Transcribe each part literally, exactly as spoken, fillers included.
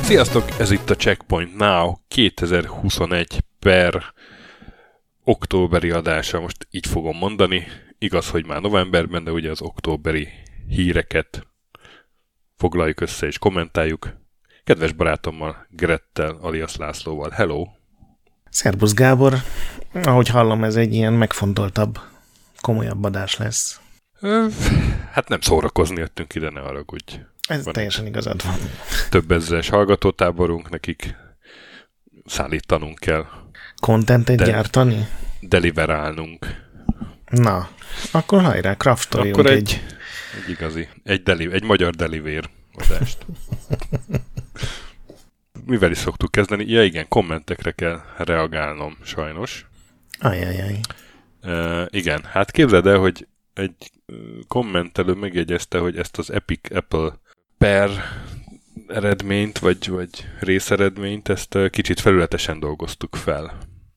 Sziasztok, ez itt a Checkpoint Now kétezer-huszonegy per októberi adása, most így fogom mondani. Igaz, hogy már novemberben, de ugye az októberi híreket foglaljuk össze és kommentáljuk. Kedves barátommal, Grettel, alias Lászlóval. Hello! Szerbusz Gábor! Ahogy hallom, ez egy ilyen megfontoltabb, komolyabb adás lesz. Hát nem szórakozni jöttünk ide, ne haragudj. Ez van, teljesen igazad van. Több ezres hallgatótáborunk, nekik szállítanunk kell. Contentet De- gyártani? Deliverálnunk. Na, akkor hajrá, craftoljunk akkor egy, egy... egy igazi, egy, deli, egy magyar delivér adást. Mivel is szoktuk kezdeni? Ja igen, kommentekre kell reagálnom sajnos. Ajajaj. Uh, igen, hát képzeld el, hogy egy kommentelő megjegyezte, hogy ezt az Epic Apple per eredményt, vagy, vagy részeredményt, ezt kicsit felületesen dolgoztuk fel.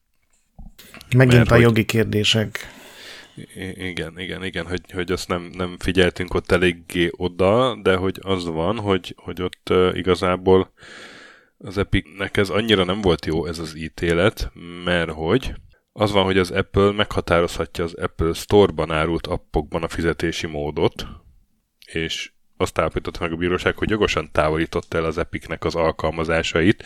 Megint Mert, a hogy, jogi kérdések. Igen, igen, igen, hogy, hogy azt nem, nem figyeltünk ott eléggé oda, de hogy az van, hogy, hogy ott uh, igazából az Epicnek ez annyira nem volt jó ez az ítélet, mert hogy az van, hogy az Apple meghatározhatja az Apple Store-ban árult appokban a fizetési módot, és azt állapította meg a bíróság, hogy jogosan távolította el az Epicnek az alkalmazásait,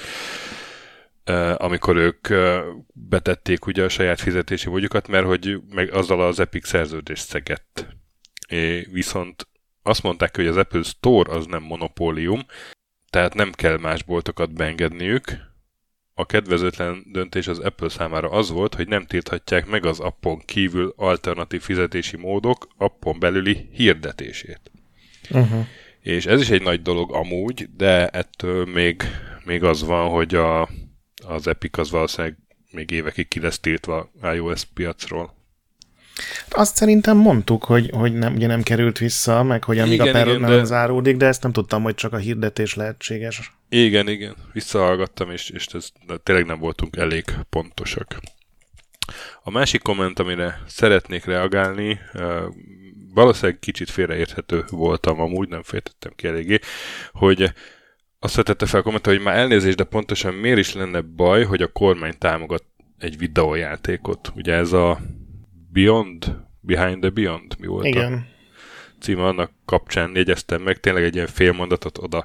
amikor ők betették ugye a saját fizetési módjukat, mert hogy meg azzal az Epic szerződést szegett. É, viszont azt mondták, hogy az Apple Store az nem monopólium, tehát nem kell más boltokat beengedniük. A kedvezőtlen döntés az Apple számára az volt, hogy nem tilthatják meg az appon kívül alternatív fizetési módok appon belüli hirdetését. Uh-huh. És ez is egy nagy dolog amúgy, de ettől még, még az van, hogy a, az Epic az valószínűleg még évekig ki lesz tiltva iOS piacról. Azt szerintem mondtuk, hogy, hogy nem, ugye nem került vissza, meg hogy amíg igen, a per nem de... záródik, de ezt nem tudtam, hogy csak a hirdetés lehetséges. Igen, igen. Visszahallgattam, és, és ez, tényleg nem voltunk elég pontosak. A másik komment, amire szeretnék reagálni, valószínűleg kicsit félreérthető voltam, amúgy nem féltettem ki eléggé, hogy azt vetette fel a komment, hogy már elnézést, de pontosan miért is lenne baj, hogy a kormány támogat egy videójátékot. Ugye ez a Beyond, Behind the Beyond, mi volt igen. a címe, annak kapcsán jegyeztem meg, tényleg egy ilyen félmondatot oda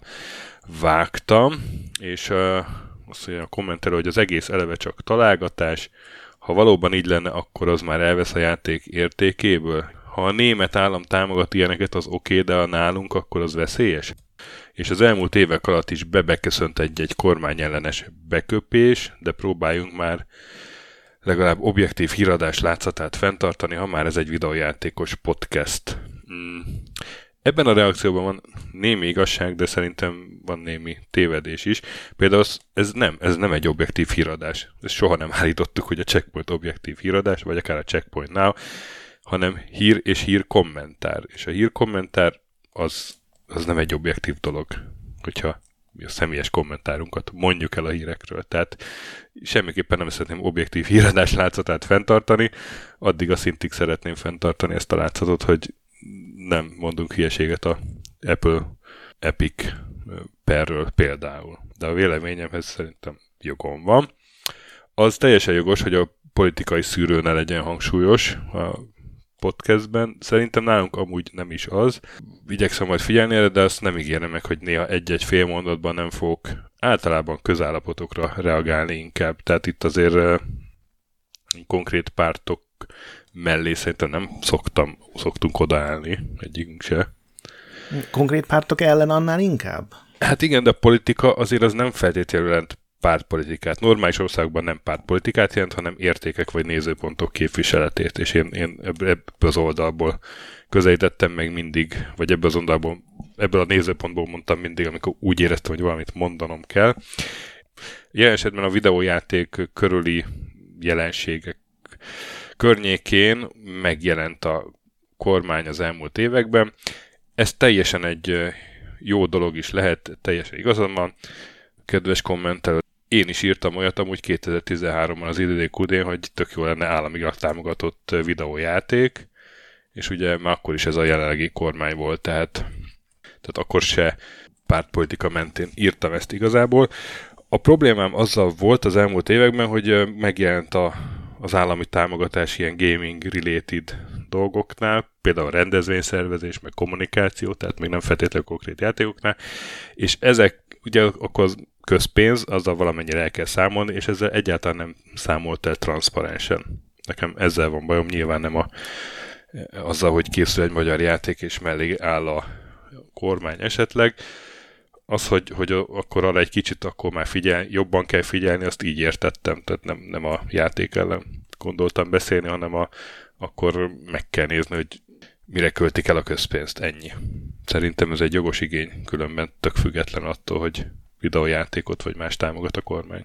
vágtam, és uh, azt mondja a kommentelő, hogy az egész eleve csak találgatás, ha valóban így lenne, akkor az már elvesz a játék értékéből. Ha a német állam támogat ilyeneket, az oké, de a nálunk, akkor az veszélyes. És az elmúlt évek alatt is bebeköszönt egy-egy kormányellenes beköpés, de próbáljunk már legalább objektív híradás látszatát fenntartani, ha már ez egy videójátékos podcast. Mm. Ebben a reakcióban van némi igazság, de szerintem van némi tévedés is. Például ez nem, ez nem egy objektív híradás. Ezt soha nem állítottuk, hogy a Checkpoint objektív híradás, vagy akár a Checkpoint Now, hanem hír és hír kommentár. És a hír kommentár az, az nem egy objektív dolog, hogyha a személyes kommentárunkat mondjuk el a hírekről. Tehát semmiképpen nem szeretném objektív híradás látszatát fenntartani, addig a szintig szeretném fenntartani ezt a látszatot, hogy nem mondunk hülyeséget a Apple Epic perről például. De a véleményemhez szerintem jogom van. Az teljesen jogos, hogy a politikai szűrő ne legyen hangsúlyos a podcastben. Szerintem nálunk amúgy nem is az. Igyekszem majd figyelni erre, de azt nem ígérem meg, hogy néha egy-egy fél mondatban nem fogok általában közállapotokra reagálni inkább. Tehát itt azért uh, konkrét pártok mellé szerintem nem szoktam, szoktunk odaállni, egyikünk se. Konkrét pártok ellen annál inkább? Hát igen, de a politika azért az nem feltétlenül jelent pártpolitikát. Normális országban nem pártpolitikát jelent, hanem értékek vagy nézőpontok képviseletét, és én, én ebből az oldalból közelítettem meg mindig, vagy ebből az oldalból, ebből a nézőpontból mondtam mindig, amikor úgy éreztem, hogy valamit mondanom kell. Jelen esetben a videójáték körüli jelenségek környékén megjelent a kormány az elmúlt években. Ez teljesen egy jó dolog is lehet, teljesen igazad van. Kedves kommentelő, én is írtam olyat amúgy kétezer-tizenháromban az I D D Q D-n, hogy tök jó lenne államilag támogatott videójáték, és ugye már akkor is ez a jelenlegi kormány volt, tehát, tehát akkor se pártpolitika mentén írtam ezt igazából. A problémám azzal volt az elmúlt években, hogy megjelent a, az állami támogatás ilyen gaming-related dolgoknál, például rendezvényszervezés, meg kommunikáció, tehát még nem feltétlenül konkrét játékoknál, és ezek ugye akkor az közpénz, azzal valamennyire el kell számolni, és ezzel egyáltalán nem számolt el transzparensen. Nekem ezzel van bajom, nyilván nem a, azzal, hogy készül egy magyar játék, és mellé áll a kormány esetleg. Az, hogy, hogy akkor arra egy kicsit akkor már figyel, jobban kell figyelni, azt így értettem, tehát nem, nem a játék ellen gondoltam beszélni, hanem a, akkor meg kell nézni, hogy mire költik el a közpénzt, ennyi. Szerintem ez egy jogos igény, különben tök független attól, hogy videójátékot vagy más támogat a kormány.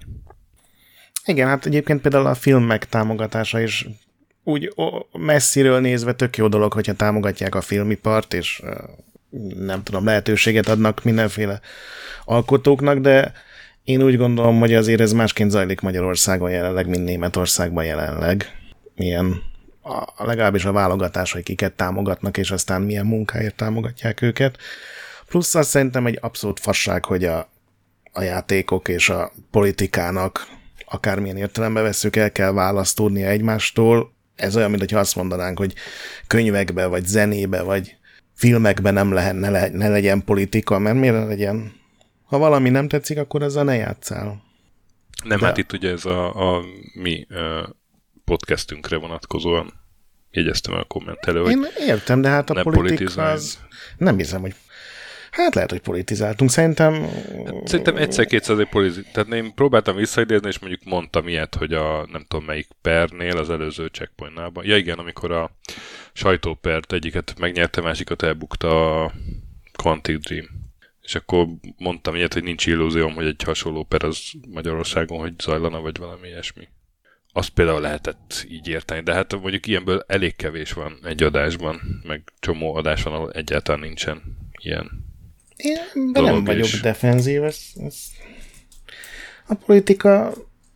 Igen, hát egyébként például a filmek támogatása is úgy messziről nézve tök jó dolog, hogyha támogatják a filmipart, és nem tudom, lehetőséget adnak mindenféle alkotóknak, de én úgy gondolom, hogy azért ez másként zajlik Magyarországon jelenleg, mint Németországban jelenleg. Milyen a, legalábbis a válogatás, hogy kiket támogatnak, és aztán milyen munkáért támogatják őket. Plusz azt szerintem egy abszolút fasság, hogy a, a játékok és a politikának akármilyen értelemben vesszük, el kell választódnia egymástól. Ez olyan, mintha azt mondanánk, hogy könyvekbe, vagy zenébe, vagy filmekben nem lehet, ne, le, ne legyen politika, mert miért ne legyen? Ha valami nem tetszik, akkor azzal ne játsszál. Nem, de... hát itt ugye ez a, a mi uh, podcastünkre vonatkozóan jegyeztem el a kommentelő, hogy én értem, de hát a politika az... Nem hiszem, hogy... Hát lehet, hogy politizáltunk. Szerintem... Hát, szerintem egyszer-kétszer azért politizáltunk. Tehát én próbáltam visszaidézni, és mondjuk mondtam ilyet, hogy a nem tudom melyik pernél, az előző checkpointnában. Ja igen, amikor a sajtópert egyiket megnyerte, másikat elbukta a Quantic Dream. És akkor mondtam ilyet, hogy nincs illúzióm, hogy egy hasonló per az Magyarországon, hogy zajlana, vagy valami ilyesmi. Azt például lehetett így érteni, de hát mondjuk ilyenből elég kevés van egy adásban, meg csomó adás van, ahol egyáltalán nincsen ilyen. Én nem vagyok is defenzív. Ez, ez... A politika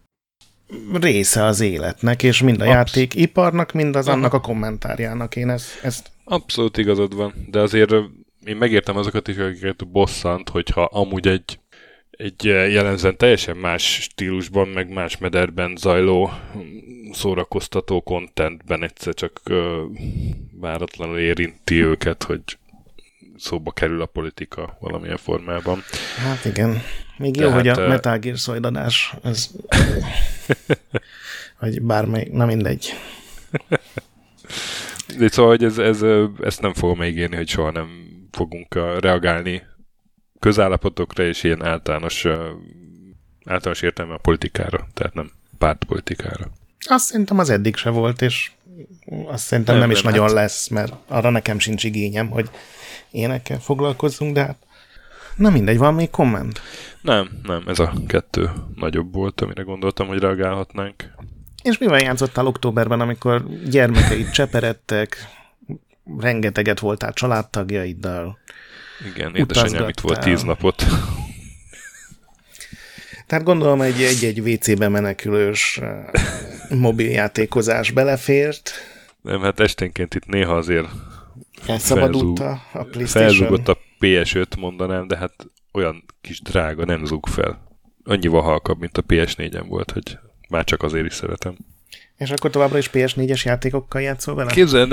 része az életnek, és mind a Absz- játékiparnak, mind az Aha. annak a kommentárjának. Én ezt, ezt... Abszolút igazad van, de azért én megértem azokat is, akiket bosszant, hogyha amúgy egy, egy jellemzően teljesen más stílusban, meg más mederben zajló szórakoztató contentben egyszer csak uh, váratlanul érinti őket, hogy szóba kerül a politika valamilyen formában. Hát igen. Még jó, hát, hogy a Metal Gear Solid adás, ez... vagy bármely, na mindegy. De szóval, hogy ez, ez, ezt nem fogom megírni, hogy soha nem fogunk reagálni közállapotokra és ilyen általános, általános értelme a politikára, tehát nem pártpolitikára. Azt szerintem az eddig se volt, és azt szerintem nem, nem is nem, nagyon hát... lesz, mert arra nekem sincs igényem, hogy énekkel foglalkozzunk, de hát na mindegy, van még komment? Nem, nem, ez a kettő nagyobb volt, amire gondoltam, hogy reagálhatnánk. És mivel játszottál októberben, amikor gyermekeid cseperedtek, rengeteget voltál családtagjaiddal? Igen, édesanyám itt volt tíz napot. Tehát gondolom egy egy-egy vé cé-be menekülős mobiljátékozás belefért. Nem, hát esténként itt néha azért elszabadult a PlayStation. Felzúgott a pé es öt, mondanám, de hát olyan kis drága, nem zúg fel. Annyival halkabb, mint a pé es négyen volt, hogy már csak azért is szeretem. És akkor továbbra is pé es négyes játékokkal játszol vele? Képzeld,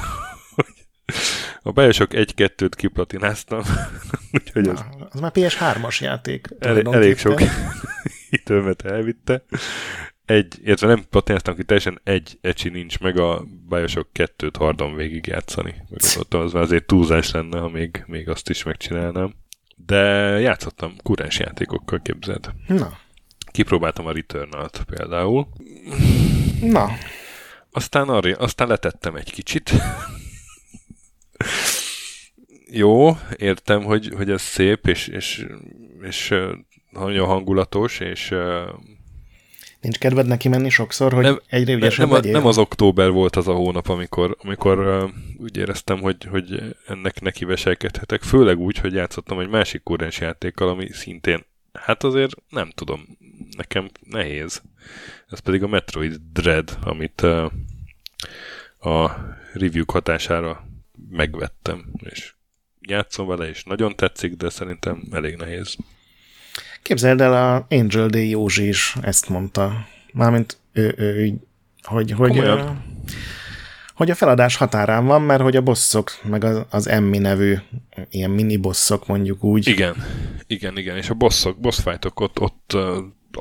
a Bioshock egy-kettőt kiplatináztam. Úgyhogy Na, az... az már pé es hármas játék. El, elég sok időmet elvitte. Egy, illetve nem platináztam ki, teljesen egy ecsi nincs meg, a Bioshock kettőt hardon végig játszani. Megmondottam, az már azért túlzás lenne, ha még, még azt is megcsinálnám. De játszottam kurens játékokkal, képzeld. Na. Kipróbáltam a Returnal-t például. Na. Aztán, arra, aztán letettem egy kicsit. Jó, értem, hogy, hogy ez szép, és, és, és nagyon hangulatos, és... Nincs kedved neki menni sokszor, hogy nem, egyre ügyesebb nem, legyél? nem az október volt az a hónap, amikor, amikor uh, úgy éreztem, hogy, hogy ennek neki veselkedhetek. Főleg úgy, hogy játszottam egy másik kurrens játékkal, ami szintén, hát azért nem tudom, nekem nehéz. Ez pedig a Metroid Dread, amit uh, a review hatására megvettem, és játszom vele, és nagyon tetszik, de szerintem elég nehéz. Képzeld el, a Angel Day Józsi is ezt mondta. Mármint ő, ő, ő hogy, hogy, ö, hogy a feladás határán van, mert hogy a bosszok, meg az, az Emmy nevű ilyen mini bosszok mondjuk úgy. Igen, igen, igen, és a bosszok, boss fightok ott, ott uh,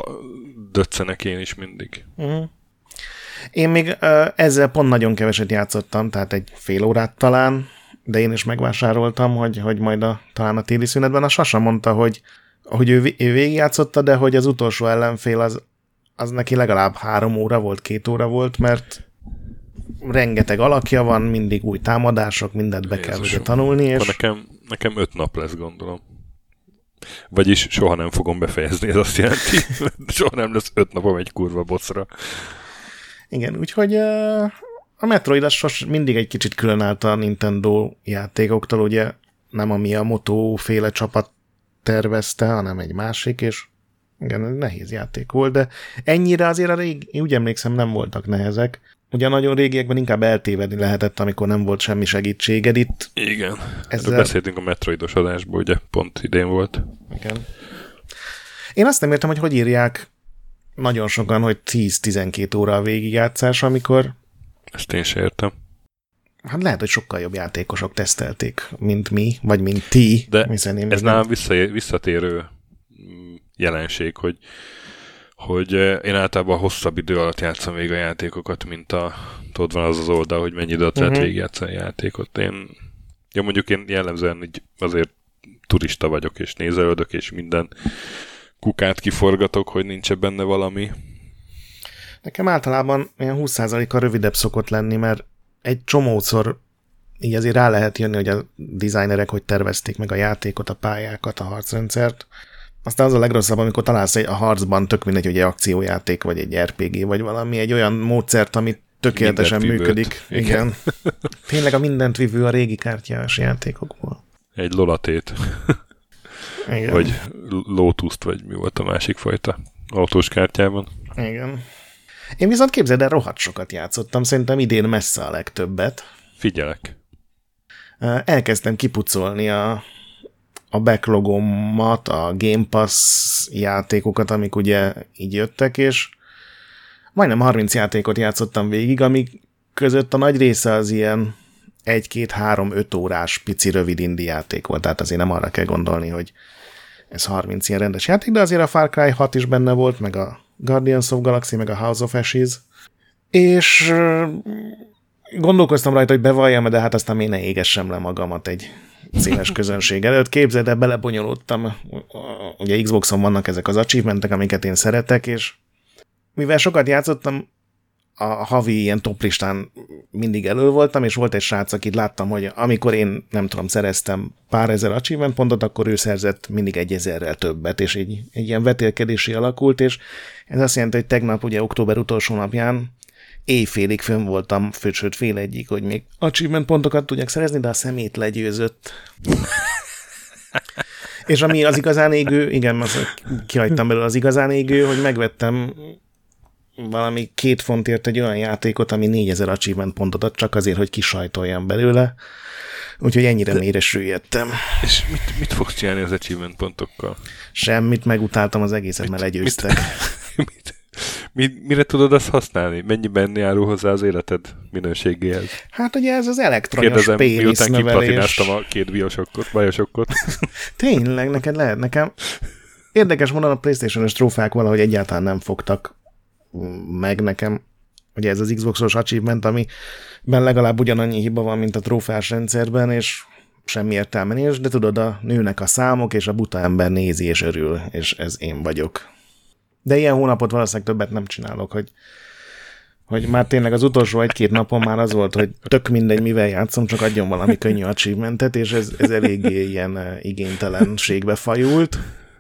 döccenek én is mindig. Uh-huh. Én még uh, ezzel pont nagyon keveset játszottam, tehát egy fél órát talán, de én is megvásároltam, hogy, hogy majd a, talán a téli szünetben a Sasa mondta, hogy, hogy ő, ő végigjátszotta, de hogy az utolsó ellenfél az, az neki legalább három óra volt, két óra volt, mert rengeteg alakja van, mindig új támadások, mindent be kell ugye tanulni. És... Nekem, nekem öt nap lesz, gondolom. Vagyis soha nem fogom befejezni, ez azt jelenti. Soha nem lesz öt napom egy kurva bosszra. Igen, úgyhogy uh, a Metroid az sos mindig egy kicsit különállt a Nintendo játékoktól, ugye nem ami a Moto féle csapat tervezte, hanem egy másik, és igen, nehéz játék volt, de ennyire azért a régi, én úgy emlékszem, nem voltak nehezek. Ugye nagyon régiekben inkább eltévedni lehetett, amikor nem volt semmi segítséged itt. Igen, ezzel... beszéltünk a Metroidos adásból, ugye pont idén volt. Igen. Én azt nem értem, hogy hogy írják nagyon sokan, hogy tíz-tizenkét óra a végigjátszás, amikor... Ezt én sem értem. Hát lehet, hogy sokkal jobb játékosok tesztelték, mint mi, vagy mint ti. De ez nálam vissza, visszatérő jelenség, hogy, hogy én általában hosszabb idő alatt játszom végig a játékokat, mint a, tudod, van az az oldal, hogy mennyi időt lehet uh-huh. végigjátszani a játékot. Én, ja, mondjuk én jellemzően így azért turista vagyok, és nézelődök, és minden kukát kiforgatok, hogy nincs benne valami. Nekem általában ilyen húsz százalékkal rövidebb szokott lenni, mert egy csomószor így azért rá lehet jönni, hogy a designerek hogy tervezték meg a játékot, a pályákat, a harcrendszert. Aztán az a legrosszabb, amikor találsz egy, a harcban, tök mindegy, hogy egy akciójáték, vagy egy er pé gé, vagy valami, egy olyan módszert, ami tökéletesen mindent működik. Igen. Igen. Tényleg a mindent vívő a régi kártyás játékokból. Egy lolatét. Igen. Vagy Lotus-t, vagy mi volt a másik fajta autós kártyában. Igen. Én viszont képzeld el, rohadt sokat játszottam, szerintem idén messze a legtöbbet. Figyelek. Elkezdtem kipucolni a, a backlogomat, a Game Pass játékokat, amik ugye így jöttek, és majdnem harminc játékot játszottam végig, amik között a nagy része az ilyen egy-két-három-öt órás pici rövid indie játék volt, tehát azért nem arra kell gondolni, hogy ez harminc ilyen rendes játék, de azért a Far Cry hat is benne volt, meg a Guardians of Galaxy, meg a House of Ashes, és gondolkoztam rajta, hogy bevalljam, de hát aztán még ne égessem le magamat egy széles közönség előtt. Képzeld el, belebonyolódtam, ugye Xboxon vannak ezek az achievementek, amiket én szeretek, és mivel sokat játszottam, a havi ilyen toplistán mindig elő voltam, és volt egy srác, akit láttam, hogy amikor én, nem tudom, szereztem pár ezer achievement pontot, akkor ő szerzett mindig egy ezerrel többet, és így egy ilyen vetélkedési alakult, és ez azt jelenti, hogy tegnap, ugye október utolsó napján éjfélig fönn voltam, sőt fél egyig, hogy még achievement pontokat tudjak szerezni, de a szemét legyőzött. És ami az igazán égő, igen, azt kihagytam belőle az igazán égő, hogy megvettem valami két fontért egy olyan játékot, ami négyezer achievement pontot ad, csak azért, hogy kisajtoljam belőle. Úgyhogy ennyire mélyre süllyedtem. És mit, mit fogsz csinálni az achievement pontokkal? Semmit, megutáltam az egészet, mert legyőztek. Mit, mit, mit, mire tudod azt használni? Mennyiben járul hozzá az életed minőségéhez? Hát ugye ez az elektronyos pénisz növelés. Miután kiplatináztam a két biosokkot. Tényleg, neked lehet nekem. Érdekes módon a PlayStation-os trófák valahogy egyáltalán nem fogtak meg nekem. Ugye ez az Xbox-os achievement, amiben legalább ugyanannyi hiba van, mint a trófás rendszerben, és semmi értelme nincs, de tudod, a nőnek a számok, és a buta ember nézi és örül, és ez én vagyok. De ilyen hónapot valószínűleg többet nem csinálok, hogy, hogy már tényleg az utolsó egy-két napon már az volt, hogy tök mindegy, mivel játszom, csak adjon valami könnyű achievementet, és ez, ez eléggé ilyen igénytelenségbe fajult.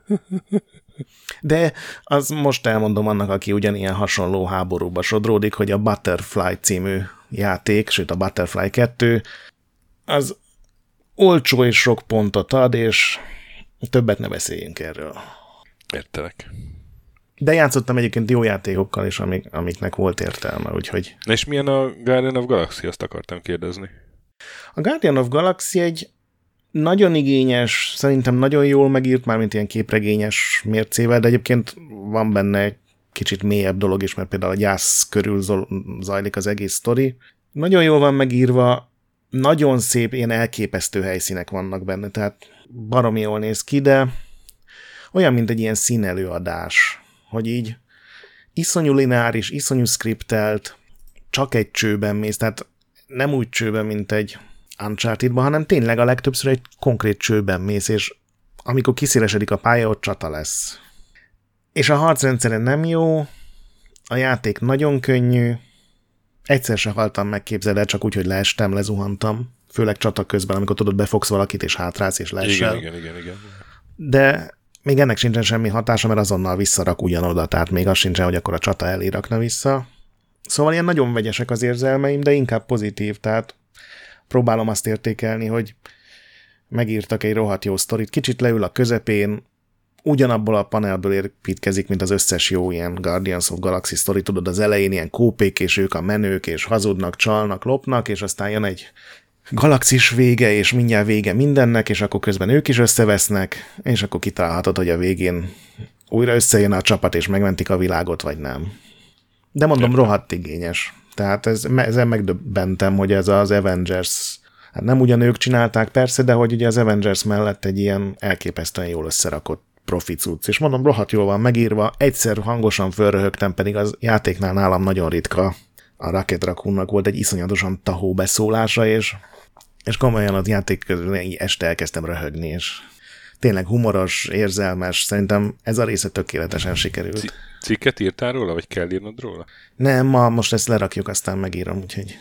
De az most elmondom annak, aki ugyanilyen hasonló háborúba sodródik, hogy a Butterfly című játék, sőt a Butterfly kettő, az olcsó és sok pontot ad, és többet ne beszéljünk erről. Értelek. De játszottam egyébként jó játékokkal is, amik, amiknek volt értelme, úgyhogy... Na és milyen a Guardian of Galaxy, azt akartam kérdezni. A Guardian of Galaxy egy Nagyon igényes, szerintem nagyon jól megírt, mármint ilyen képregényes mércével, de egyébként van benne egy kicsit mélyebb dolog is, mert például a gyász körül zajlik az egész sztori. Nagyon jól van megírva, nagyon szép, ilyen elképesztő helyszínek vannak benne, tehát baromi jól néz ki, de olyan, mint egy ilyen színelőadás, hogy így iszonyú lineáris, iszonyú skriptelt, csak egy csőben mész, tehát nem úgy csőben, mint egy Uncharted-ban, hanem tényleg a legtöbbször egy konkrét csőben mész, és amikor kiszélesedik a pálya, ott csata lesz. És a harcrendszere nem jó, a játék nagyon könnyű, egyszer se haltam meg, képzeld el, csak úgy, hogy leestem, lezuhantam, főleg csata közben, amikor tudod, befogsz valakit, és hátrálsz, és leesel. Igen, igen, igen, igen. De még ennek sincsen semmi hatása, mert azonnal visszarak ugyanoda, tehát még az sincsen, hogy akkor a csata elé rakna vissza. Szóval ilyen nagyon vegyesek az érzelmeim, de inkább pozitív, tehát próbálom azt értékelni, hogy megírtak egy rohadt jó sztorit, kicsit leül a közepén, ugyanabból a panelből építkezik, mint az összes jó ilyen Guardians of Galaxy sztori, tudod, az elején ilyen kópék, és ők a menők, és hazudnak, csalnak, lopnak, és aztán jön egy galaxis vége, és mindjárt vége mindennek, és akkor közben ők is összevesznek, és akkor kitalálhatod, hogy a végén újra összejön a csapat, és megmentik a világot, vagy nem. De mondom, rohadt igényes. Tehát ez, ezen megdöbbentem, hogy ez az Avengers, hát nem ugyan ők csinálták persze, de hogy ugye az Avengers mellett egy ilyen elképesztően jól összerakott profi cucc. És mondom, rohadt jól van megírva, egyszer hangosan fölröhögtem, pedig az játéknál nálam nagyon ritka. A Rocket Raccoonnak volt egy iszonyatosan tahó beszólása, és, és komolyan az játék közben este elkezdtem röhögni, és tényleg humoros, érzelmes, szerintem ez a része tökéletesen sikerült. C- cikket írtál róla, vagy kell írnod róla? Nem, ma most ezt lerakjuk, aztán megírom, úgyhogy...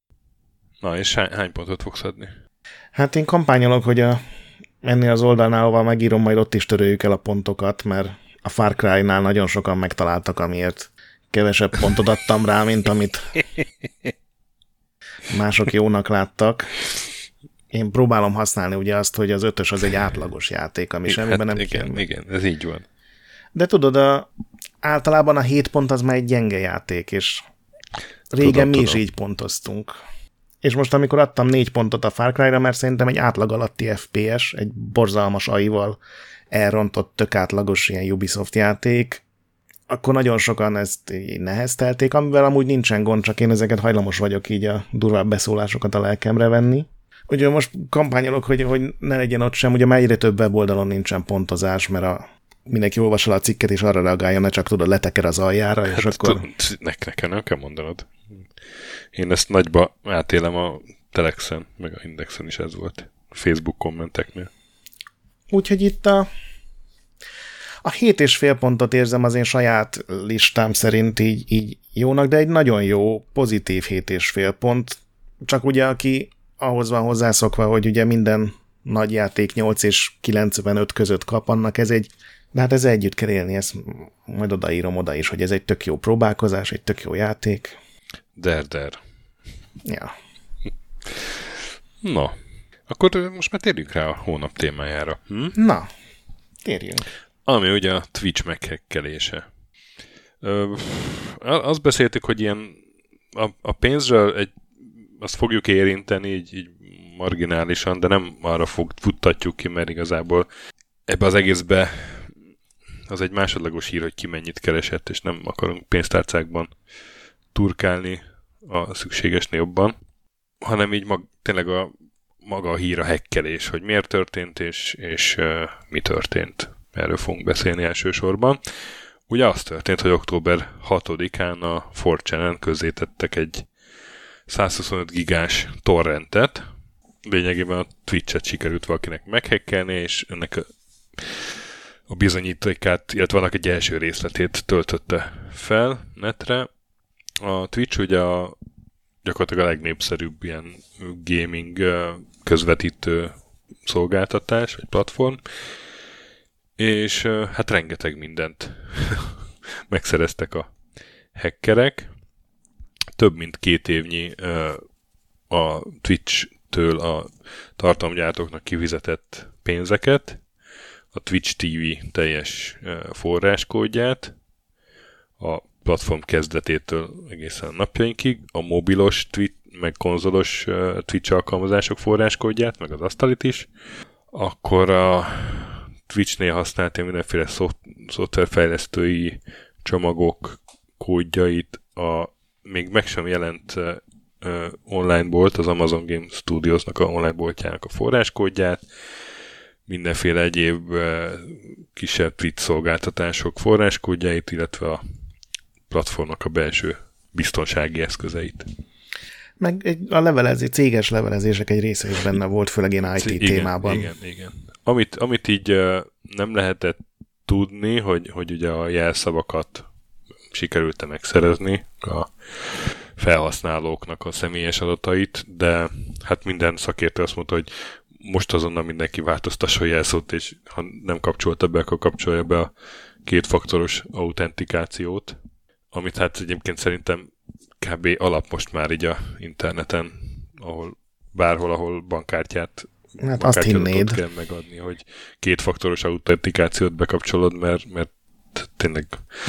Na, és hány, hány pontot fogsz adni? Hát én kampányolok, hogy a, ennél az oldalnál, ahol megírom, majd ott is töröljük el a pontokat, mert a Far Cry-nál nagyon sokan megtaláltak, amiért kevesebb pontot adtam rá, mint amit mások jónak láttak. Én próbálom használni ugye azt, hogy az ötös az egy átlagos játék, ami semmiben hát nem igen, kell. igen, ez így van. De tudod, a, általában a hét pont az már egy gyenge játék, és régen tudom, mi tudom. is így pontoztunk. És most, amikor adtam négy pontot a Far Cry-ra, mert szerintem egy átlag alatti ef pé es, egy borzalmas á i-val elrontott, tök átlagos ilyen Ubisoft játék, akkor nagyon sokan ezt neheztelték, amivel amúgy nincsen gond, csak én ezeket hajlamos vagyok így a durvább beszólásokat a lelkemre venni. Ugye most kampányolok, hogy, hogy ne legyen ott sem, ugye már egyre több weboldalon nincsen pontozás, mert a, mindenki olvasol a cikket, és arra reagáljon, ne csak tudod, leteker az aljára, és hát, akkor... Ne, nekem nem kell mondanod. Én ezt nagyba átélem a Telexen, meg a Indexen is ez volt. Facebook kommenteknél. Úgyhogy itt a a hét és fél pontot érzem az én saját listám szerint így, így jónak, de egy nagyon jó, pozitív hét és fél pont. Csak ugye, aki ahhoz van hozzászokva, hogy ugye minden nagy játék nyolc és kilencvenöt között kap, annak ez egy, de hát ez együtt kell élni, ezt majd odaírom oda is, hogy ez egy tök jó próbálkozás, egy tök jó játék. Der, der. Ja. Na, akkor most már térjünk rá a hónap témájára. Hm? Na, térjünk. Ami ugye a Twitch meghekkelése. Azt beszéltük, hogy ilyen a, a pénzről egy, azt fogjuk érinteni így, így marginálisan, de nem arra fog, futtatjuk ki, mert igazából ebbe az egészbe az egy másodlagos hír, hogy ki mennyit keresett, és nem akarunk pénztárcákban turkálni a szükségesnél jobban, hanem így mag, tényleg a, maga a hír, a hekkelés, hogy miért történt, és, és uh, mi történt. Erről fogunk beszélni elsősorban. Ugye az történt, hogy október hatodikán a four chan-en közzétettek egy százhuszonöt gigás torrentet. Lényegében a Twitch-et sikerült valakinek meghekkelni, és ennek a, a bizonyítékát, illetve vannak egy első részletét töltötte fel netre. A Twitch ugye a, gyakorlatilag a legnépszerűbb ilyen gaming közvetítő szolgáltatás, vagy platform, és hát rengeteg mindent megszereztek a hackerek. Több mint két évnyi a Twitch-től a tartalomgyártóknak kifizetett pénzeket, a Twitch té vé teljes forráskódját, a platform kezdetétől egészen napjainkig, a mobilos Twitch, meg konzolos uh, Twitch alkalmazások forráskódját, meg az asztalit is, akkor a Twitchnél használt ilyen mindenféle szoft- szoftverfejlesztői csomagok kódjait, a még meg sem jelent uh, online bolt, az Amazon Game Studiosnak a online boltjának a forráskódját, mindenféle egyéb uh, kisebb Twitch szolgáltatások forráskódjait, illetve a platformnak a belső biztonsági eszközeit. Meg egy, a levelezés, céges levelezések egy része is benne volt, főleg én i té igen, témában. Igen, igen. Amit, amit így uh, nem lehetett tudni, hogy, hogy ugye a jelszavakat sikerült-e megszerezni a felhasználóknak a személyes adatait, de hát minden szakértő azt mondta, hogy most azonnal mindenki változtasson jelszót, és ha nem kapcsolta be, akkor kapcsolja be a kétfaktoros autentikációt, amit hát egyébként szerintem kb. Alap most már így a interneten, ahol bárhol, ahol bankkártyát hát azt hinnéd. kell megadni, hogy kétfaktoros autentikációt bekapcsolod, mert, mert tényleg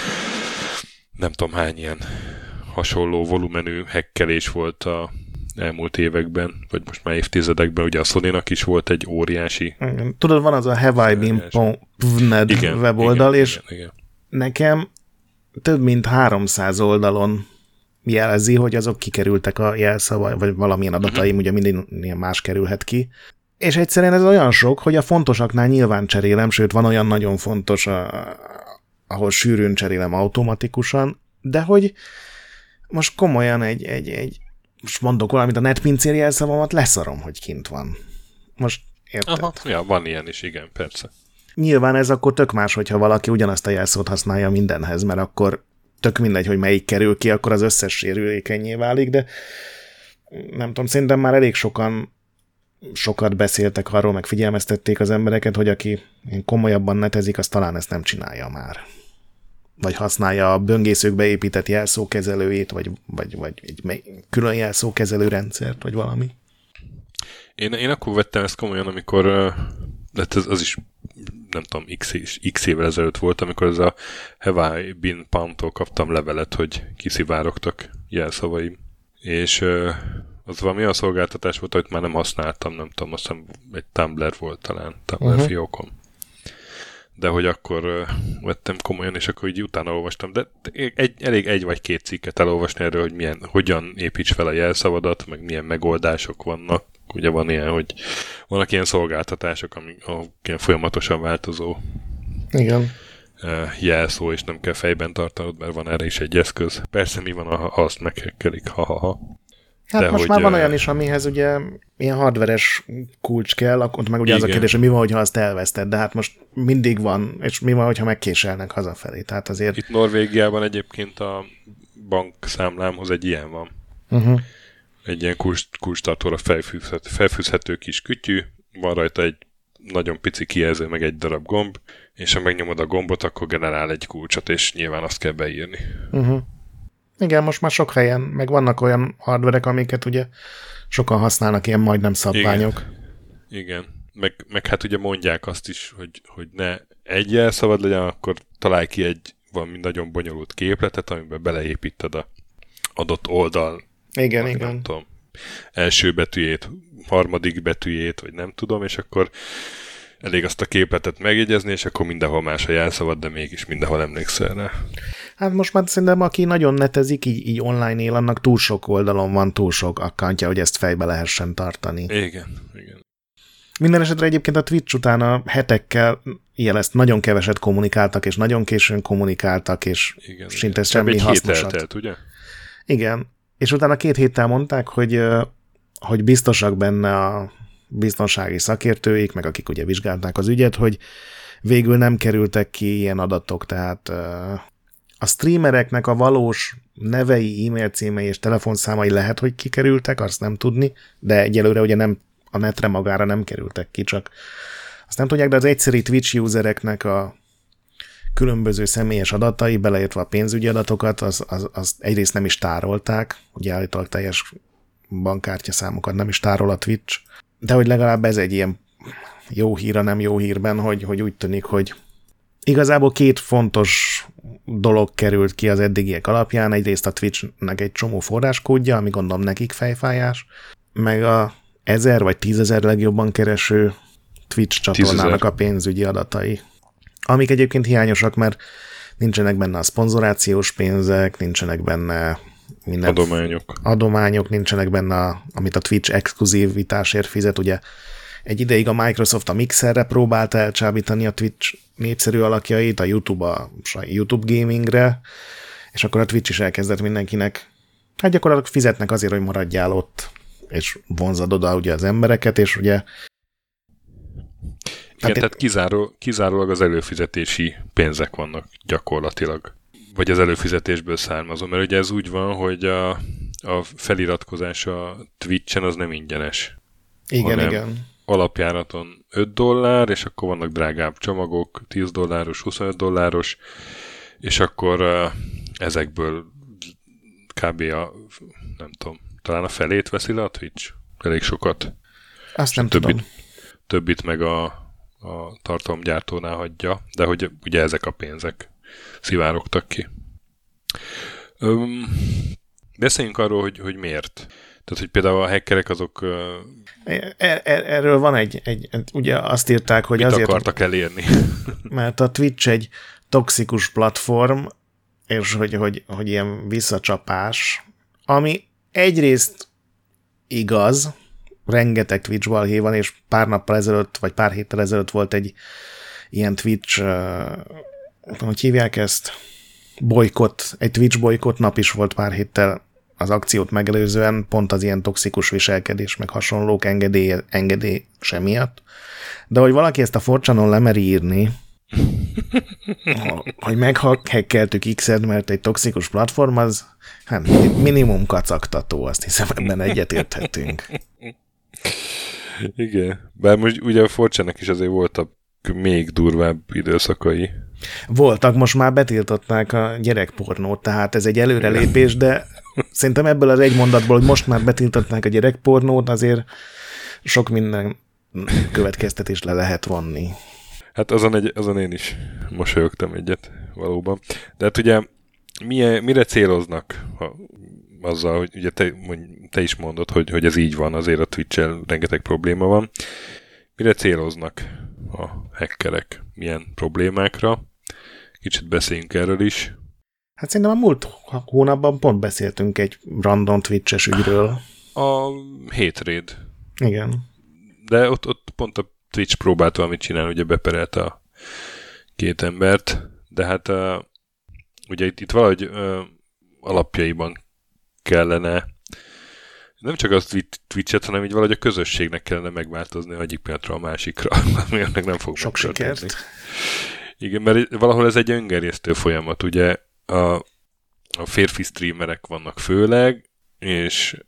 nem tudom hány ilyen hasonló volumenű hekkelés volt a elmúlt években, vagy most már évtizedekben, ugye a Sony-nak is volt egy óriási... Tudod, van az a Have I Been Pwned weboldal, igen, és igen, igen. Nekem több mint háromszáz oldalon jelzi, hogy azok kikerültek a jelszava, vagy valamilyen adataim, uh-huh. ugye minden más kerülhet ki. És egyszerűen ez olyan sok, hogy a fontosaknál nyilván cserélem, sőt van olyan nagyon fontos, a, ahol sűrűn cserélem automatikusan, de hogy most komolyan egy, egy, egy most mondok valamit, a netpincér jelszavamat leszarom, hogy kint van. Most érted? Aha, ja, van ilyen is, igen, persze. Nyilván ez akkor tök más, hogyha valaki ugyanazt a jelszót használja mindenhez, mert akkor tök mindegy, hogy melyik kerül ki, akkor az összes sérülékenyé válik, de nem tudom, szerintem már elég sokan sokat beszéltek arról, meg figyelmeztették az embereket, hogy aki komolyabban netezik, az talán ezt nem csinálja már. Vagy használja a böngészőkbe épített jelszókezelőjét, vagy, vagy, vagy egy külön jelszókezelő rendszert, vagy valami. Én, én akkor vettem ezt komolyan, amikor de ez, az is nem tudom, x, x évvel ezelőtt volt, amikor ez a Have I Been Pwned-tól kaptam levelet, hogy kiszivárogtak jelszavaim. És az valami olyan szolgáltatás volt, hogy már nem használtam, nem tudom, azt hiszem egy Tumblr volt talán, Tumblr uh-huh. fiókom. De hogy akkor uh, vettem komolyan, és akkor így utána olvastam, de egy, elég egy vagy két cikket elolvasni erről, hogy milyen, hogyan építs fel a jelszavadat, meg milyen megoldások vannak. Ugye van ilyen, hogy vannak ilyen szolgáltatások, amik ilyen folyamatosan változó igen. Uh, jelszó, és nem kell fejben tartanod, mert van erre is egy eszköz. Persze mi van, ha azt meghekkelik, ha-ha-ha. Hát de most hogy, már van olyan is, amihez ugye ilyen hardveres kulcs kell, akkor meg ugye igen. Az a kérdés, hogy mi van, hogyha azt elveszted, de hát most mindig van, és mi van, hogyha megkéselnek hazafelé. Tehát azért... Itt Norvégiában egyébként a bankszámlámhoz egy ilyen van. Uh-huh. Egy ilyen kulcs, kulcstartóra felfűzhető, felfűzhető kis kütyű, van rajta egy nagyon pici kijelző, meg egy darab gomb, és ha megnyomod a gombot, akkor generál egy kulcsot, és nyilván azt kell beírni. Uh-huh. Igen, most már sok helyen, meg vannak olyan hardverek, amiket ugye sokan használnak, ilyen majdnem szabványok. Igen, Igen. Meg, meg hát ugye mondják azt is, hogy, hogy ne egy jelszavad legyen, akkor találj ki egy valami nagyon bonyolult képletet, amiben beleépíted a adott oldal igen, vagy, igen. nem tudom, első betűjét, harmadik betűjét, vagy nem tudom, és akkor elég azt a képletet megjegyezni, és akkor mindenhol más a jelszavad, de mégis mindenhol emlékszel rá. Hát most már szerintem, aki nagyon netezik, így, így online él, annak túl sok oldalon van, túl sok akkantja, hogy ezt fejbe lehessen tartani. Igen, igen. Minden esetre egyébként a Twitch utána hetekkel ilyen ezt nagyon keveset kommunikáltak, és nagyon későn kommunikáltak, és igen, szinte semmi hasznosat. Eltelt, ugye? Igen, és utána két héttel mondták, hogy, hogy biztosak benne a biztonsági szakértőik, meg akik ugye vizsgálták az ügyet, hogy végül nem kerültek ki ilyen adatok, tehát a streamereknek a valós nevei, e-mail címei és telefonszámai lehet, hogy kikerültek, azt nem tudni, de egyelőre ugye nem, a netre magára nem kerültek ki, csak azt nem tudják, de az egyszerű Twitch usereknek a különböző személyes adatai, beleértve a pénzügyi adatokat, az, az, az egyrészt nem is tárolták, ugye állítólag teljes bankkártyaszámokat nem is tárol a Twitch, de hogy legalább ez egy ilyen jó hír a nem jó hírben, hogy, hogy úgy tűnik, hogy igazából két fontos dolog került ki az eddigiek alapján. Egyrészt a Twitchnek egy csomó forráskódja, ami gondolom nekik fejfájás, meg a ezer vagy tízezer legjobban kereső Twitch csatornának a pénzügyi adatai. Amik egyébként hiányosak, mert nincsenek benne a szponzorációs pénzek, nincsenek benne minden adományok. adományok, nincsenek benne, a, amit a Twitch exkluzivitásért fizet. Ugye egy ideig a Microsoft a Mixerre próbálta elcsábítani a Twitch népszerű alakjait, a YouTube a YouTube gamingre, és akkor a Twitch is elkezdett mindenkinek, hát gyakorlatilag fizetnek azért, hogy maradjál ott, és vonzad oda ugye az embereket, és ugye igen, tehát kizáró, kizárólag az előfizetési pénzek vannak gyakorlatilag. Vagy az előfizetésből származó, mert ugye ez úgy van, hogy a, a feliratkozás a Twitchen az nem ingyenes. Igen, igen. Alapjáraton öt dollár, és akkor vannak drágább csomagok, tíz dolláros, huszonöt dolláros, és akkor uh, ezekből kb. A, nem tudom, talán a felét veszi le a Twitch. Elég sokat. Azt nem többit, tudom. Többit meg a, a tartalomgyártónál hagyja, de hogy ugye ezek a pénzek szivárogtak ki. Um, beszéljünk arról, hogy, hogy miért. Tehát, hogy például a hackerek azok... Er, er, erről van egy, egy... Ugye azt írták, hogy mit azért... akartak elérni? Mert a Twitch egy toxikus platform, és hogy, hogy, hogy ilyen visszacsapás, ami egyrészt igaz, rengeteg Twitch balhé van, és pár nappal ezelőtt, vagy pár héttel ezelőtt volt egy ilyen Twitch... hogy hívják ezt? Bolykott, egy Twitch bolykott nap is volt pár héttel az akciót megelőzően, pont az ilyen toxikus viselkedés, meg hasonlók engedély, engedélyse miatt. De hogy valaki ezt a four chanon lemeri írni, hogy meghekkeltük X-et, mert egy toxikus platform, az hát minimum kacagtató, azt hiszem, ebben egyetérthetünk. Igen, bár most ugye a four channek is azért voltak még durvább időszakai. Voltak, most már betiltották a gyerekpornót, tehát ez egy előrelépés, de szerintem ebből az egy mondatból, hogy most már betiltották a gyerekpornót, azért sok minden következtetést le lehet vonni. Hát azon, egy, azon én is mosolyogtam egyet, valóban. De hát ugye milyen, mire céloznak ha, azzal, hogy ugye te, te is mondod, hogy, hogy ez így van, azért a Twitch-el rengeteg probléma van. Mire céloznak a hackerek? Milyen problémákra? Kicsit beszéljünk erről is. Hát szerintem a múlt hónapban pont beszéltünk egy random Twitch-es ügyről. A Hateraid. Igen. De ott, ott pont a Twitch próbált valamit csinálni, ugye beperelte a két embert, de hát uh, ugye itt, itt valahogy uh, alapjaiban kellene nem csak az Twitch-et, hanem így valahogy a közösségnek kellene megváltozni egyik pillanatra a másikra, ami ennek nem fog Sok sikert. Igen, mert valahol ez egy öngerjesztő folyamat, ugye a, a férfi streamerek vannak főleg, és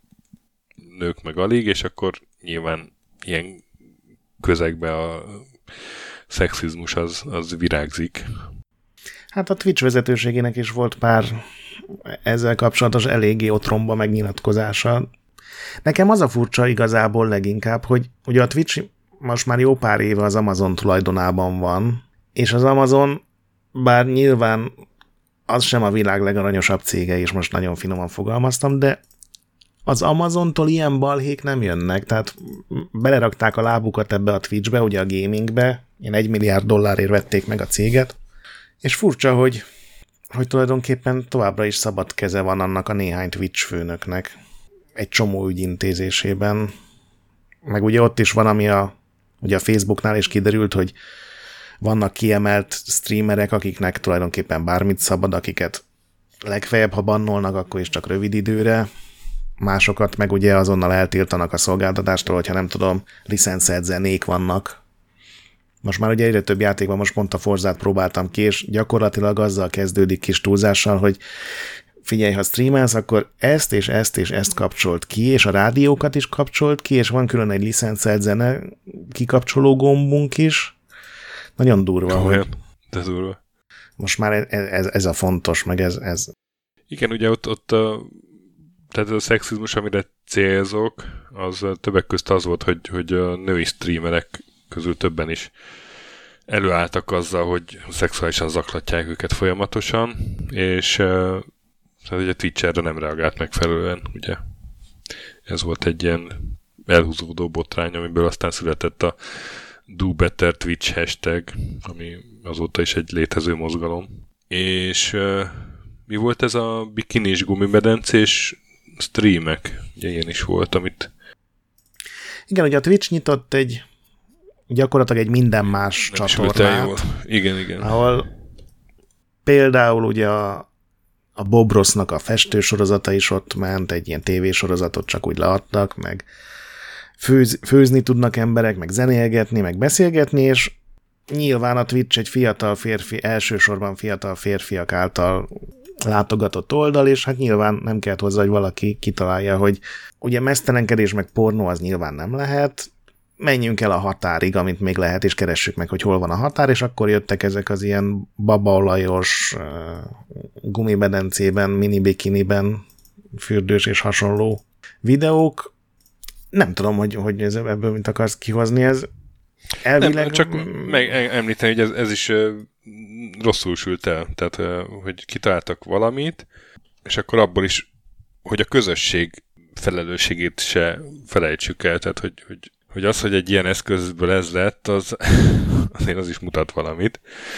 nők meg alig, és akkor nyilván ilyen közegben a szexizmus az, az virágzik. Hát a Twitch vezetőségének is volt pár ezzel kapcsolatos eléggé otromba megnyilatkozása. Nekem az a furcsa igazából leginkább, hogy ugye a Twitch most már jó pár éve az Amazon tulajdonában van, és az Amazon, bár nyilván az sem a világ legaranyosabb cége, és most nagyon finoman fogalmaztam, de az Amazontól ilyen balhék nem jönnek, tehát belerakták a lábukat ebbe a Twitchbe, ugye a gamingbe, ilyen egy milliárd dollárért vették meg a céget, és furcsa, hogy, hogy tulajdonképpen továbbra is szabad keze van annak a néhány Twitch főnöknek egy csomó ügy intézésében. Meg ugye ott is van, ami a, ugye a Facebooknál is kiderült, hogy vannak kiemelt streamerek, akiknek tulajdonképpen bármit szabad, akiket legfeljebb, ha bannolnak, akkor is csak rövid időre. Másokat meg ugye azonnal eltiltanak a szolgáltatástól, hogyha nem tudom, licenszelt zenék vannak. Most már ugye egyre több játékban, most pont a Forzát próbáltam ki, és gyakorlatilag azzal kezdődik kis túlzással, hogy figyelj, ha streamelsz, akkor ezt és ezt és ezt kapcsolt ki, és a rádiókat is kapcsolt ki, és van külön egy licenszelt zene kikapcsoló gombunk is. Nagyon durva, Olyan, hogy de durva. Most már ez, ez a fontos, meg ez... ez. Igen, ugye ott, ott a, tehát a szexizmus, amire célzok, az többek közt az volt, hogy, hogy a női streamerek közül többen is előálltak azzal, hogy szexuálisan zaklatják őket folyamatosan, és uh, hát ugye Twitch erre nem reagált megfelelően, ugye. Ez volt egy ilyen elhúzódó botrány, amiből aztán született a Do Better Twitch hashtag, ami azóta is egy létező mozgalom. És uh, mi volt ez a bikinis gumimedencés streamek? Ugye ilyen is volt, amit... Igen, ugye a Twitch nyitott egy gyakorlatilag egy minden más nem csatornát. Igen, igen. Ahol például ugye a, a Bob Rossnak a festősorozata is ott ment, egy ilyen tévésorozatot csak úgy leadtak, meg főz, főzni tudnak emberek, meg zenélgetni, meg beszélgetni, és nyilván a Twitch egy fiatal férfi, elsősorban fiatal férfiak által látogatott oldal, és hát nyilván nem kellett hozzá, hogy valaki kitalálja, hogy ugye mesztelenkedés meg pornó az nyilván nem lehet, menjünk el a határig, amit még lehet, és keressük meg, hogy hol van a határ, és akkor jöttek ezek az ilyen babaolajos, gumibedencében, minibikiniben fürdős és hasonló videók. Nem tudom, hogy, hogy ez, ebből mit akarsz kihozni, ez elvileg... Nem, csak meg említeni, hogy ez, ez is uh, rosszul sült el. Tehát, uh, hogy kitaláltak valamit, és akkor abból is, hogy a közösség felelősségét se felejtsük el. Tehát, hogy, hogy, hogy az, hogy egy ilyen eszközből ez lett, az azért az is mutat valamit.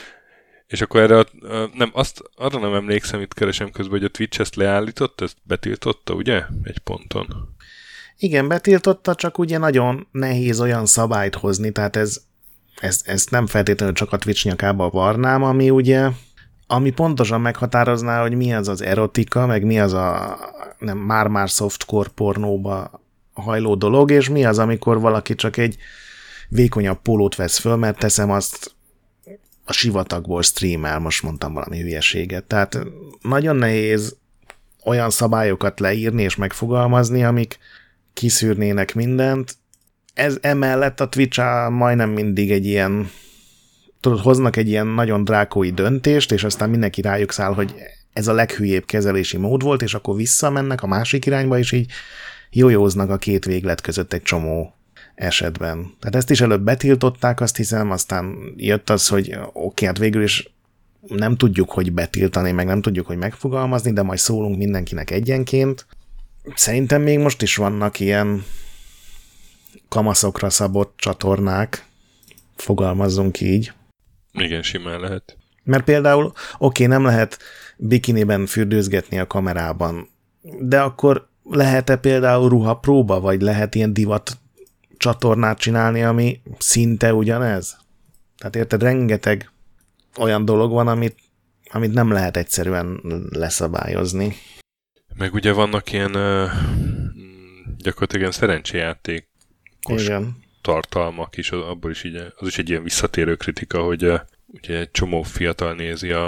És akkor erre a, nem, azt, arra nem emlékszem, itt keresem közben, hogy a Twitch ezt leállította, ezt betiltotta, ugye? Egy ponton. Igen, betiltotta, csak ugye nagyon nehéz olyan szabályt hozni, tehát ez, ez, ezt nem feltétlenül csak a Twitch nyakába varnám, ami ugye, ami pontosan meghatározná, hogy mi az az erotika, meg mi az a nem, már-már softcore pornóba hajló dolog, és mi az, amikor valaki csak egy vékonyabb pólót vesz föl, mert teszem azt a sivatagból streamel, most mondtam valami hülyeséget. Tehát nagyon nehéz olyan szabályokat leírni és megfogalmazni, amik kiszűrnének mindent. Ez emellett a Twitch majdnem mindig egy ilyen, tudod, hoznak egy ilyen nagyon drákói döntést, és aztán mindenki rájuk száll, hogy ez a leghülyébb kezelési mód volt, és akkor visszamennek a másik irányba, és így jójóznak a két véglet között egy csomó esetben. Tehát ezt is előbb betiltották, azt hiszem, aztán jött az, hogy oké, hát végül is nem tudjuk, hogy betiltani, meg nem tudjuk, hogy megfogalmazni, de majd szólunk mindenkinek egyenként. Szerintem még most is vannak ilyen kamaszokra szabott csatornák, fogalmazzunk így. Igen, simán lehet. Mert például, oké, nem lehet bikiniben fürdőzgetni a kamerában, de akkor lehet-e például ruhapróba, vagy lehet ilyen divat csatornát csinálni, ami szinte ugyanez? Tehát érted, rengeteg olyan dolog van, amit, amit nem lehet egyszerűen leszabályozni. Meg ugye vannak ilyen uh, gyakorlatilag ilyen szerencséjátékos igen. tartalmak is, abból is így, az is egy ilyen visszatérő kritika, hogy uh, ugye egy csomó fiatal nézi a,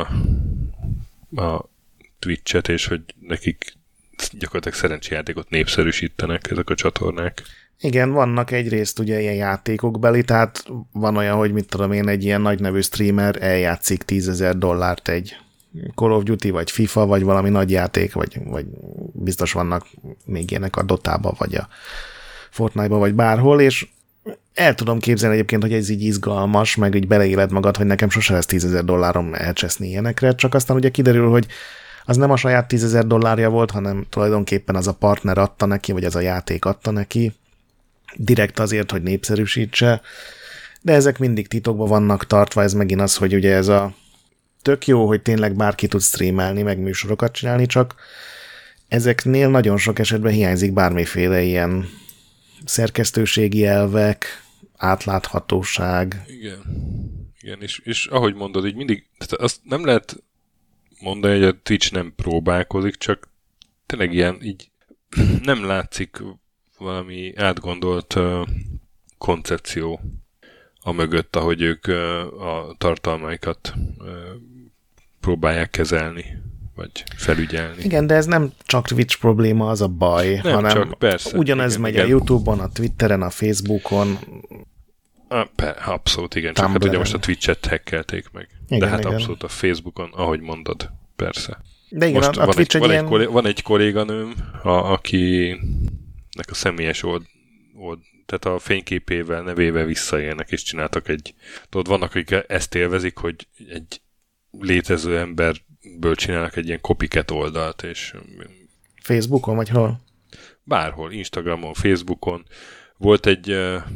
a Twitch-et, és hogy nekik gyakorlatilag szerencséjátékot népszerűsítenek ezek a csatornák. Igen, vannak egyrészt ugye ilyen játékok beli, tehát van olyan, hogy mit tudom én, egy ilyen nagy nevű streamer eljátszik tízezer dollárt egy Call of Duty, vagy FIFA, vagy valami nagy játék, vagy, vagy biztos vannak még ilyenek a Dotába, vagy a Fortnite-ba, vagy bárhol, és el tudom képzelni egyébként, hogy ez így izgalmas, meg így beleéled magad, hogy nekem sose lesz tízezer dollárom elcseszni ilyenekre, csak aztán ugye kiderül, hogy az nem a saját tízezer dollárja volt, hanem tulajdonképpen az a partner adta neki, vagy az a játék adta neki, direkt azért, hogy népszerűsítse, de ezek mindig titokban vannak tartva, ez megint az, hogy ugye ez a tök jó, hogy tényleg bárki tud streamelni, meg műsorokat csinálni, csak ezeknél nagyon sok esetben hiányzik bármiféle ilyen szerkesztőségi elvek, átláthatóság. Igen, igen, és, és ahogy mondod, így mindig, tehát azt nem lehet mondani, hogy a Twitch nem próbálkozik, csak tényleg ilyen, így nem látszik valami átgondolt uh, koncepció a mögött, ahogy ők uh, a tartalmaikat uh, próbálják kezelni, vagy felügyelni. Igen, de ez nem csak Twitch probléma, az a baj, nem hanem csak, persze, ugyanez igen, megy igen. a YouTube-on, a Twitteren, a Facebookon. Ah, per, abszolút, igen, csak hát ugye most a Twitch-et hackelték meg. Igen, de hát igen. Abszolút a Facebookon, ahogy mondod, persze. De igen, most a, a van, Twitch egy, egy van, ilyen... egy kollég, van egy kolléganőm, a, akinek a személyes old, old tehát a fényképével, nevével visszaélnek, és csináltak egy... Tudod, vannak, akik ezt élvezik, hogy egy létező emberből csinálnak egy ilyen copycat oldalt, és... Facebookon, vagy hol? Bárhol, Instagramon, Facebookon. Volt egy...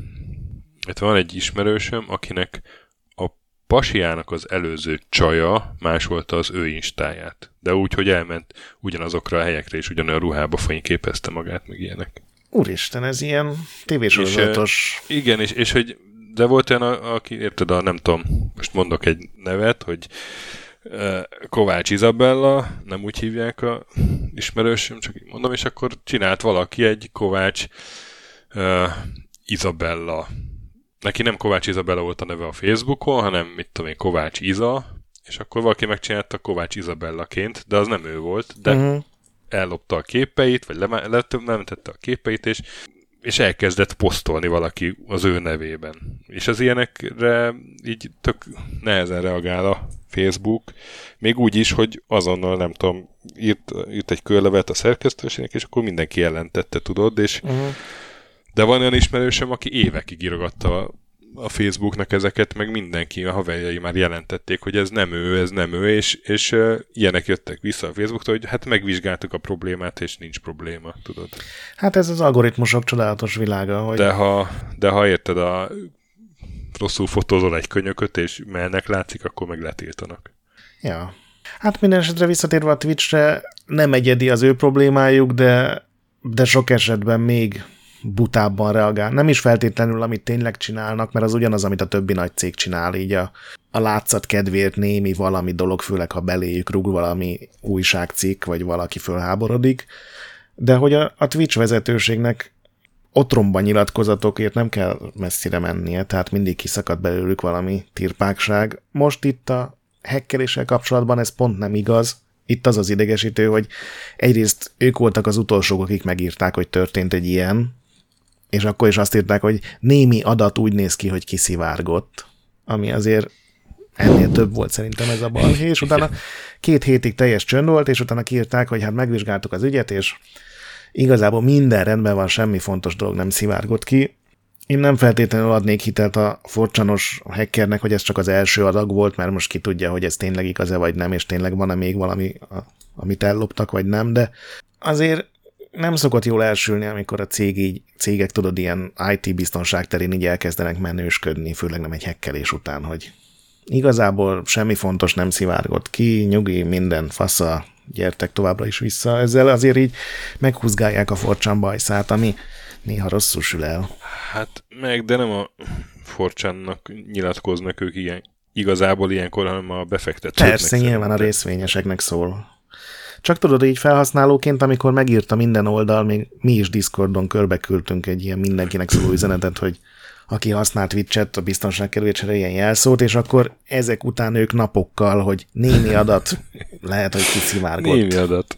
Hát van egy ismerősöm, akinek a pasiának az előző csaja másolta az ő instáját. De úgy, hogy elment ugyanazokra a helyekre, és ugyanolyan ruhába fényképezte magát, meg ilyenek. Úristen, ez ilyen tévésorozatos. Igen, és, és hogy de volt olyan, a, aki, érted, a, nem tudom, most mondok egy nevet, hogy uh, Kovács Izabella, nem úgy hívják a ismerősöm, csak így mondom, és akkor csinált valaki egy Kovács uh, Izabella. Neki nem Kovács Izabella volt a neve a Facebookon, hanem mit tudom én, Kovács Iza, és akkor valaki megcsinálta Kovács Izabellaként, de az nem ő volt, de uh-huh. ellopta a képeit, vagy lementette a képeit, és, és elkezdett posztolni valaki az ő nevében. És az ilyenekre így tök nehezen reagál a Facebook, még úgy is, hogy azonnal, nem tudom, írt, írt egy körlevet a szerkesztőségnek, és akkor mindenki jelentette, tudod, és uh-huh. de van olyan ismerősöm, aki évekig írogatta a, a Facebooknak ezeket, meg mindenki, a haverjai már jelentették, hogy ez nem ő, ez nem ő, és, és uh, ilyenek jöttek vissza a Facebooktól, hogy hát megvizsgáltuk a problémát, és nincs probléma, tudod. Hát ez az algoritmusok csodálatos világa. Hogy... De, ha, de ha érted, a rosszul fotózol egy könyököt, és melnek látszik, akkor meg letiltanak. Ja. Hát minden esetre visszatérve a Twitchre, nem egyedi az ő problémájuk, de, de sok esetben még butábban reagál. Nem is feltétlenül, amit tényleg csinálnak, mert az ugyanaz, amit a többi nagy cég csinál, így a, a látszat kedvéért némi valami dolog, főleg ha beléjük rúg valami újságcikk, vagy valaki fölháborodik, de hogy a, a Twitch vezetőségnek otromban nyilatkozatokért nem kell messzire mennie, tehát mindig kiszakad belőlük valami tirpákság. Most itt a hackeréssel kapcsolatban ez pont nem igaz. Itt az az idegesítő, hogy egyrészt ők voltak az utolsók, akik megírták, hogy történt egy ilyen, és akkor is azt írták, hogy némi adat úgy néz ki, hogy kiszivárgott, ami azért ennél több volt szerintem ez a balhé, és utána két hétig teljes csönd volt, és utána kiírták, hogy hát megvizsgáltuk az ügyet, és igazából minden rendben van, semmi fontos dolog nem szivárgott ki. Én nem feltétlenül adnék hitelt a forcsanos hackernek, hogy ez csak az első adag volt, mert most ki tudja, hogy ez tényleg igaz-e vagy nem, és tényleg van-e még valami, amit elloptak, vagy nem, de azért nem szokott jól elsülni, amikor a cég így, cégek, tudod, ilyen i té biztonság terén így elkezdenek menősködni, főleg nem egy hackelés után, hogy igazából semmi fontos nem szivárgott ki, nyugi, minden fasza, gyertek továbbra is vissza. Ezzel azért így meghúzgálják a forcsan bajszát, ami néha rosszul sül el. Hát meg, de nem a forcsánnak nyilatkoznak ők ilyen, igazából ilyenkor, hanem a befektetőknek. Persze, nyilván a részvényeseknek szól. Csak tudod, így felhasználóként, amikor megírta minden oldal, még mi is Discordon körbeküldtünk egy ilyen mindenkinek szóló üzenetet, hogy aki használt Twitch-et, a biztonság kedvéért ilyen jelszót, és akkor ezek után ők napokkal, hogy némi adat lehet, hogy kiszivárgott. Némi adat.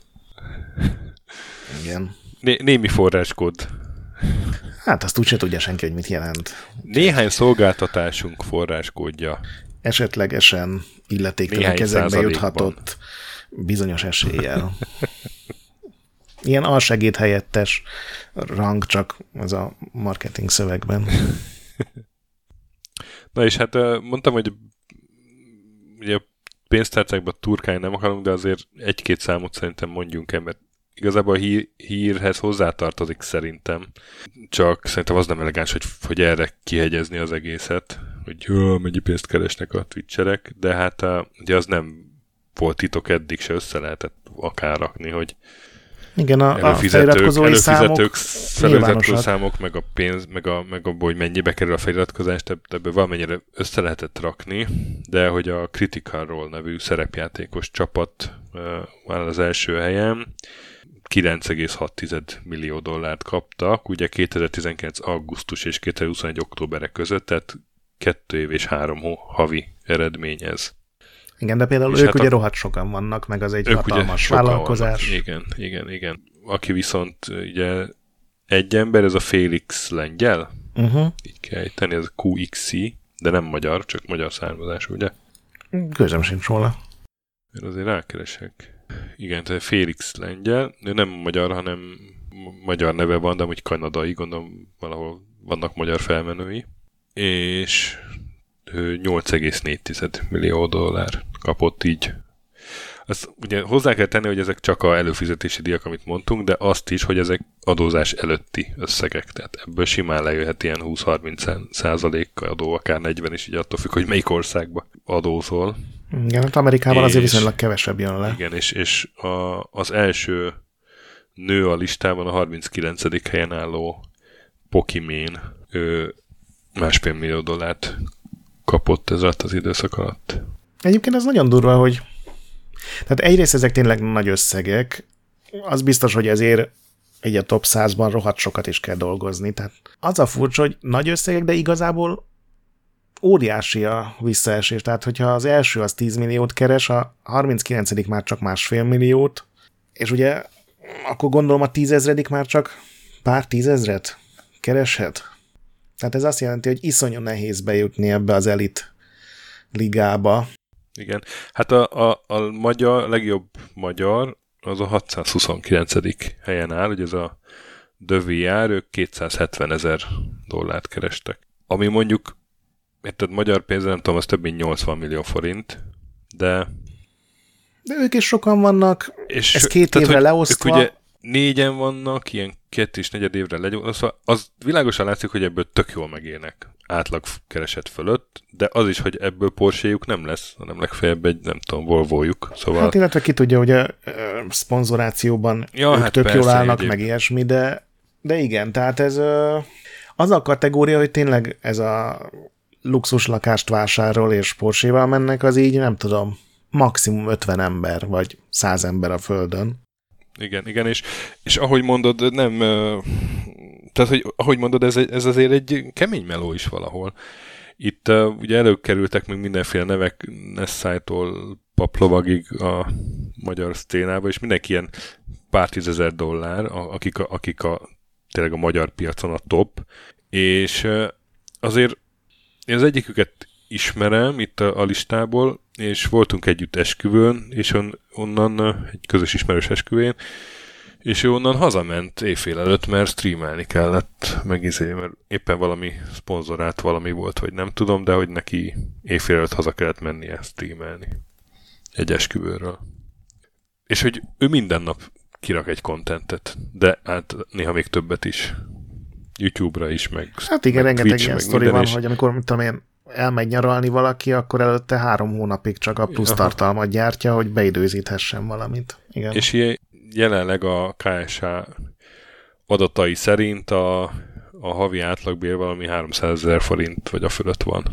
Igen. Né- némi forráskód. Hát azt úgyse tudja senki, hogy mit jelent. Néhány szolgáltatásunk forráskódja. Esetlegesen illetéktelen kezekbe juthatott bizonyos eséllyel. Ilyen alsegéd helyettes rang, csak az a marketing szövegben. Na és hát mondtam, hogy ugye pénztárcákban turkálni nem akarunk, de azért egy-két számot szerintem mondjunk el, mert igazából a hír, hírhez hozzátartozik szerintem. Csak szerintem az nem elegáns, hogy, hogy erre kihegyezni az egészet, hogy jó, mennyi pénzt keresnek a twitcherek, de hát ugye az nem volt titok eddig, se össze lehetett akár rakni, hogy igen, a, előfizetők, a feliratkozói előfizetők, számok feliratkozó számok, meg a pénz, meg, a, meg abból, hogy mennyibe kerül a feliratkozást, ebből valamennyire össze lehetett rakni, de hogy a Critical Role nevű szerepjátékos csapat uh, áll az első helyen, kilenc egész hat millió dollárt kaptak, ugye kétezer-tizenkilenc augusztus és kétezer-huszonegy októbere között, tehát kettő év és három havi eredmény ez. Igen, de például és ők hát ugye a... rohadt sokan vannak, meg az egy hatalmas vállalkozás. Vannak. Igen, igen, igen. Aki viszont ugye egy ember, ez a Félix Lengyel, uh-huh. így kell ejteni, ez a kú iksz cé, de nem magyar, csak magyar származás, ugye? Közöm sincs róla. Én azért rákeresek. Igen, tehát Félix Lengyel, ő nem magyar, hanem magyar neve van, de amúgy kanadai, gondolom valahol vannak magyar felmenői, és nyolc egész négy millió dollár kapott így. Azt ugye hozzá kell tenni, hogy ezek csak a előfizetési díjak, amit mondtunk, de azt is, hogy ezek adózás előtti összegek. Tehát ebből simán lejöhet ilyen húsz-harminc százalék adó, akár negyven is, így attól függ, hogy melyik országba adózol. Igen, hát Amerikában és, azért viszonylag kevesebb jön le. Igen, és, és a, az első nő a listában a harminckilencedik helyen álló Pokimane, ő másfél millió dollárt kapott ez alatt az időszak alatt. Egyébként ez nagyon durva, hogy tehát egyrészt ezek tényleg nagy összegek, az biztos, hogy ezért egy a top százban rohadt sokat is kell dolgozni. Tehát az a furcsa, hogy nagy összegek, de igazából óriási a visszaesés. Tehát, hogyha az első az tíz milliót keres, a harminckilencedik már csak másfél milliót, és ugye akkor gondolom a tízezredik már csak pár tízezret kereshet. Tehát ez azt jelenti, hogy iszonyú nehéz bejutni ebbe az elit ligába. Igen. Hát a, a, a magyar, a legjobb magyar az a hatszázhuszonkilencedik helyen áll, hogy ez a The vé er, ők kétszázhetvenezer dollárt kerestek. Ami mondjuk, érted, magyar pénzre nem tudom, az több mint nyolcvan millió forint, de... De ők is sokan vannak, és ez két tehát, évre leosztva. Ők ugye négyen vannak, ilyen két és negyed évre legyózva, az világosan látszik, hogy ebből tök jól megélnek átlag kereset fölött, de az is, hogy ebből Porsche-juk nem lesz, hanem legfeljebb egy, nem tudom, Volvo-juk. Szóval... Hát illetve ki tudja, hogy a szponzorációban ja, ők hát tök persze, jól állnak, egyéb. meg ilyesmi, de, de igen, tehát ez az a kategória, hogy tényleg ez a luxus lakást vásárol és Porsche-val mennek, az így, nem tudom, maximum ötven ember, vagy száz ember a földön. Igen, igen, és, és ahogy mondod, nem... Tehát, hogy ahogy mondod, ez, ez azért egy kemény meló is valahol. Itt uh, ugye előkerültek még mindenféle nevek Nessai-tól Paplovagig a magyar szténába, és mindenki ilyen pár tízezer dollár, akik, a, akik a, tényleg a magyar piacon a top, és uh, azért én az egyiküket ismerem itt a, a listából, és voltunk együtt esküvőn, és on, onnan uh, egy közös ismerős esküvőn, és ő onnan hazament éjfél előtt, mert streamelni kellett, meg izé, mert éppen valami szponzorát valami volt, vagy nem tudom, de hogy neki éjfél előtt haza kellett mennie streamelni egy esküvőről. És hogy ő minden nap kirak egy contentet, de hát néha még többet is. YouTube-ra is, meg hát igen, meg rengeteg Twitch, ilyen meg sztori minden, van, és... hogy amikor mit tudom én, elmegy nyaralni valaki, akkor előtte három hónapig csak a plusz tartalmat gyártja, hogy beidőzíthessen valamit. Igen. És ilyen jelenleg a ká es há adatai szerint a, a havi átlagbér valami háromszázezer forint vagy a fölött van.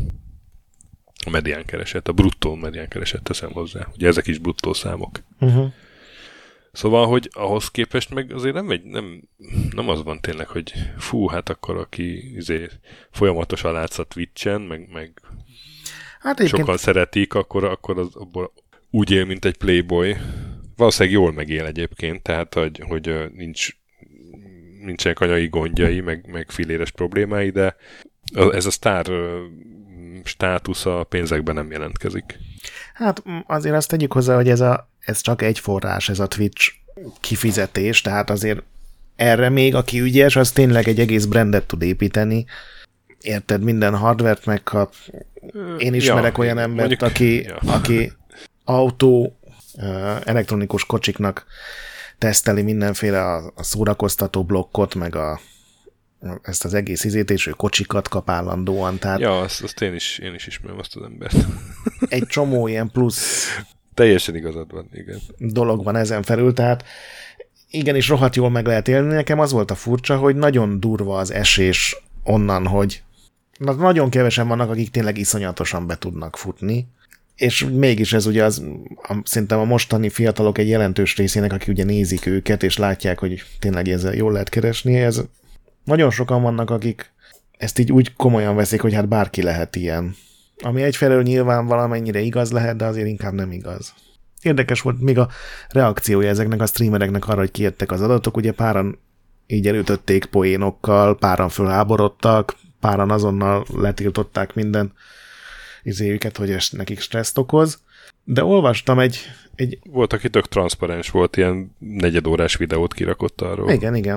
A medián kereset, a bruttó medián kereset teszem hozzá. Ugye ezek is bruttó számok. Uh-huh. Szóval, hogy ahhoz képest meg azért nem, egy, nem, nem az van tényleg, hogy fú, hát akkor aki izé, folyamatosan látsz a Twitchen, meg, meg hát sokan egyébként... szeretik, akkor, akkor az abból úgy él, mint egy playboy. Valószínűleg jól megél egyébként, tehát hogy, hogy nincs, nincsenek anyagi gondjai, meg, meg filéres problémái, de ez a sztár státusz a pénzekben nem jelentkezik. Hát azért azt tegyük hozzá, hogy ez, a, ez csak egy forrás, ez a Twitch kifizetés, tehát azért erre még, aki ügyes, az tényleg egy egész brandet tud építeni. Érted, minden hardvert megkap. Én ismerek ja, olyan embert, mondjuk, aki, ja. aki autó elektronikus kocsiknak teszteli mindenféle a, a szórakoztató blokkot, meg a, ezt az egész izét, és ő kocsikat kap állandóan. Tehát ja, azt, azt én, is, én is ismerem azt az embert. Egy csomó ilyen plusz teljesen igazad van, igen. Dolog van ezen felül, tehát igenis rohadt jól meg lehet élni. Nekem az volt a furcsa, hogy nagyon durva az esés onnan, hogy nagyon kevesen vannak, akik tényleg iszonyatosan be tudnak futni, és mégis ez ugye az, a, szerintem a mostani fiatalok egy jelentős részének, akik ugye nézik őket, és látják, hogy tényleg ezzel jól lehet keresni, ez nagyon sokan vannak, akik ezt így úgy komolyan veszik, hogy hát bárki lehet ilyen. Ami egyfelől nyilván valamennyire igaz lehet, de azért inkább nem igaz. Érdekes volt még a reakciója ezeknek a streamereknek arra, hogy kijöttek az adatok, ugye páran így elütötték poénokkal, páran fölháborodtak, páran azonnal letiltották minden izéjüket, hogy ez nekik stresszt okoz. De olvastam egy, egy... Volt, aki tök transzparens volt, ilyen negyedórás videót kirakott arról. Igen, igen.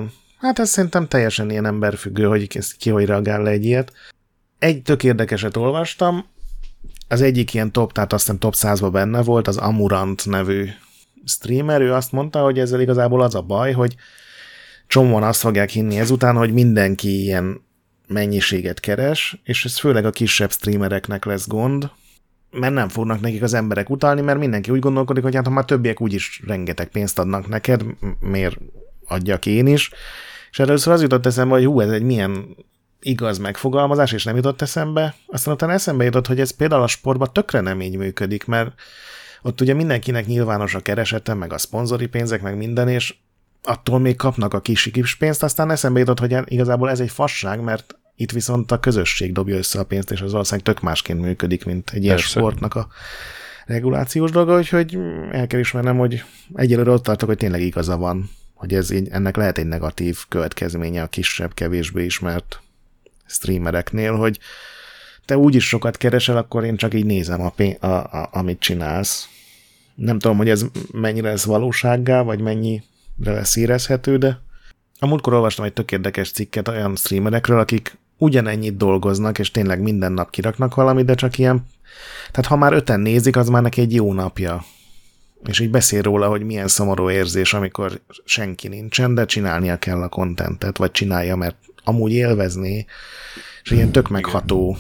Hát ez szerintem teljesen ilyen emberfüggő, hogy ki hogy reagál le egy ilyet. Egy tök érdekeset olvastam, az egyik ilyen top, tehát azt hiszem top százba benne volt, az Amurant nevű streamer, ő azt mondta, hogy ezzel igazából az a baj, hogy csomóan azt fogják hinni ezután, hogy mindenki ilyen mennyiséget keres, és ez főleg a kisebb streamereknek lesz gond, mert nem fognak nekik az emberek utalni, mert mindenki úgy gondolkodik, hogy hát ha már többiek úgyis rengeteg pénzt adnak neked, miért adjak én is. És először az jutott eszembe, hogy hú, ez egy milyen igaz megfogalmazás, és nem jutott eszembe. Aztán utána eszembe jutott, hogy ez például a sportban tökre nem így működik, mert ott ugye mindenkinek nyilvános a keresete, meg a szponzori pénzek, meg minden, és attól még kapnak a kis kis pénzt, aztán eszembe jutott, hogy igazából ez egy fasság, mert itt viszont a közösség dobja össze a pénzt, és az valószínűleg tök másként működik, mint egy ilyen Persze. sportnak a regulációs dolga, úgyhogy el kell ismernem, hogy egyelőre ott tartok, hogy tényleg igaza van, hogy ez így, ennek lehet egy negatív következménye a kisebb, kevésbé ismert streamereknél, hogy te úgyis sokat keresel, akkor én csak így nézem, a pénz, a, a, amit csinálsz. Nem tudom, hogy ez mennyire lesz valósággá, vagy mennyire lesz érezhető, de a múltkor olvastam egy tök érdekes cikket olyan streamerekről, akik ugyanennyit dolgoznak, és tényleg minden nap kiraknak valamit, de csak ilyen, tehát ha már öten nézik, az már neki egy jó napja. És így beszél róla, hogy milyen szomorú érzés, amikor senki nincsen, de csinálnia kell a contentet, vagy csinálja, mert amúgy élvezné, és ilyen tök megható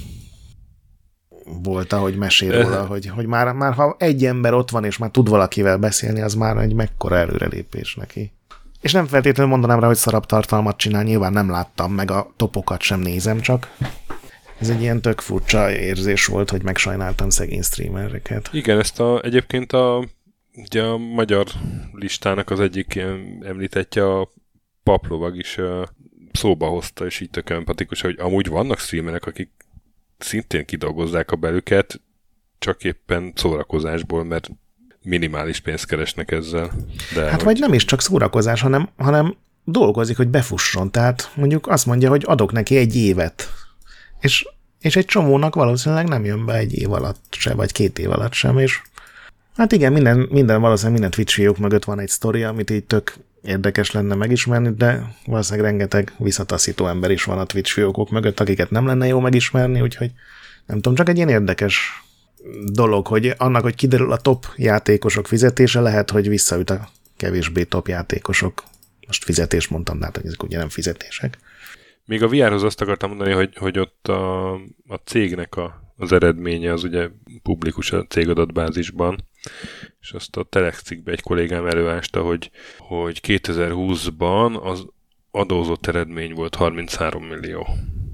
volt, ahogy mesél róla, hogy, hogy már, már ha egy ember ott van, és már tud valakivel beszélni, az már egy mekkora előrelépés neki. És nem feltétlenül mondanám rá, hogy szarabb tartalmat csinál, nyilván nem láttam, meg a topokat sem nézem csak. Ez egy ilyen tök furcsa érzés volt, hogy megsajnáltam szegény streamereket. Igen, ezt a, egyébként a, ugye a magyar listának az egyik említetje, a Paplovag is szóba hozta, és így tök empatikus, hogy amúgy vannak streamerek, akik szintén kidolgozzák a belüket, csak éppen szórakozásból, mert minimális pénzt keresnek ezzel. De hát hogy... vagy nem is csak szórakozás, hanem, hanem dolgozik, hogy befusson. Tehát mondjuk azt mondja, hogy adok neki egy évet. És, és egy csomónak valószínűleg nem jön be egy év alatt se, vagy két év alatt sem, és hát igen, minden, minden valószínűleg minden Twitch fiók mögött van egy sztori, amit így tök érdekes lenne megismerni, de valószínűleg rengeteg visszataszító ember is van a Twitch fiókok mögött, akiket nem lenne jó megismerni, úgyhogy nem tudom, csak egy ilyen érdekes dolog, hogy annak, hogy kiderül a top játékosok fizetése, lehet, hogy visszaüt a kevésbé top játékosok. Most fizetést mondtam, de hát, hogy ezek ugye nem fizetések. Még a vé er-hoz azt akartam mondani, hogy, hogy ott a, a cégnek a, az eredménye az ugye publikus a cégadatbázisban, és azt a Telex cikkbe egy kollégám előásta, hogy, hogy kétezer-húszban az adózott eredmény volt harminchárom millió.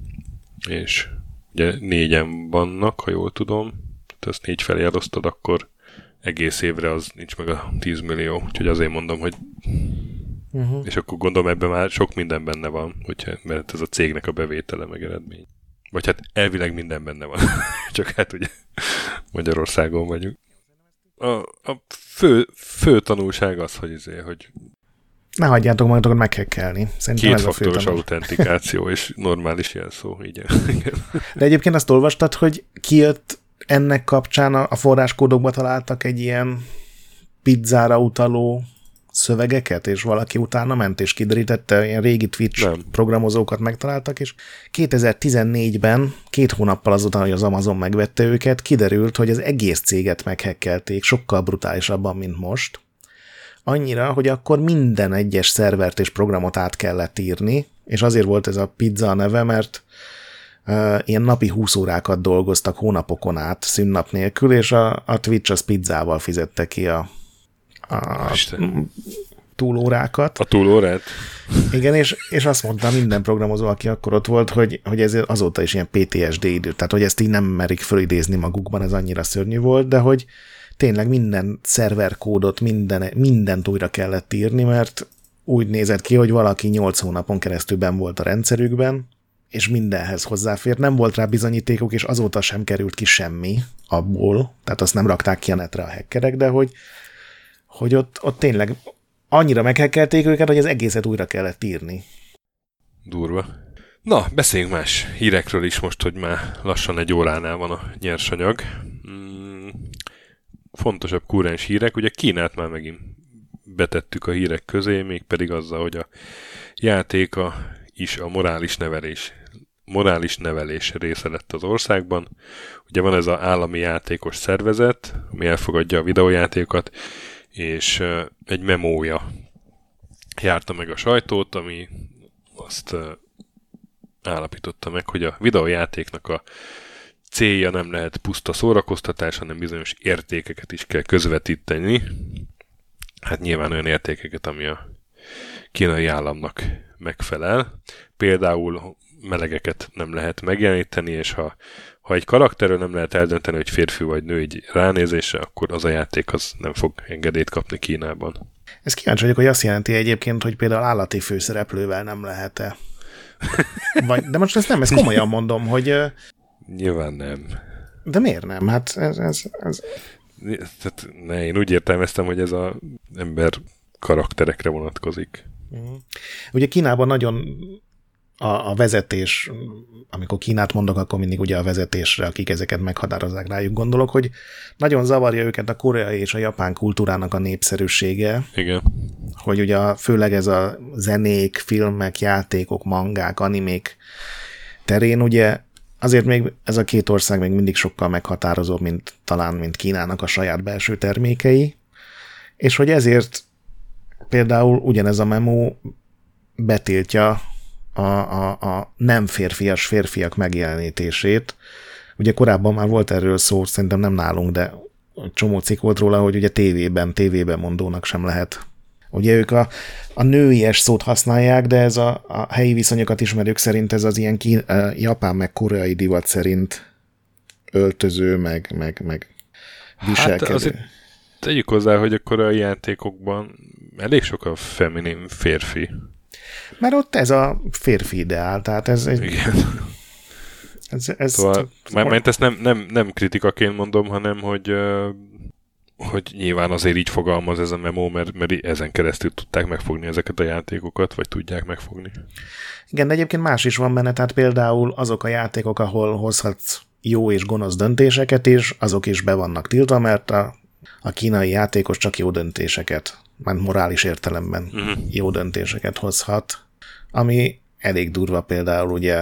És ugye négyen vannak, ha jól tudom, tehát ezt négy felé elosztod, akkor egész évre az nincs meg a tíz millió. Úgyhogy azért mondom, hogy uh-huh. és akkor gondolom ebben már sok minden benne van, hogyha, mert ez a cégnek a bevétele meg eredmény. Vagy hát elvileg minden benne van. Csak hát ugye Magyarországon vagyunk. A, a fő, fő tanulság az, hogy azért, hogy ne hagyjátok magatokat meghekkelni. Kétfaktoros autentikáció és normális jelszó. Igen. De egyébként azt olvastad, hogy kijött ennek kapcsán a forráskódokba találtak egy ilyen pizzára utaló szövegeket, és valaki utána ment, és kiderítette, ilyen régi Twitch Nem. programozókat megtaláltak, és kétezer-tizennégyben, két hónappal azután, hogy az Amazon megvette őket, kiderült, hogy az egész céget meghekkelték, sokkal brutálisabban, mint most. Annyira, hogy akkor minden egyes szervert és programot át kellett írni, és azért volt ez a pizza neve, mert uh, ilyen napi húsz órákat dolgoztak hónapokon át, szünnap nélkül, és a, a Twitch az pizzával fizette ki a a Isten. túlórákat. A túlórát? Igen, és, és azt mondta minden programozó, aki akkor ott volt, hogy, hogy ez azóta is ilyen pé té es dé idő, tehát hogy ezt így nem merik fölidézni magukban, ez annyira szörnyű volt, de hogy tényleg minden szerverkódot, minden, mindent újra kellett írni, mert úgy nézett ki, hogy valaki nyolc hónapon keresztül benn volt a rendszerükben, és mindenhez hozzáfért, nem volt rá bizonyítékok, és azóta sem került ki semmi abból, tehát azt nem rakták ki a netre a hackerek, de hogy hogy ott, ott tényleg annyira meghekkelték őket, hogy az egészet újra kellett írni. Durva. Na, beszéljünk más hírekről is most, hogy már lassan egy óránál van a nyersanyag. Hmm, fontosabb kúrens hírek, ugye Kínát már megint betettük a hírek közé, mégpedig azzal, hogy a játéka is a morális nevelés, morális nevelés része lett az országban. Ugye van ez az állami játékos szervezet, ami elfogadja a videójátékokat, és egy memója járta meg a sajtót, ami azt állapította meg, hogy a videójátéknak a célja nem lehet puszta szórakoztatás, hanem bizonyos értékeket is kell közvetíteni. Hát nyilván olyan értékeket, ami a kínai államnak megfelel. Például melegeket nem lehet megjeleníteni, és ha, ha egy karakterről nem lehet eldönteni, hogy férfi vagy nő egy ránézésre, akkor az a játék az nem fog engedélyt kapni Kínában. Ez kíváncsi vagyok, hogy azt jelenti egyébként, hogy például állati főszereplővel nem lehet-e. Vagy, de most ezt nem, ezt komolyan mondom, hogy... Nyilván nem. De miért nem? Hát ez... ez, ez... Tehát, ne, én úgy értelmeztem, hogy ez az ember karakterekre vonatkozik. Uh-huh. Ugye Kínában nagyon a, a vezetés, amikor Kínát mondok, akkor mindig ugye a vezetésre, akik ezeket meghatározzák, rájuk gondolok, hogy nagyon zavarja őket a koreai és a japán kultúrának a népszerűsége. Igen. Hogy ugye főleg ez a zenék, filmek, játékok, mangák, animék terén ugye azért még ez a két ország még mindig sokkal meghatározóbb, mint talán, mint Kínának a saját belső termékei, és hogy ezért például ugyanez a memo betiltja a, a, a nem férfias férfiak megjelenítését. Ugye korábban már volt erről szó, szerintem nem nálunk, de csomó cikk volt róla, hogy ugye tévében, tévében mondónak sem lehet. Ugye ők a, a nőies szót használják, de ez a, a helyi viszonyokat ismerők szerint ez az ilyen kín, japán meg koreai divat szerint öltöző, meg, meg, meg viselkedő. Hát azért tegyük hozzá, hogy a koreai játékokban elég sok a feminin férfi. Mert ott ez a férfi ideál, tehát ez... ez igen. Ez, ez szóval, mert ezt nem, nem, nem kritikaként mondom, hanem hogy... hogy nyilván azért így fogalmaz ez a memo, mert, mert ezen keresztül tudták megfogni ezeket a játékokat, vagy tudják megfogni. Igen, de egyébként más is van benne, tehát például azok a játékok, ahol hozhatsz jó és gonosz döntéseket is, azok is be vannak tiltva, mert a, a kínai játékos csak jó döntéseket, már morális értelemben uh-huh. jó döntéseket hozhat, ami elég durva például ugye,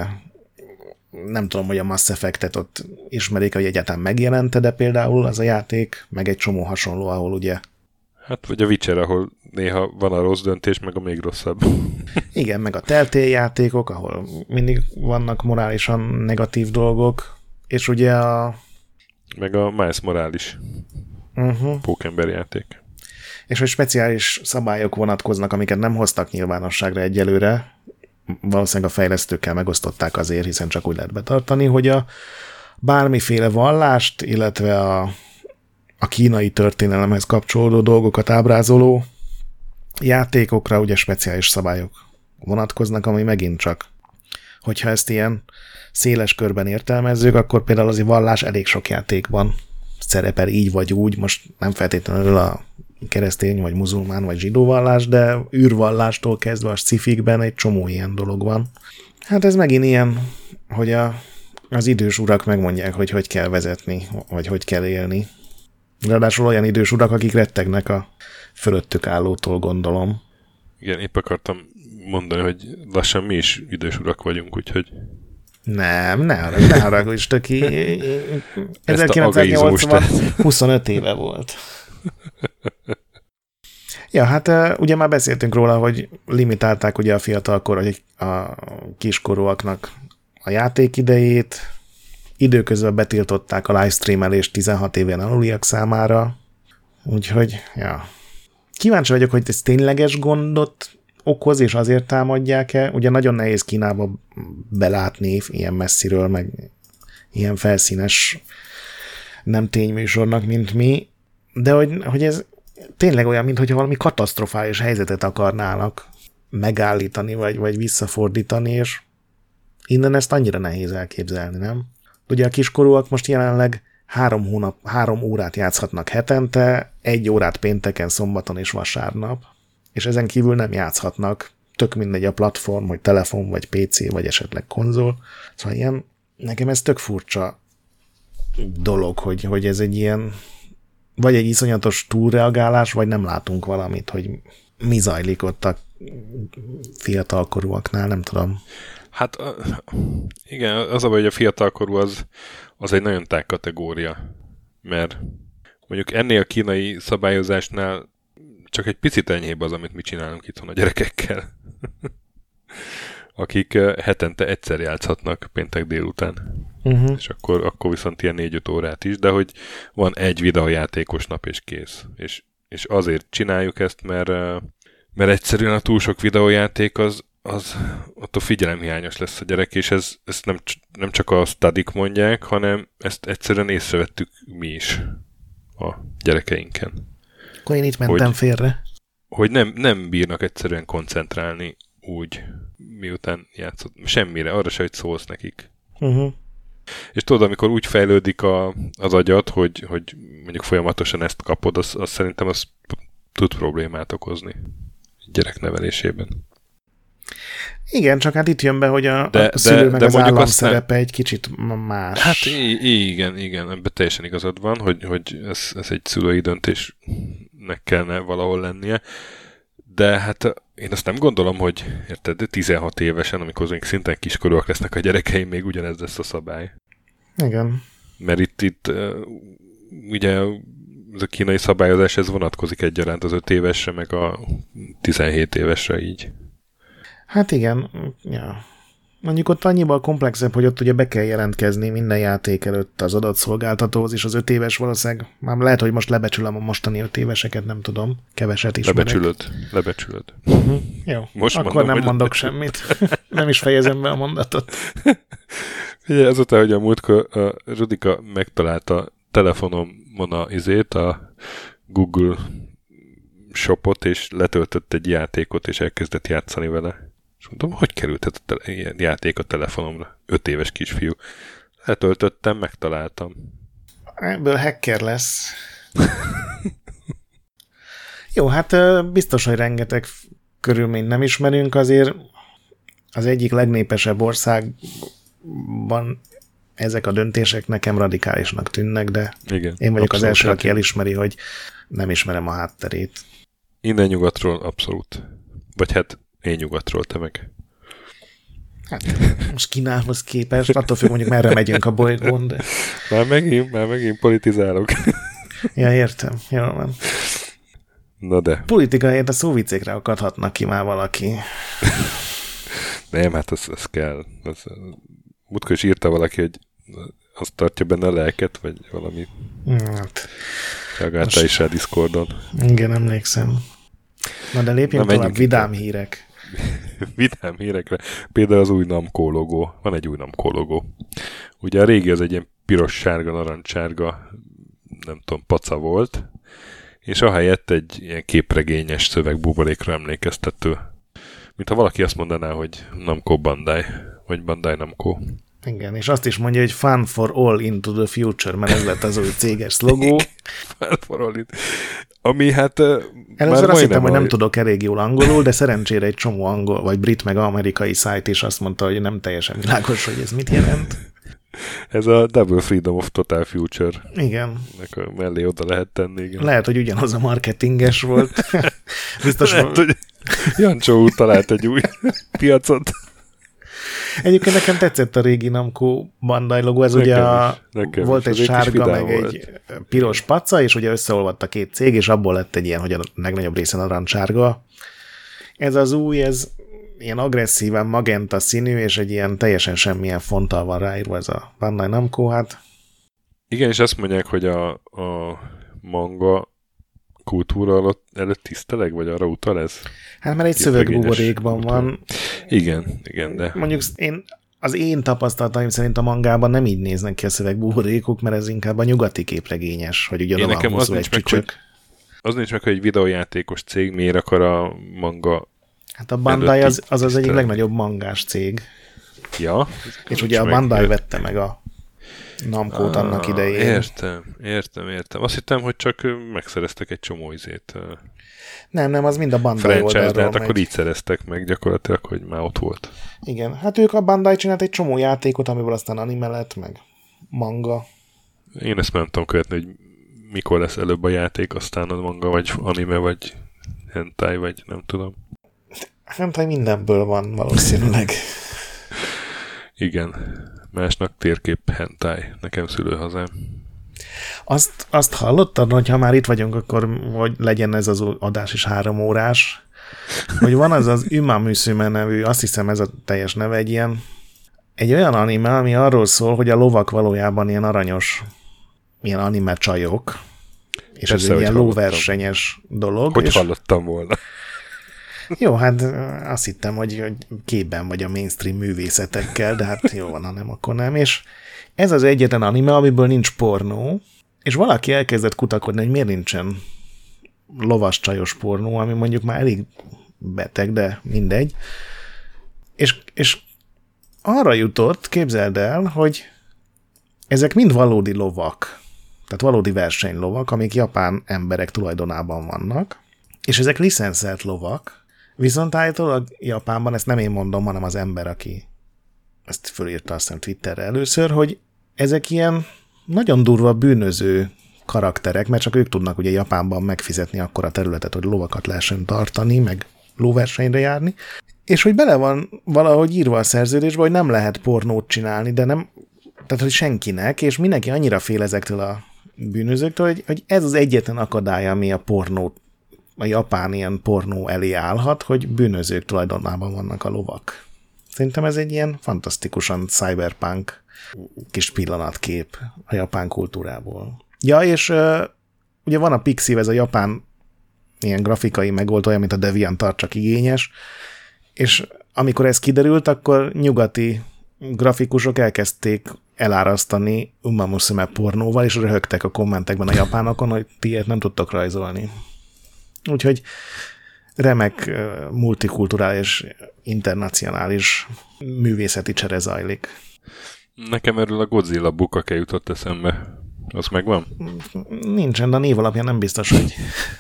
nem tudom, hogy a Mass Effect-et ott ismerik, hogy egyáltalán megjelente, de például az a játék, meg egy csomó hasonló, ahol ugye... Hát, vagy a Witcher, ahol néha van a rossz döntés, meg a még rosszabb. Igen, meg a Telltale játékok, ahol mindig vannak morálisan negatív dolgok, és ugye a... Meg a Miles Morales uh-huh. pókember játék. És hogy speciális szabályok vonatkoznak, amiket nem hoztak nyilvánosságra egyelőre, valószínűleg a fejlesztőkkel megosztották azért, hiszen csak úgy lehet betartani, hogy a bármiféle vallást, illetve a, a kínai történelemhez kapcsolódó dolgokat ábrázoló játékokra ugye speciális szabályok vonatkoznak, ami megint csak, hogyha ezt ilyen széles körben értelmezzük, akkor például az vallás elég sok játékban szerepel így vagy úgy, most nem feltétlenül a keresztény, vagy muzulmán, vagy zsidó vallás, de űrvallástól kezdve a sci-fikben egy csomó ilyen dolog van. Hát ez megint ilyen, hogy a, az idős urak megmondják, hogy hogy kell vezetni, vagy hogy kell élni. Ráadásul olyan idős urak, akik rettegnek a fölöttük állótól, gondolom. Igen, épp akartam mondani, hogy lassan mi is idős urak vagyunk, úgyhogy... Nem, ne haragudj, ne haragudj, töki. ezerkilencszáznyolcvan huszonöt éve volt. Ja, hát ugye már beszéltünk róla, hogy limitálták ugye a fiatalkor, hogy a kiskorúaknak a játékidejét, időközben betiltották a livestreamelést tizenhat éven aluliak számára, úgyhogy, ja. Kíváncsi vagyok, hogy ez tényleges gondot okoz, és azért támadják-e. Ugye nagyon nehéz Kínába belátni ilyen messziről, meg ilyen felszínes nem tényműsornak, mint mi, de hogy, hogy ez tényleg olyan, mintha valami katasztrofális helyzetet akarnának megállítani, vagy, vagy visszafordítani, és innen ezt annyira nehéz elképzelni, nem? Ugye a kiskorúak most jelenleg három hónap, három órát játszhatnak hetente, egy órát pénteken, szombaton és vasárnap, és ezen kívül nem játszhatnak, tök mindegy a platform, hogy telefon, vagy pé cé, vagy esetleg konzol. Szóval ilyen, nekem ez tök furcsa dolog, hogy, hogy ez egy ilyen vagy egy iszonyatos túlreagálás, vagy nem látunk valamit, hogy mi zajlik ott a fiatalkorúaknál, nem tudom. Hát igen, az a baj, hogy a fiatalkorú az, az egy nagyon tág kategória, mert mondjuk ennél a kínai szabályozásnál csak egy picit enyhébb az, amit mi csinálunk itthon a gyerekekkel, akik hetente egyszer játszhatnak péntek délután. Uh-huh. És akkor, akkor viszont ilyen négy-öt órát is, de hogy van egy videójátékos nap és kész. És, és azért csináljuk ezt, mert, mert egyszerűen a túl sok videójáték az, az attól figyelemhiányos lesz a gyerek, és ez, ezt nem, nem csak a studik mondják, hanem ezt egyszerűen észrevettük mi is a gyerekeinken. Akkor én itt mentem hogy, félre. Hogy nem, nem bírnak egyszerűen koncentrálni úgy, miután játszott. Semmire, arra se, hogy szólsz nekik. Uh-huh. És tudod, amikor úgy fejlődik a, az agyad, hogy, hogy mondjuk folyamatosan ezt kapod, az, az szerintem az tud problémát okozni gyereknevelésében. Igen, csak hát itt jön be, hogy a, de, a szülő de, meg de az állam szerepe egy kicsit más. Hát igen, igen, ebben teljesen igazad van, hogy, hogy ez, ez egy szülői döntésnek kellene valahol lennie, de hát én azt nem gondolom, hogy érted, tizenhat évesen, amikor még szintén kiskorúak lesznek a gyerekeim, még ugyanez lesz a szabály. Igen. Mert itt, itt ugye ez a kínai szabályozás, ez vonatkozik egyaránt az öt évesre, meg a tizenhét évesre így. Hát igen, ja. Mondjuk ott annyiban komplexebb, hogy ott ugye be kell jelentkezni minden játék előtt az adatszolgáltatóhoz, és az öt éves valószínűleg, már lehet, hogy most lebecsülöm a mostani öt éveseket, nem tudom, keveset ismerek. Lebecsülöd, lebecsülöd. Uh-huh. Jó, most akkor mondom, nem mondok semmit. Nem is fejezem be a mondatot. Ugye azután, hogy a múltkor a Rudika megtalálta telefonomon a izét, a Google shopot, és letöltött egy játékot, és elkezdett játszani vele. És mondom, hogy került ez a tele- ilyen játék a telefonomra? Öt éves kisfiú. Letöltöttem, megtaláltam. Ebből hacker lesz. Jó, hát biztos, hogy rengeteg körülményt nem ismerünk, azért az egyik legnépesebb országban ezek a döntések nekem radikálisnak tűnnek, de igen, én vagyok az első, hát aki elismeri, hogy nem ismerem a hátterét. Innen nyugatról abszolút. Vagy hát én nyugatról, te meg. Hát most Kínához képest, attól függ mondjuk merre megyünk a bolygón, de... Már megint, már megint politizálok. Ja, értem. Jó van. Na de. Politikáért a szóvicékre akadhatnak ki már valaki. Nem, hát ez, ez kell. Ez, múltkor is írta valaki, hogy azt tartja benne a lelket, vagy valami. Hát. Reagáltál is rá Discordon. Igen, emlékszem. Na de lépjünk Na, tovább, vidám itt. hírek. Vidám hírekre. Például az új Namco logó. Van egy új Namco logó. Ugye a régi az egy ilyen piros-sárga, narancsárga, nem tudom, paca volt, és ahelyett egy ilyen képregényes szövegbuborékra emlékeztető. Mint ha valaki azt mondaná, hogy Namco Bandai, vagy Bandai Namco. Igen, és azt is mondja, hogy Fun for all into the future, mert ez lett az új céges szlogó. Fun for all into... Ami hát... Először azt hittem, hogy nem tudok elég jól angolul, de szerencsére egy csomó angol, vagy brit, meg amerikai szájt is azt mondta, hogy nem teljesen világos, hogy ez mit jelent. Ez a Double Freedom of Total Future. Igen. Nek mellé oda lehet tenni. Igen. Lehet, hogy ugyanaz a marketinges volt. Biztos lehet, hogy Jancsó úr talált egy új piacot. Egyébként nekem tetszett a régi Namco Bandai logó, ez nekem ugye a, is, volt is. egy sárga, meg volt. egy piros paca, és ugye összeolvadt a két cég, és abból lett egy ilyen, hogy a legnagyobb része narancssárga. Ez az új, ez ilyen agresszíven magenta színű, és egy ilyen teljesen semmilyen fonttal van ráírva ez a Bandai Namco, hát. Igen, és azt mondják, hogy a, a manga kultúra előtt tiszteleg, vagy arra utal ez? Hát mert egy szövegbuborékban van. Igen, igen, de... Mondjuk én, az én tapasztalataim szerint a mangában nem így néznek ki a szövegbuborékok, mert ez inkább a nyugati képregényes, hogy ugyanolyan nekem hosszú az egy csücsök. Meg, az nincs meg, hogy egy videójátékos cég miért akar a manga... Hát a Bandai az az, az egyik legnagyobb mangás cég. Ja. És ugye a Bandai meg... vette meg a Namco-t ah, annak idején. Értem, értem, értem. Azt hittem, hogy csak megszereztek egy csomó izét. Nem, nem, az mind a Bandai oldalról de hát megy. Akkor így szereztek meg gyakorlatilag, hogy már ott volt. Igen, hát ők a Bandai csinált egy csomó játékot, amiből aztán anime lett, meg manga. Én ezt nem tudom követni, hogy mikor lesz előbb a játék, aztán a manga, vagy anime, vagy hentai, vagy nem tudom. Hentai mindenből van valószínűleg. Igen. Másnak térkép hentai. Nekem szülőhazám. Azt, azt hallottad, hogy ha már itt vagyunk, akkor hogy legyen ez az adás is három órás, hogy van az az Uma Musume nevű, azt hiszem ez a teljes neve, egy ilyen, egy olyan anime, ami arról szól, hogy a lovak valójában ilyen aranyos, ilyen anime csajok, és Persze, ez egy ilyen hallottam. lóversenyes dolog. Hogy és hallottam volna? Jó, hát azt hittem, hogy, hogy képben vagy a mainstream művészetekkel, de hát jó van, ha nem, akkor nem. És ez az egyetlen anime, amiből nincs pornó, és valaki elkezdett kutakodni, hogy miért nincsen lovas csajos pornó, ami mondjuk már elég beteg, de mindegy. És, és arra jutott, képzeld el, hogy ezek mind valódi lovak, tehát valódi versenylovak, amik japán emberek tulajdonában vannak, és ezek licenszelt lovak, viszont állítólag Japánban, ezt nem én mondom, hanem az ember, aki ezt fölírta aztán Twitterre először, hogy ezek ilyen nagyon durva bűnöző karakterek, mert csak ők tudnak ugye Japánban megfizetni akkora területet, hogy lovakat lehessen tartani, meg lóversenyre járni, és hogy bele van valahogy írva a szerződésbe, hogy nem lehet pornót csinálni, de nem, tehát hogy senkinek, és mindenki annyira fél ezektől a bűnözőktől, hogy, hogy ez az egyetlen akadály, ami a pornót, a japán ilyen pornó elé állhat, hogy bűnözők tulajdonában vannak a lovak. Szerintem ez egy ilyen fantasztikusan cyberpunk kis pillanatkép a japán kultúrából. Ja, és uh, ugye van a Pixiv, ez a japán ilyen grafikai megoldó, olyan, mint a DeviantArt, csak igényes, és amikor ez kiderült, akkor nyugati grafikusok elkezdték elárasztani Uma Musume pornóval, és röhögtek a kommentekben a japánokon, hogy ti ilyet nem tudtok rajzolni. Úgyhogy remek multikulturális, internacionális művészeti csere zajlik. Nekem erről a Godzilla bukake jutott eszembe. Az megvan? Nincsen, de a név alapján nem biztos, hogy...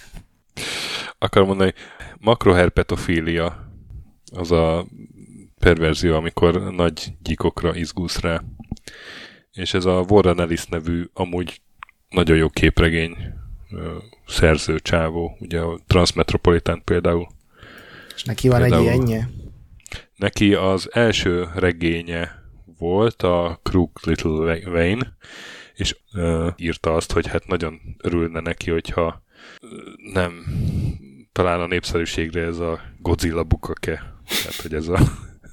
Akarom mondani, makroherpetofília az a perverzió, amikor nagy gyíkokra izgulsz rá. És ez a Warren Ellis nevű, amúgy nagyon jó képregény szerző csávó, ugye a Transmetropolitan például. És neki van például, egy ilyenje? Neki az első regénye volt a Crook Little Wayne, és uh, írta azt, hogy hát nagyon örülne neki, hogyha uh, nem talán a népszerűségre ez a Godzilla bukake. Tehát, hogy ez a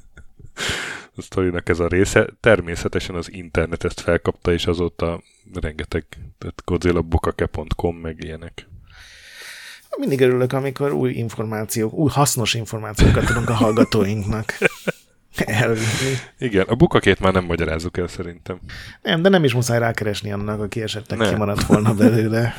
a sztorinak ez a része. Természetesen az internet ezt felkapta, és azóta rengeteg, tehát godzilla bukake pont com meg ilyenek. Mindig örülök, amikor új információk, új hasznos információkat tudunk a hallgatóinknak elvinni. Igen, a bukakét már nem magyarázzuk el szerintem. Nem, de nem is muszáj rákeresni annak, aki esetleg nem. kimaradt volna belőle.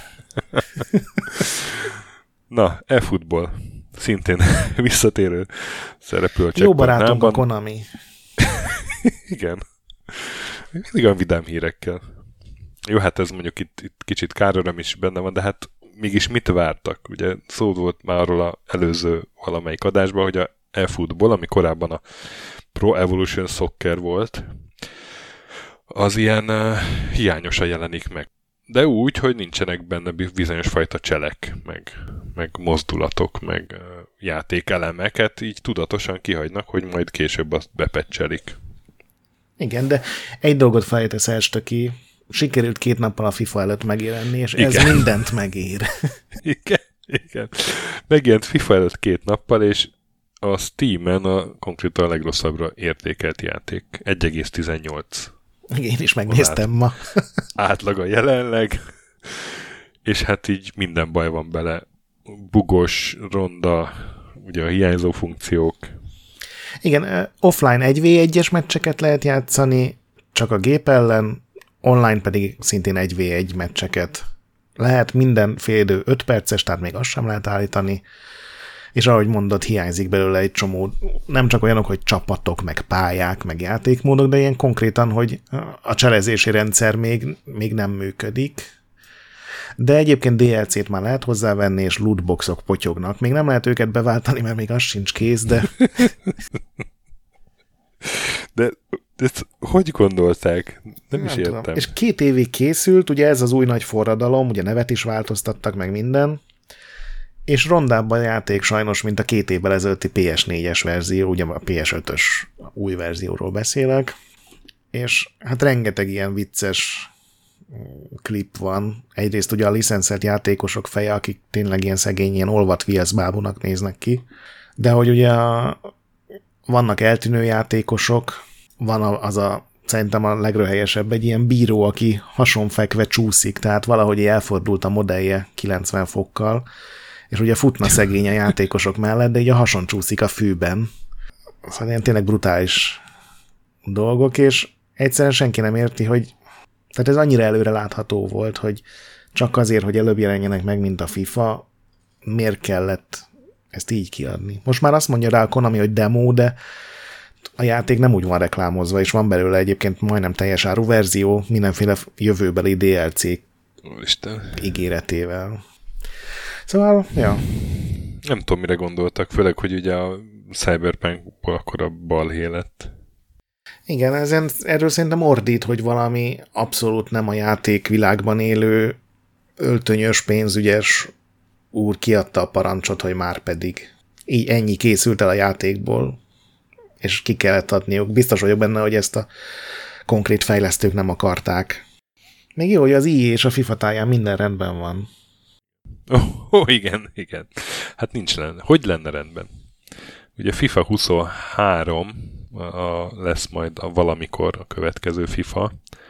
Na, e-futball. Szintén visszatérő szereplő a Jó barátunk a Konami. Igen. Mindig olyan vidám hírekkel. Jó, hát ez mondjuk itt, itt kicsit káröröm is benne van, de hát mégis mit vártak? Ugye szó volt már arról az előző valamelyik adásban, hogy a eFootball, ami korábban a Pro Evolution Soccer volt, az ilyen uh, hiányosan jelenik meg. De úgy, hogy nincsenek benne bizonyos fajta cselek, meg, meg mozdulatok, meg uh, játékelemeket, így tudatosan kihagynak, hogy majd később azt bepecselik. Igen, de egy dolgot fejtesz este ki, sikerült két nappal a FIFA előtt megjelenni, és igen. Ez mindent megér. Igen, igen. Megjelent FIFA előtt két nappal, és a Steamen a konkrétan a legrosszabbra értékelt játék. egy egész tizennyolc. Én is megnéztem át, ma. Átlag a jelenleg, és hát így minden baj van bele. Bugos, ronda, ugye a hiányzó funkciók. Igen, offline egy vé egyes meccseket lehet játszani, csak a gép ellen, online pedig szintén egy vé egy meccseket. Lehet minden fél idő öt perces, tehát még azt sem lehet állítani. És ahogy mondod, hiányzik belőle egy csomó, nem csak olyanok, hogy csapatok, meg pályák, meg játékmódok, de ilyen konkrétan, hogy a cselezési rendszer még, még nem működik. De egyébként dé el cét már lehet hozzávenni, és lootboxok potyognak. Még nem lehet őket beváltani, mert még az sincs kész, de... De ezt hogy gondolták? Nem, Nem is értem. Tudom. És két évig készült, ugye ez az új nagy forradalom, ugye nevet is változtattak meg minden, és rondább a játék sajnos, mint a két évvel ezelőtti pé es négyes verzió, ugye a pé es ötös új verzióról beszélek, és hát rengeteg ilyen vicces klip van. Egyrészt ugye a licenszelt játékosok feje, akik tényleg ilyen szegény, ilyen olvat viaszbábúnak néznek ki, de hogy ugye a, vannak eltűnő játékosok, van az a, szerintem a legröhelyesebb egy ilyen bíró, aki hasonfekve csúszik, tehát valahogy elfordult a modellje kilencven fokkal, és ugye futna szegény a játékosok mellett, de így a hason csúszik a fűben. Szóval ilyen tényleg brutális dolgok, és egyszerűen senki nem érti, hogy tehát ez annyira előre látható volt, hogy csak azért, hogy előbb jelenjenek meg, mint a FIFA, miért kellett ezt így kiadni. Most már azt mondja rá a Konami, hogy demo, de a játék nem úgy van reklámozva, és van belőle egyébként majdnem teljes áru verzió, mindenféle jövőbeli dé el cé Isten. ígéretével. Szóval, ja. Nem tudom, mire gondoltak, főleg, hogy ugye a Cyberpunkból akkor a balhé lett. Igen, ezen, erről szerintem ordít, hogy valami abszolút nem a játékvilágban élő, öltönyös, pénzügyes úr kiadta a parancsot, hogy már pedig így ennyi készült el a játékból, és ki kellett adniuk. Biztos vagyok benne, hogy ezt a konkrét fejlesztők nem akarták. Még jó, hogy az í á és a FIFA táján minden rendben van. Ó, oh, oh, igen, igen. Hát nincs lenne. Hogy lenne rendben? Ugye FIFA huszonhárom a, lesz majd a valamikor a következő FIFA.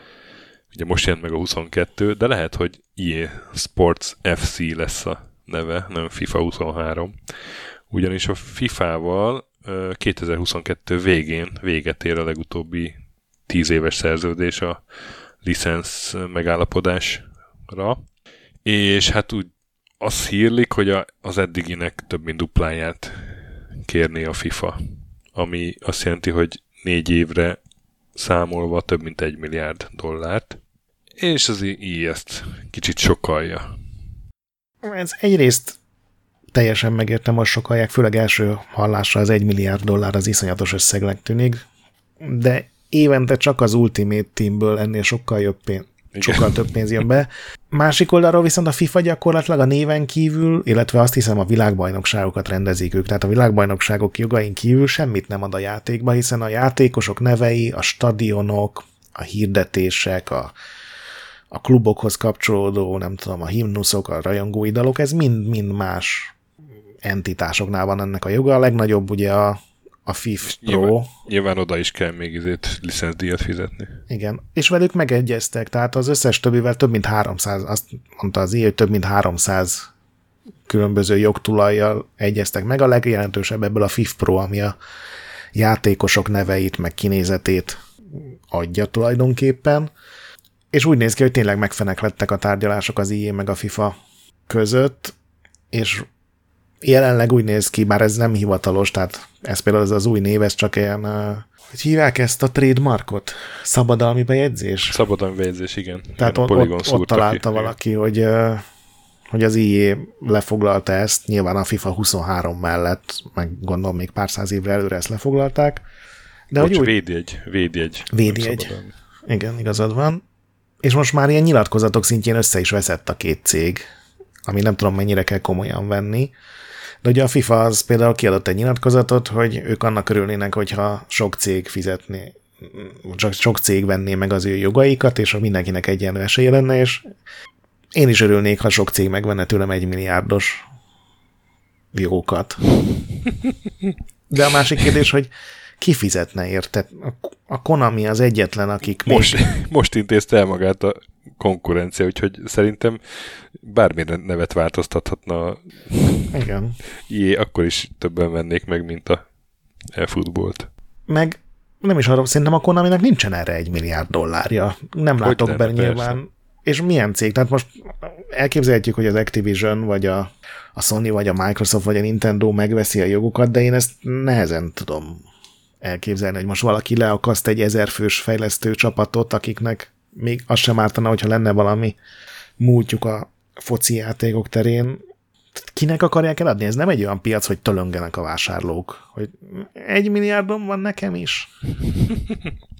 Ugye most jelent meg a huszonkettő, de lehet, hogy í á Sports ef cé lesz a neve, nem FIFA huszonhárom. Ugyanis a fifával kétezer-huszonkettő végén véget ér a legutóbbi tíz éves szerződés a licensz megállapodásra, és hát úgy azt hírlik, hogy a, az eddiginek több mint dupláját kérné a FIFA, ami azt jelenti, hogy négy évre számolva több mint egy milliárd dollárt, és az í á ezt kicsit sokalja. Ez egyrészt teljesen megértem, hogy sokalják, főleg első hallásra az egy milliárd dollár az iszonyatos összegnek tűnik, de évente csak az Ultimate Teamből ennél sokkal jobb pénz, sokkal több pénz jön be. Másik oldalról viszont a FIFA gyakorlatilag a néven kívül, illetve azt hiszem a világbajnokságokat rendezik ők, tehát a világbajnokságok jogain kívül semmit nem ad a játékba, hiszen a játékosok nevei, a stadionok, a hirdetések, a, a klubokhoz kapcsolódó, nem tudom, a himnuszok, a rajongói dalok, ez mind-mind más entitásoknál van ennek a joga. A legnagyobb ugye a, a FIFA Pro. Nyilván, nyilván oda is kell még ezért licencdíjat fizetni. Igen, és velük megegyeztek, tehát az összes többivel több mint háromszáz, azt mondta az í á, hogy több mint háromszáz különböző jogtulajjal egyeztek meg. A legjelentősebb ebből a FIFA Pro, ami a játékosok neveit, meg kinézetét adja tulajdonképpen. És úgy néz ki, hogy tényleg megfeneklettek a tárgyalások az í á meg a FIFA között, és jelenleg úgy néz ki, bár ez nem hivatalos, tehát ez például az, az új név, ez csak ilyen, uh, hogy hívják ezt a trademarkot? Szabadalmi bejegyzés? Szabadalmi bejegyzés, igen. Tehát ott, ott, ott találta ki. valaki, hogy, uh, hogy az í á lefoglalta ezt, nyilván a FIFA huszonhárom mellett, meg gondolom még pár száz évre előre ezt lefoglalták. De Bocs, úgy, védjegy, védjegy. Védjegy. Igen, igazad van. És most már ilyen nyilatkozatok szintjén össze is veszett a két cég, ami nem tudom mennyire kell komolyan venni. De ugye a FIFA az például kiadott egy nyilatkozatot, hogy ők annak örülnének, hogyha sok cég fizetné, csak sok cég venné meg az ő jogaikat, és mindenkinek egyenlő esélye lenne, és én is örülnék, ha sok cég megvenne tőlem egy milliárdos jogokat. De a másik kérdés, hogy ki fizetne érte? A Konami az egyetlen, akik... Most, még... most intézte el magát a konkurencia, úgyhogy szerintem bármilyen nevet változtathatna a Igen. í á, akkor is többen vennék meg, mint a e-futballt. Meg nem is arra, szerintem a Konaminak nincsen erre egy milliárd dollárja. Nem hogy látok be nyilván. És milyen cég? Tehát most elképzelhetjük, hogy az Activision, vagy a, a Sony, vagy a Microsoft, vagy a Nintendo megveszi a jogokat, de én ezt nehezen tudom elképzelni, hogy most valaki leakaszt egy ezerfős fejlesztő csapatot, akiknek még az sem ártana, hogyha lenne valami múltjuk a foci játékok terén. Kinek akarják eladni? Ez nem egy olyan piac, hogy tölöngenek a vásárlók. Hogy egy milliárdom van nekem is.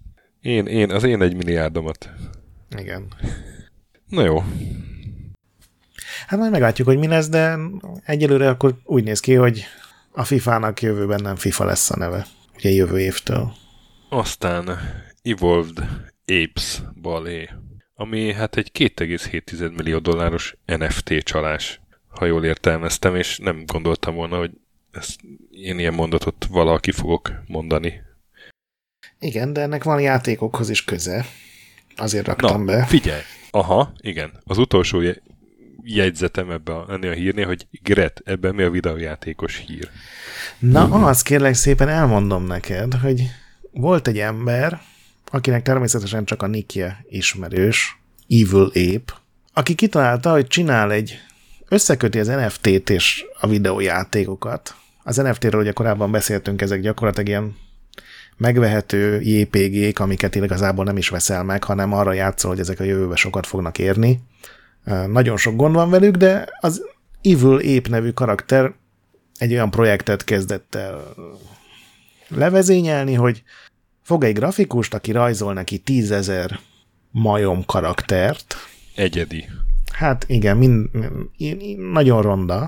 Én, én, az én egy milliárdomat. Igen. Na jó. Hát majd meglátjuk, hogy mi lesz, de egyelőre akkor úgy néz ki, hogy a fifának jövőben nem FIFA lesz a neve. Ugye jövő évtől. Aztán Evolved Apes balé, ami hát egy két egész hét millió dolláros en ef té csalás, ha jól értelmeztem, és nem gondoltam volna, hogy ezt, én ilyen mondatot valaha ki fogok mondani. Igen, de ennek van játékokhoz is köze. Azért raktam Na, be. Figyelj! Aha, igen. Az utolsó jegyzetem ebben a, ennél a hírnél, hogy Gret, ebben mi a videójátékos hír? Na, az kérlek szépen elmondom neked, hogy volt egy ember, akinek természetesen csak a nickje ismerős, Evil Ape, aki kitalálta, hogy csinál egy, összeköti az en ef té-t és a videójátékokat. Az en ef té-ről ugye korábban beszéltünk, ezek gyakorlatilag ilyen megvehető jé pé gé-k, amiket igazából nem is veszel meg, hanem arra játszol, hogy ezek a jövőben sokat fognak érni. Nagyon sok gond van velük, de az Evil Ape nevű karakter egy olyan projektet kezdett el levezényelni, hogy fog egy grafikust, aki rajzol neki tízezer majom karaktert. Egyedi. Hát igen, mind, mind, nagyon ronda.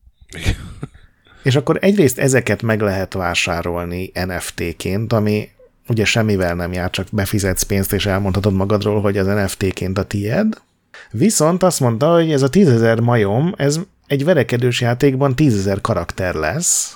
És akkor egyrészt ezeket meg lehet vásárolni en ef té-ként, ami ugye semmivel nem jár, csak befizetsz pénzt, és elmondhatod magadról, hogy az en ef té-ként a tied. Viszont azt mondta, hogy ez a tízezer majom, ez egy verekedős játékban tízezer karakter lesz.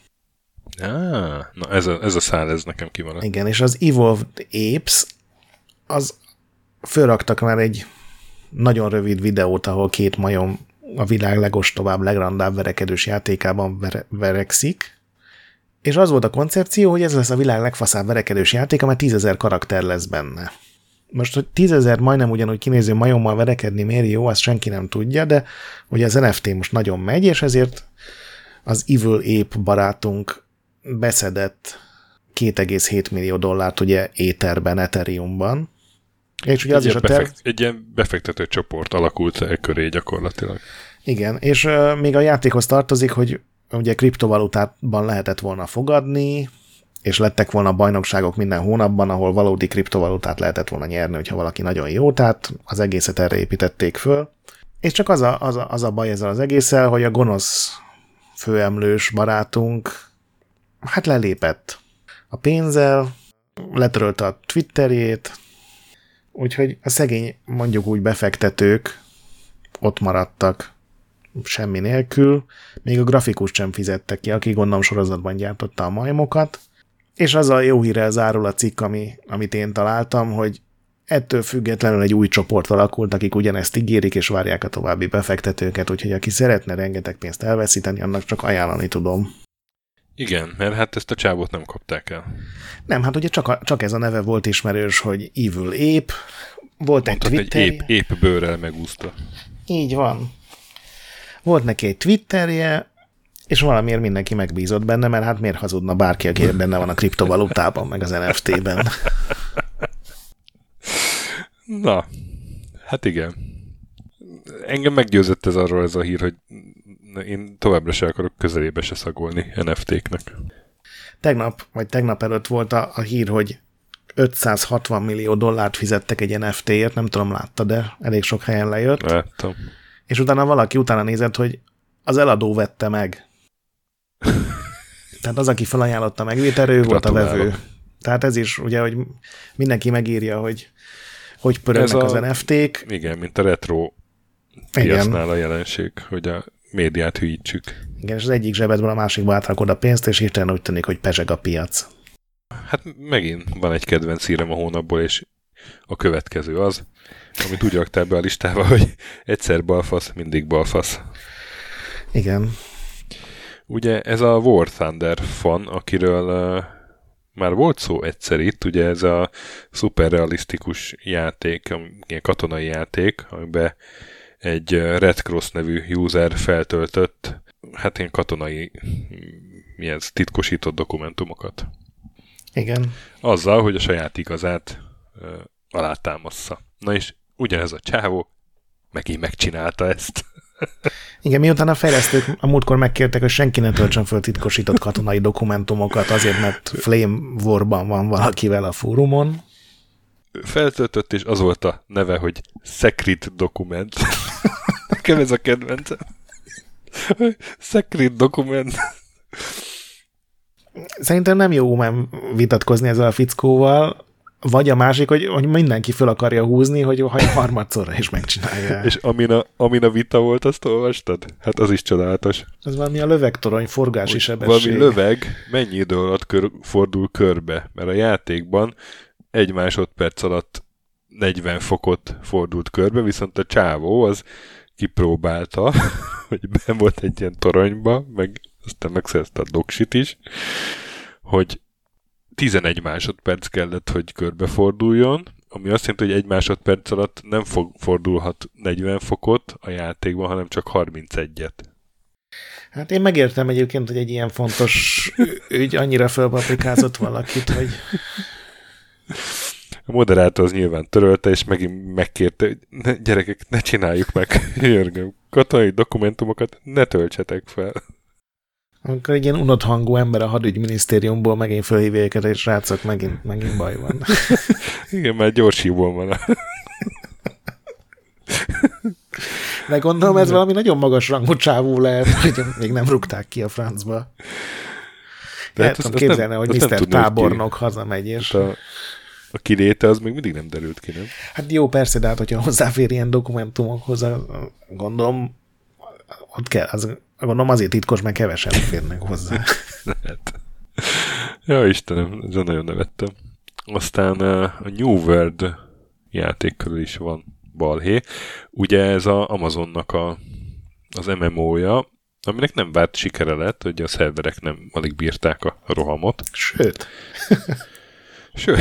Ah, na ez a, ez a szál, ez nekem kimaradt. Igen, és az Evolved Apes, az fölraktak már egy nagyon rövid videót, ahol két majom a világ legostobább, legrandább verekedős játékában vere- verekszik, és az volt a koncepció, hogy ez lesz a világ legfaszább verekedős játék, amely tízezer karakter lesz benne. Most, hogy tízezer majdnem ugyanúgy kinéző majommal verekedni miért jó, azt senki nem tudja, de ugye az en ef té most nagyon megy, és ezért az Evil Ape barátunk beszedett két egész hét millió dollárt ugye Etherben, Ethereumban. És ugye az egy, is a terv... befekt, egy ilyen befektető csoport alakult el köré gyakorlatilag. Igen, és uh, még a játékhoz tartozik, hogy ugye kriptovalutában lehetett volna fogadni, és lettek volna bajnokságok minden hónapban, ahol valódi kriptovalutát lehetett volna nyerni, hogyha valaki nagyon jó, tehát az egészet erre építették föl. És csak az a, az a, az a baj ezzel az egésszel, hogy a gonosz főemlős barátunk hát lelépett a pénzzel, letörölte a Twitterjét, úgyhogy a szegény, mondjuk úgy befektetők ott maradtak semmi nélkül, még a grafikust sem fizettek ki, aki gondolom sorozatban gyártotta a majmokat, és az a jó hírrel zárul a cikk, ami, amit én találtam, hogy ettől függetlenül egy új csoport alakult, akik ugyanezt ígérik, és várják a további befektetőket, úgyhogy aki szeretne rengeteg pénzt elveszíteni, annak csak ajánlani tudom. Igen, mert hát ezt a csávót nem kapták el. Nem, hát ugye csak, a, csak ez a neve volt ismerős, hogy Evil Ape, volt egy Twitterje. Egy ép, ép bőrrel megúszta. Így van. Volt neki egy Twitterje, és valamiért mindenki megbízott benne, mert hát miért hazudna bárki, aki benne van a kriptovalutában, meg az en ef té-ben. Na, hát igen. Engem meggyőzött ez arról ez a hír, hogy én továbbra se akarok közelébe se szagolni en ef té-knek. Tegnap, vagy tegnap előtt volt a, a hír, hogy ötszázhatvan millió dollárt fizettek egy en ef té-ért, nem tudom, látta, de elég sok helyen lejött. Láttam. És utána valaki utána nézett, hogy az eladó vette meg. Tehát az, aki felajánlotta megvételre, ő volt a vevő. Tehát ez is, ugye, hogy mindenki megírja, hogy hogy pörögnek az en ef té-k. Igen, mint a retro piacnál a jelenség, hogy a médiát hülyítsük. Igen, és az egyik zsebedből a másikba átrakod a pénzt, és hirtelen úgy tűnik, hogy pezseg a piac. Hát megint van egy kedvenc hírem a hónapból, és a következő az, amit úgy raktál be a listába, hogy egyszer balfasz, mindig balfasz. Igen. Ugye ez a War Thunder fan, akiről uh, már volt szó egyszer itt, ugye ez a szuperrealisztikus játék, ilyen katonai játék, amiben egy Red Cross nevű user feltöltött, hát ilyen katonai ilyen titkosított dokumentumokat. Igen. Azzal, hogy a saját igazát uh, alátámassza. Na és ugyanez a csávó megint megcsinálta ezt. Igen, miután a fejlesztők a múltkor megkértek, hogy senki ne töltsön föl titkosított katonai dokumentumokat azért, mert Flame War-ban van valakivel a fórumon. feltöltött, és az volt a neve, hogy Secret Document. Nekem ez a kedvencem. Secret Document. Szerintem nem jó már vitatkozni ezzel a fickóval, vagy a másik, hogy, hogy mindenki föl akarja húzni, hogy ha harmadszorra is megcsinálja. És amin a, amin a vita volt, azt olvastad? Hát az is csodálatos. Ez valami a lövegtorony forgási sebesség. Valami löveg mennyi idő alatt kör, fordul körbe, mert a játékban egy másodperc alatt negyven fokot fordult körbe, viszont a csávó az kipróbálta, hogy benn volt egy ilyen toronyba, meg aztán megszerezte a doksit is, hogy tizenegy másodperc kellett, hogy körbeforduljon, ami azt jelenti, hogy egy másodperc alatt nem fog, fordulhat negyven fokot a játékban, hanem csak harmincegyet. Hát én megértem egyébként, hogy egy ilyen fontos ügy annyira fölpaprikázott valakit, hogy... A moderátor az nyilván törölte, és megint megkérte, hogy ne, gyerekek, ne csináljuk meg, Jörgöm, katonai dokumentumokat ne töltsetek fel. Amikor egy ilyen unott hangú ember a hadügyminisztériumból megint fölhívja őket, és srácok, megint, megint baj van. Igen, már gyors hívón van. De gondolom, ez valami nagyon magas rangú csávú lehet, hogy még nem rúgták ki a francba. De hát tudom képzelni, nem, hogy miszter Tudni, Tábornok hogy hazamegy, és... A, a kiléte az még mindig nem derült ki, nem? Hát jó, persze, de hát, hogyha hozzáfér ilyen dokumentumokhoz, gondolom, ott kell, az, gondolom azért titkos, mert kevesen férnek hozzá. Lehet. Ja, Istenem, ezen nagyon nevettem. Aztán a New World játék körül is van balhé. Ugye ez az Amazonnak a, az em em ó-ja, aminek nem várt sikere lett, hogy a szerverek nem alig bírták a rohamot. Sőt. Sőt.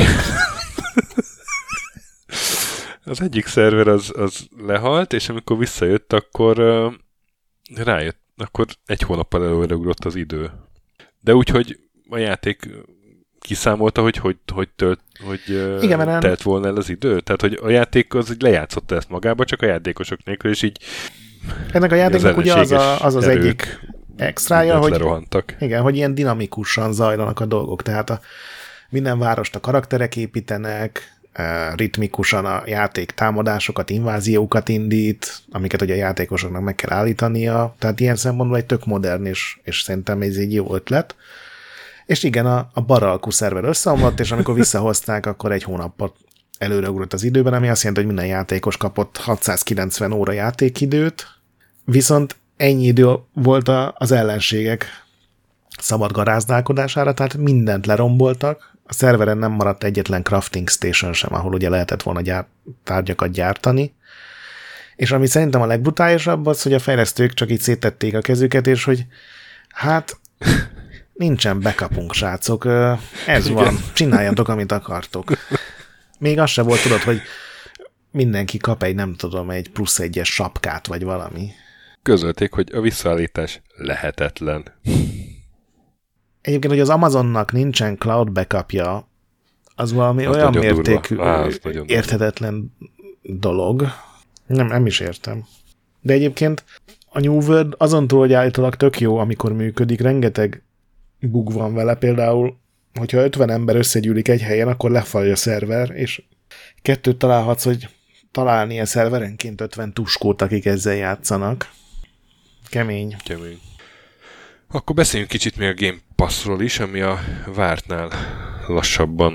Az egyik szerver az, az lehalt, és amikor visszajött, akkor uh, rájött, akkor egy hónappal előreugrott az idő. De úgy, hogy a játék kiszámolta, hogy hogy, hogy, tölt, hogy uh, Igen, telt volna el az idő. Tehát, hogy a játék az így lejátszotta ezt magába, csak a játékosok nélkül, és így ennek a játéknak ugye az a, az, az egyik extrája, hogy, lerohantak. Igen, hogy ilyen dinamikusan zajlanak a dolgok. Tehát a, minden várost a karakterek építenek, ritmikusan a játék támadásokat, inváziókat indít, amiket ugye a játékosoknak meg kell állítania. Tehát ilyen szempontból egy tök modern, és, és szerintem ez egy jó ötlet. És igen, a, a baralkú szerver összeomlott, és amikor visszahozták, akkor egy hónappal előreugrott az időben, ami azt jelenti, hogy minden játékos kapott hatszázkilencven óra játékidőt, viszont ennyi idő volt a, az ellenségek szabad garázdálkodására, tehát mindent leromboltak, a szerveren nem maradt egyetlen crafting station sem, ahol ugye lehetett volna gyár, tárgyakat gyártani, és ami szerintem a legbrutálisabb az, hogy a fejlesztők csak így széttették a kezüket, és hogy hát nincsen backupunk, srácok, ez Igen. van, csináljatok, amit akartok. Még az se volt, tudod, hogy mindenki kap egy, nem tudom, egy plusz egyes sapkát, vagy valami. Közölték, hogy a visszaállítás lehetetlen. Egyébként, hogy az Amazonnak nincsen cloud backupja, az valami az olyan mértékű, Á, érthetetlen dolog. Nem, nem is értem. De egyébként a New World azon túl, hogy állítólag tök jó, amikor működik, rengeteg bug van vele, például, hogyha ötven ember összegyűlik egy helyen, akkor lefalja a szerver, és kettőt találhatsz, hogy találni a szerverenként ötven tuskót, akik ezzel játszanak. Kemény. Kemény. Akkor beszéljünk kicsit még a Game Passról is, ami a vártnál lassabban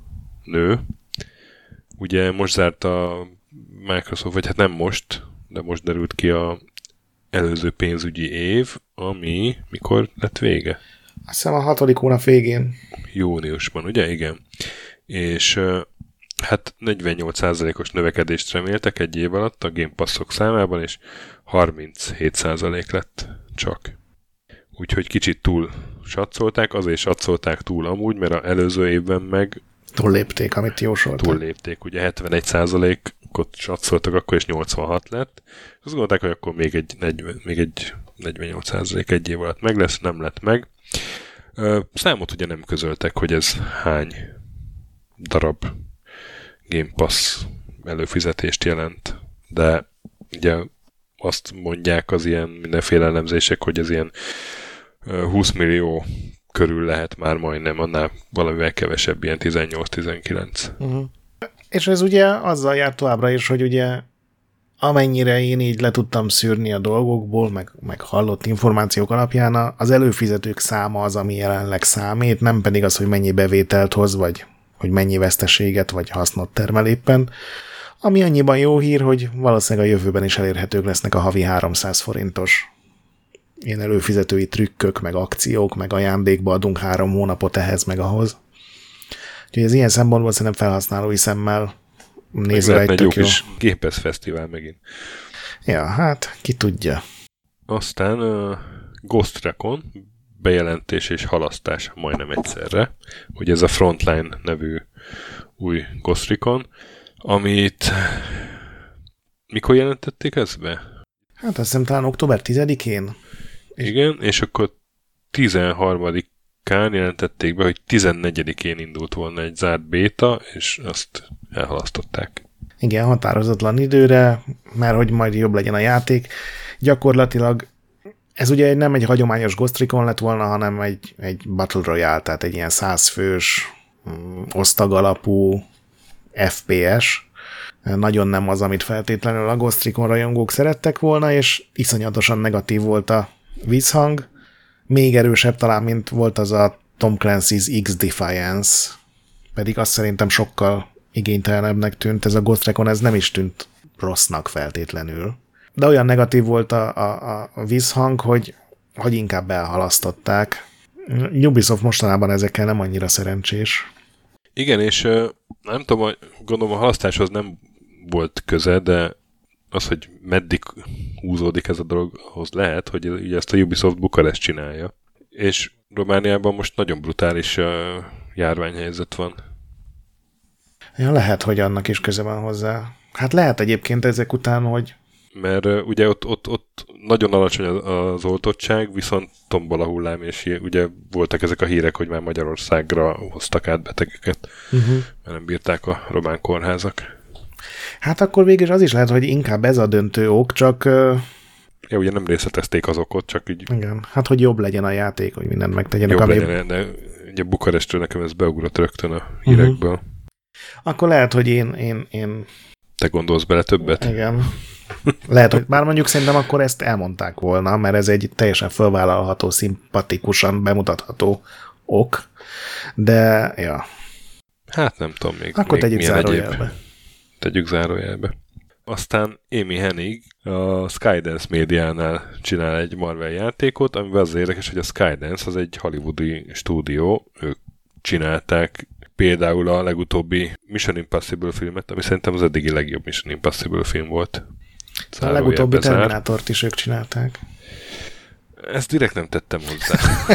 nő. Ugye most zárt a Microsoft, vagy hát nem most, de most derült ki a előző pénzügyi év, ami mikor lett vége? Azt hiszem a hatodik hónap végén. Júniusban, ugye? Igen. És hát negyvennyolc százalékos növekedést reméltek egy év alatt a Game Passok számában, és harminchét százalék lett csak. Úgyhogy kicsit túl satszolták, azért satszolták túl amúgy, mert az előző évben meg túl lépték, amit jósoltak. Túl lépték, ugye hetvenegy százalékot satszoltak, akkor is nyolcvanhat lett. Azt gondolták, hogy akkor még egy, negyven, még egy negyvennyolc százalék egy év alatt meg lesz, nem lett meg. Számot ugye nem közöltek, hogy ez hány darab Game Pass előfizetést jelent, de ugye azt mondják az ilyen mindenféle elemzések, hogy ez ilyen húsz millió körül lehet már majdnem, annál valamivel kevesebb, ilyen tizennyolc-tizenkilenc. Uh-huh. És ez ugye azzal jár továbbra is, hogy ugye amennyire én így le tudtam szűrni a dolgokból, meg, meg hallott információk alapján, az előfizetők száma az, ami jelenleg számít, nem pedig az, hogy mennyi bevételt hoz, vagy hogy mennyi veszteséget, vagy hasznot termel éppen. Ami annyiban jó hír, hogy valószínűleg a jövőben is elérhetők lesznek a havi háromszáz forintos ilyen előfizetői trükkök, meg akciók, meg ajándékba adunk három hónapot ehhez, meg ahhoz. Úgyhogy ez ilyen szempontból szerintem felhasználói szemmel nézve egy tök jó. Kis Gépesz Fesztivál megint. Ja, hát ki tudja. Aztán uh, Ghost Recon bejelentés és halasztás majdnem egyszerre. Ugye ez a Frontline nevű új Ghost Recon, amit mikor jelentették ezt be? Hát azt hiszem talán október tizedikén. Igen, és akkor tizenharmadikán jelentették be, hogy tizennegyedikén indult volna egy zárt béta, és azt elhalasztották. Igen, határozatlan időre, mert hogy majd jobb legyen a játék. Gyakorlatilag ez ugye nem egy hagyományos Ghost Recon lett volna, hanem egy, egy Battle Royale, tehát egy ilyen százfős, osztag alapú ef pé es. Nagyon nem az, amit feltétlenül a Ghost Recon rajongók szerettek volna, és iszonyatosan negatív volt a vízhang. Még erősebb talán, mint volt az a Tom Clancy's X-Defiance, pedig azt szerintem sokkal igénytelenebbnek tűnt. Ez a Ghost Recon, ez nem is tűnt rossznak feltétlenül. De olyan negatív volt a, a, a vízhang, hogy, hogy inkább elhalasztották. Ubisoft mostanában ezekkel nem annyira szerencsés. Igen, és nem tudom, gondolom a halasztáshoz nem volt köze, de az, hogy meddig húzódik ez a dolog, ahhoz lehet, hogy ugye ezt a Ubisoft Bukarest csinálja. És Romániában most nagyon brutális uh, járványhelyzet van. Ja, lehet, hogy annak is köze van hozzá. Hát lehet egyébként ezek után, hogy... Mert uh, ugye ott, ott, ott nagyon alacsony az oltottság, viszont tombol a hullám, és ugye voltak ezek a hírek, hogy már Magyarországra hoztak át betegeket, uh-huh. mert nem bírták a román kórházak. Hát akkor végül az is lehet, hogy inkább ez a döntő ok, csak... Ja, ugye nem részletezték az okot, csak így... Igen, hát hogy jobb legyen a játék, hogy mindent megtegyenek. Jobb ami... legyen, de ugye Bukarestről nekem ez beugrott rögtön a hírekből. Uh-huh. Akkor lehet, hogy én, én, én... Te gondolsz bele többet? Igen. Lehet, hogy bár mondjuk szerintem akkor ezt elmondták volna, mert ez egy teljesen felvállalható, szimpatikusan bemutatható ok, de ja. Hát nem tudom még. Akkor még tegyük zárójelbe. Egyéb. Tegyük zárójelbe. Aztán Amy Hennig a Skydance médiánál csinál egy Marvel játékot, amivel az érdekes, hogy a Skydance az egy hollywoodi stúdió, ők csinálták például a legutóbbi Mission Impossible filmet, ami szerintem az eddigi legjobb Mission Impossible film volt. A legutóbbi Terminátort is ők csinálták. Ezt direkt nem tettem hozzá.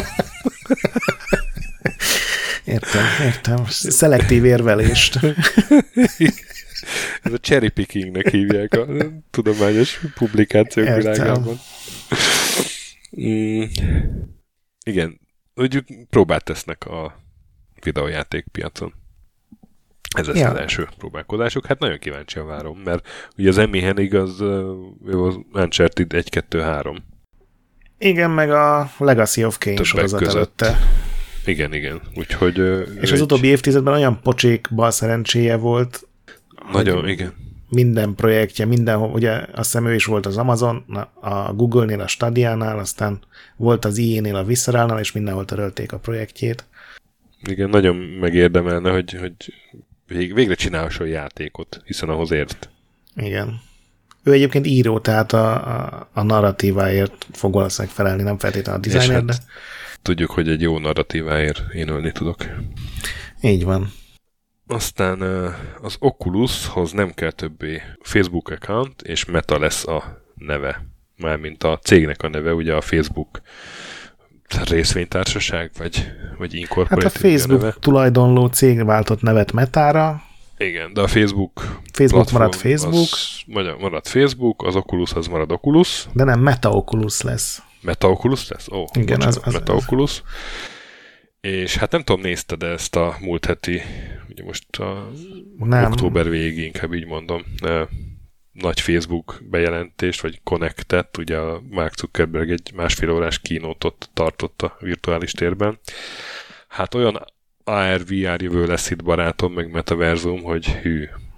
Értem, értem. Szelektív érvelést. Ez a cherry pickingnek hívják a tudományos publikációk értem. Világában. Mm, igen, úgy próbát tesznek a videójáték piacon. Ez lesz ja. az első próbálkozásuk. Hát nagyon kíváncsian várom, mert ugye az Amy Hennig az, az Uncharted egy kettő három. Igen, meg a Legacy of Kain sorozat előtte. Igen, igen. Úgyhogy, és az egy... utóbbi évtizedben olyan pocsék bal szerencséje volt. Nagyon, igen. Minden projektje, mindenhol, ugye azt hiszem ő is volt az Amazon, a Google-nél, a Stadiánál, aztán volt az í á-nél, a Visceralnál, és mindenhol törölték a projektjét. Igen, nagyon megérdemelne, hogy, hogy végre csinálhasson játékot, hiszen ahhoz ért. Igen. Ő egyébként író, tehát a, a, a narratíváért fog valószínűleg felelni, nem feltétlenül a designer, de... Hát tudjuk, hogy egy jó narratíváért én ölni tudok. Így van. Aztán az Oculushoz nem kell többé Facebook account, és Meta lesz a neve. Mármint a cégnek a neve, ugye a Facebook részvénytársaság, vagy, vagy incorporated. Hát a Facebook neve. Tulajdonló cég váltott nevet Metára. Igen, de a Facebook Facebook marad Facebook. Marad Facebook, az Oculus az marad Oculus. De nem, Meta Oculus lesz. Meta Oculus lesz? Ó, igen, bocsánat, az, az, Meta az. Oculus. És hát nem tudom, nézted ezt a múlt heti, ugye most a nem. október végig, inkább így mondom, nagy Facebook bejelentést, vagy Connectet, ugye a Mark Zuckerberg egy másfél órás keynote-ot tartott a virtuális térben. Hát olyan á er vé er jövő lesz itt, barátom, meg metaverzum, hogy hű,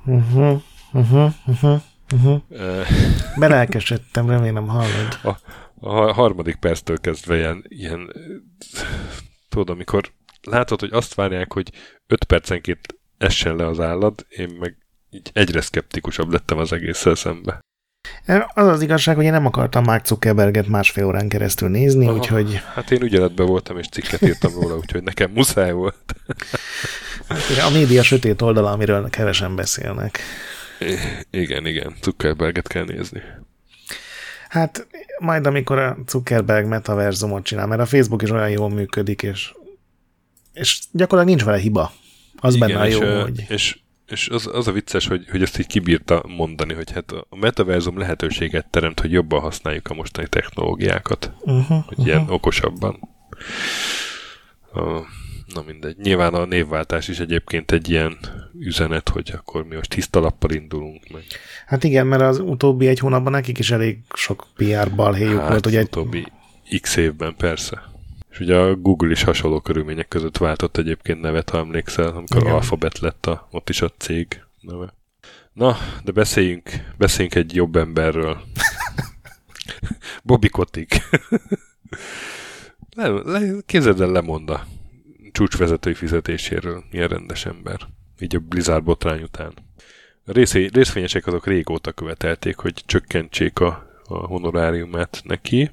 Uh-huh, uh-huh, uh-huh, uh-huh. Belelkesedtem, remélem hallod. A, a harmadik perctől kezdve ilyen, ilyen tudod, amikor látod, hogy azt várják, hogy öt percenként essen le az állat, én meg így egyre szkeptikusabb lettem az egésszel szembe. Az az igazság, hogy én nem akartam Mark Zuckerberget másfél órán keresztül nézni, aha, úgyhogy... Hát én ügyeletben voltam, és cikket írtam róla, úgyhogy nekem muszáj volt. Hát, a média sötét oldala, amiről kevesen beszélnek. I- igen, igen, Zuckerberget kell nézni. Hát majd amikor a Zuckerberg metaverzumot csinál, mert a Facebook is olyan jól működik, és, és gyakorlatilag nincs vele hiba. Az igen, benne a jó, és, hogy... És, és az, az a vicces, hogy, hogy ezt így kibírta mondani, hogy hát a metaverzum lehetőséget teremt, hogy jobban használjuk a mostani technológiákat. Uh-huh, hogy uh-huh. ilyen okosabban. A, na mindegy. Nyilván a névváltás is egyébként egy ilyen üzenet, hogy akkor mi most tiszta lappal indulunk meg. Hát igen, mert az utóbbi egy hónapban nekik is elég sok pé er balhéjuk hát volt. Ugye az utóbbi x évben persze. És ugye a Google is hasonló körülmények között váltott egyébként nevet, ha emlékszel, amikor igen. Alphabet lett a, ott is a cég neve. Na, de beszéljünk, beszéljünk egy jobb emberről. Bobby Kotick. le, le, képzeld el, lemond a csúcsvezetői fizetéséről. Milyen rendes ember. Így a Blizzard botrány után. A részé, részvényesek azok régóta követelték, hogy csökkentsék a, a honoráriumát neki,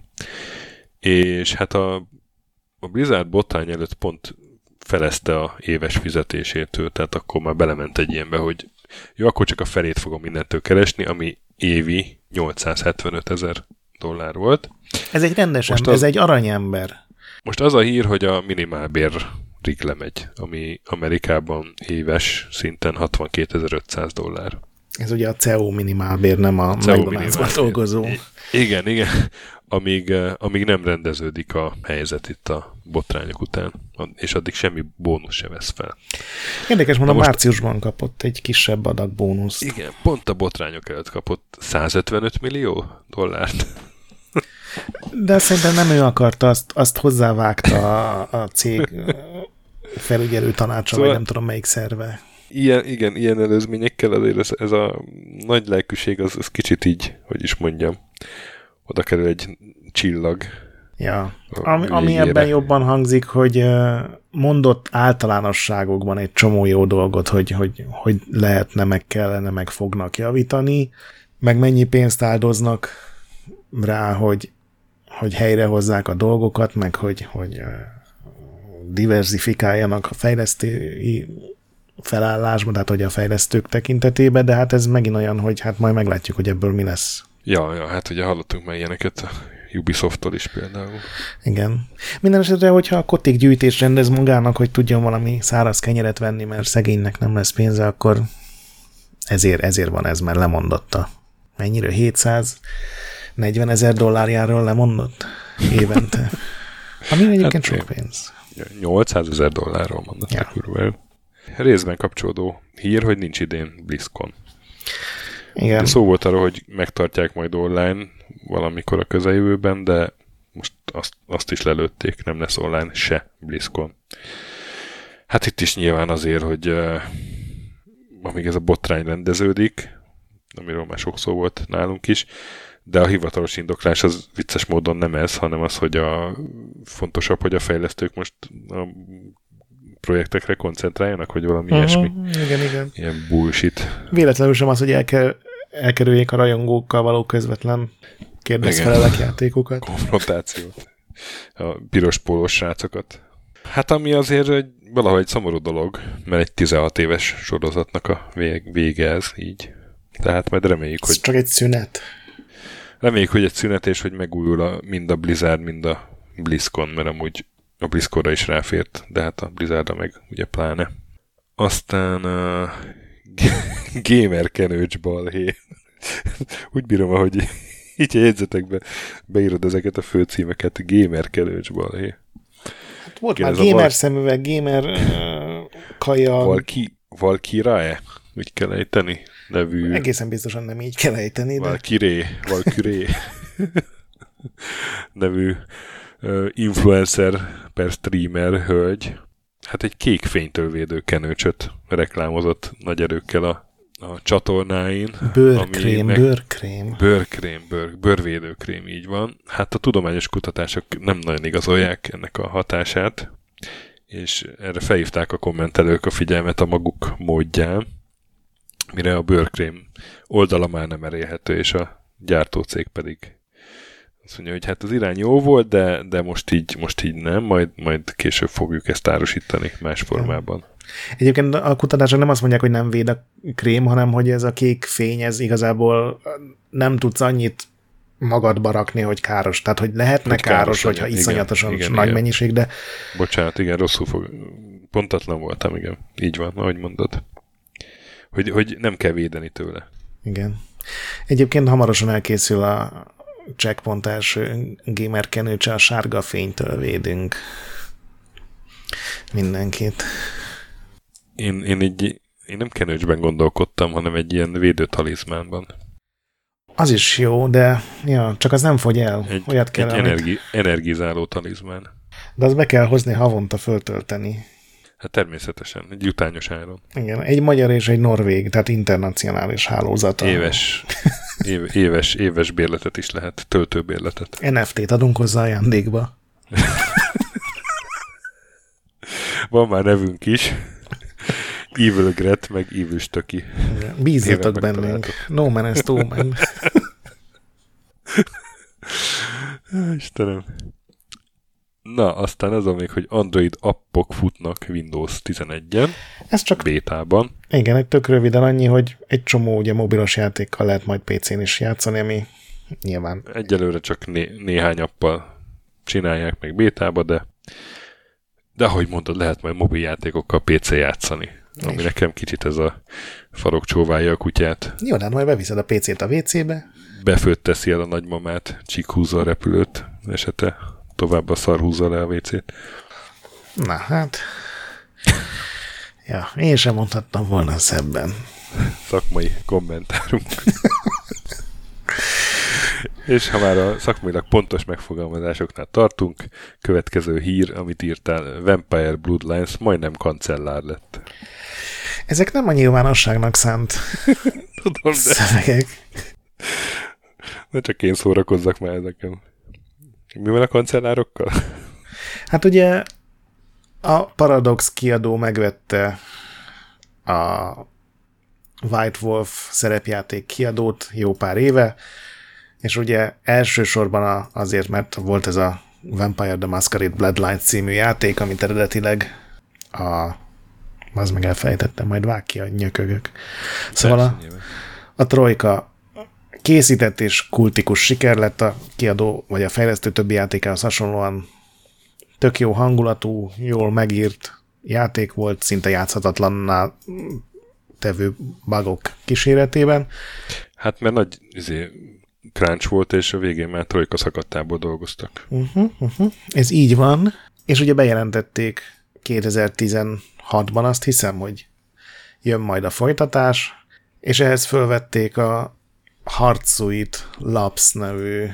és hát a A Blizzard botrány előtt pont felezte a éves fizetésétől, tehát akkor már belement egy ilyenbe, hogy jó, akkor csak a felét fogom mindentől keresni, ami évi nyolcszázhetvenöt ezer dollár volt. Ez egy rendes ember, ez egy aranyember. Most az a hír, hogy a minimálbér rig lemegy, ami Amerikában éves szinten hatvankétezer-ötszáz dollár. Ez ugye a cé e o minimálbér, nem a, a McDonald's-ban dolgozó. Igen, igen. Amíg, amíg nem rendeződik a helyzet itt a botrányok után, és addig semmi bónusz se vesz fel. Érdekes, mondom, most... márciusban kapott egy kisebb adag bónuszt. Igen, pont a botrányok előtt kapott százötvenöt millió dollárt. De szerintem nem ő akarta, azt, azt hozzávágta a, a cég felügyelő tanácsa, szóval... vagy nem tudom melyik szerve. Ilyen, igen, ilyen előzményekkel azért ez, ez a nagy lelkűség, az, az kicsit így, hogy is mondjam, oda kerül egy csillag. Ja, ami, ami ebben jobban hangzik, hogy mondott általánosságokban egy csomó jó dolgot, hogy, hogy, hogy lehetne, meg kellene, meg fognak javítani, meg mennyi pénzt áldoznak rá, hogy, hogy helyrehozzák a dolgokat, meg hogy, hogy diversifikáljanak a fejlesztői felállásba, tehát hogy a fejlesztők tekintetében, de hát ez megint olyan, hogy hát majd meglátjuk, hogy ebből mi lesz. Ja, ja, hát ugye hallottunk már ilyeneket a Ubisofttól is például. Igen. Minden esetre, hogyha a Kotick gyűjtés rendez magának, hogy tudjon valami száraz kenyeret venni, mert szegénynek nem lesz pénze, akkor ezért, ezért van ez, mert lemondotta. Mennyire? hétszáznegyven ezer dollárjáról lemondott évente. Ami egyébként hát, sok pénz. nyolcszázezer dollárról mondott ja. körülbelül. Részben kapcsolódó hír, hogy nincs idén BlizzCon. Igen. De szó volt arról, hogy megtartják majd online valamikor a közeljövőben, de most azt, azt is lelőtték, nem lesz online se BlizzCon. Hát itt is nyilván azért, hogy uh, amíg ez a botrány rendeződik, amiről már sok szó volt nálunk is, de a hivatalos indoklás az vicces módon nem ez, hanem az, hogy a fontosabb, hogy a fejlesztők most a projektekre koncentráljanak, vagy valami uh-huh, ilyesmi. Igen, igen. Ilyen bullshit. Véletlenül sem az, hogy elker, elkerüljék a rajongókkal való közvetlen kérdezfelelek játékokat. Konfrontációt. A piros pólós srácokat. Hát ami azért egy, valahogy szomorú dolog, mert egy tizenhat éves sorozatnak a vége ez így. Tehát majd reméljük, ez hogy... csak egy szünet. Reméljük, hogy egy szünet, és hogy megújul a, mind a Blizzard, mind a BlizzCon, mert amúgy a BlizzConra is ráfért, de hát a Blizzardra meg ugye pláne. Aztán a Gamer Kenőcs balhé. Úgy bírom, ahogy így a jegyzetekbe beírod ezeket a főcímeket. Gamer Kenőcs balhé. Hát volt igen, már gamer val... szemüveg, gamer uh, kaja. Valki, Valkyrae, úgy kell ejteni nevű. Egészen biztosan nem így kell ejteni. De... Valkyré, Valkyré nevű uh, influencer per streamer hölgy. Hát egy kék fénytől védő kenőcsöt reklámozott nagy erőkkel a a csatornáin. Bőrkrém, bőrkrém. Bőrkrém, bőr, bőrvédőkrém, így van. Hát a tudományos kutatások nem nagyon igazolják ennek a hatását, és erre felhívták a kommentelők a figyelmet a maguk módján, mire a bőrkrém oldala már nem elérhető, és a gyártócég pedig azt mondja, hogy hát az irány jó volt, de, de most, így, most így nem, majd, majd később fogjuk ezt árusítani más formában. Egyébként a kutatások nem azt mondják, hogy nem véd a krém, hanem hogy ez a kék fény, ez igazából nem tudsz annyit magadba rakni, hogy káros. Tehát, hogy lehetne hogy káros, káros hogyha igen, iszonyatosan igen, nagy igen. mennyiség, de... Bocsánat, igen, rosszul fog... Pontatlan voltam, igen. Így van, ahogy mondod. Hogy, hogy nem kell védeni tőle. Igen. Egyébként hamarosan elkészül a Checkpoint első gamer kenőcse, a sárga fénytől védünk mindenkit. Én, én így én nem kenőcsben gondolkodtam, hanem egy ilyen védőtalizmánban. Az is jó, de ja, csak az nem fogy el. Egy, Olyat kell, egy energi, energizáló talizmán. De azt be kell hozni havonta föltölteni. Hát természetesen, egy jutányos áron. Igen, egy magyar és egy norvég, tehát internacionális hálózata. Éves, éve, éves, éves bérletet is lehet, töltőbérletet. en ef té-t adunk hozzá ajándékba. Van már nevünk is. Evil Gret, meg Evil Stöki. Bízzatok bennünk. No man is no man. Istenem. Na, aztán az a még, hogy Android appok futnak Windows tizenegyen. Ez csak bétában. Igen, egy tök röviden annyi, hogy egy csomó ugye mobilos játékkal lehet majd pé cén is játszani, ami nyilván... Egyelőre csak né- néhány appal csinálják meg bétába, de de ahogy mondod, lehet majd mobil játékokkal pé cén játszani. Ami és nekem kicsit ez a farok csóválja a kutyát. Jó, de hát majd beviszed a pé cét a vé cébe. Befőtt teszi el a nagymamát, csík húzza a repülőt, esete tovább a szar húzza le a vé cét. Na hát... Ja, én sem mondhattam volna szebben. Szakmai kommentárunk. És ha már a szakmailag pontos megfogalmazásoknál tartunk, következő hír, amit írtál, Vampire Bloodlines majdnem kancellár lett. Ezek nem a nyilvánosságnak szánt Tudom, de... szövegek. Ne csak én szórakozzak már ezeken. Mi van a kancellárokkal? Hát ugye a Paradox kiadó megvette a White Wolf szerepjáték kiadót jó pár éve, és ugye elsősorban azért, mert volt ez a Vampire the Masquerade Bloodlines című játék, amit eredetileg a... az meg elfelejtettem, majd vág ki a nyökögök. Szóval a, a Trojka készített és kultikus siker lett, a kiadó vagy a fejlesztő többi játékához hasonlóan tök jó hangulatú, jól megírt játék volt, szinte játszhatatlanná tevő bugok kíséretében. Hát mert nagy izé, crunch volt, és a végén már Trojka szakadtából dolgoztak. Uh-huh, uh-huh. Ez így van, és ugye bejelentették kétezer-tizenhatban azt hiszem, hogy jön majd a folytatás, és ehhez fölvették a Heartsuite Labs nevű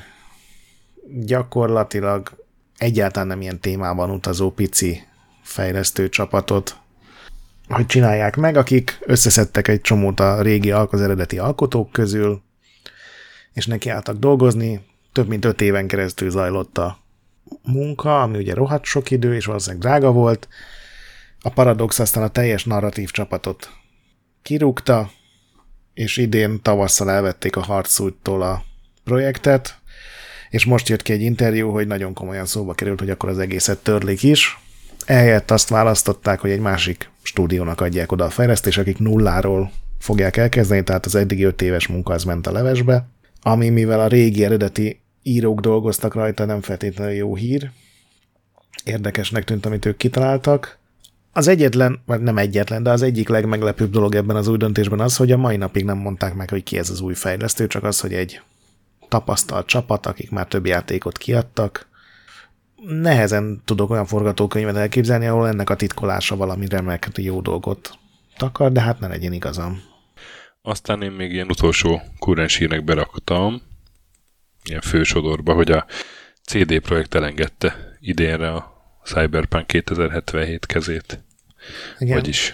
gyakorlatilag egyáltalán nem ilyen témában utazó pici fejlesztő csapatot, hogy csinálják meg, akik összeszedtek egy csomót a régi, az eredeti alkotók közül, és nekiálltak dolgozni. Több mint öt éven keresztül zajlott a munka, ami ugye rohadt sok idő, és valószínűleg drága volt. A Paradox aztán a teljes narratív csapatot kirúgta, és idén tavasszal elvették a Heartsuite-tól a projektet, és most jött ki egy interjú, hogy nagyon komolyan szóba került, hogy akkor az egészet törlik is. Ehelyett azt választották, hogy egy másik stúdiónak adják oda a fejlesztés, akik nulláról fogják elkezdeni, tehát az eddigi öt éves munka az ment a levesbe, ami mivel a régi eredeti írók dolgoztak rajta, nem feltétlenül jó hír. Érdekesnek tűnt, amit ők kitaláltak. Az egyetlen, vagy nem egyetlen, de az egyik legmeglepőbb dolog ebben az új döntésben az, hogy a mai napig nem mondták meg, hogy ki ez az új fejlesztő, csak az, hogy egy tapasztalt csapat, akik már több játékot kiadtak. Nehezen tudok olyan forgatókönyvet elképzelni, ahol ennek a titkolása valami remek jó dolgot takar, de hát ne legyen igazam. Aztán én még ilyen utolsó kurrens hírnek beraktam, ilyen fősodorba, hogy a cé dé Projekt elengedte idénre a Cyberpunk kétezer-hetvenhét kezét. Igen. Vagyis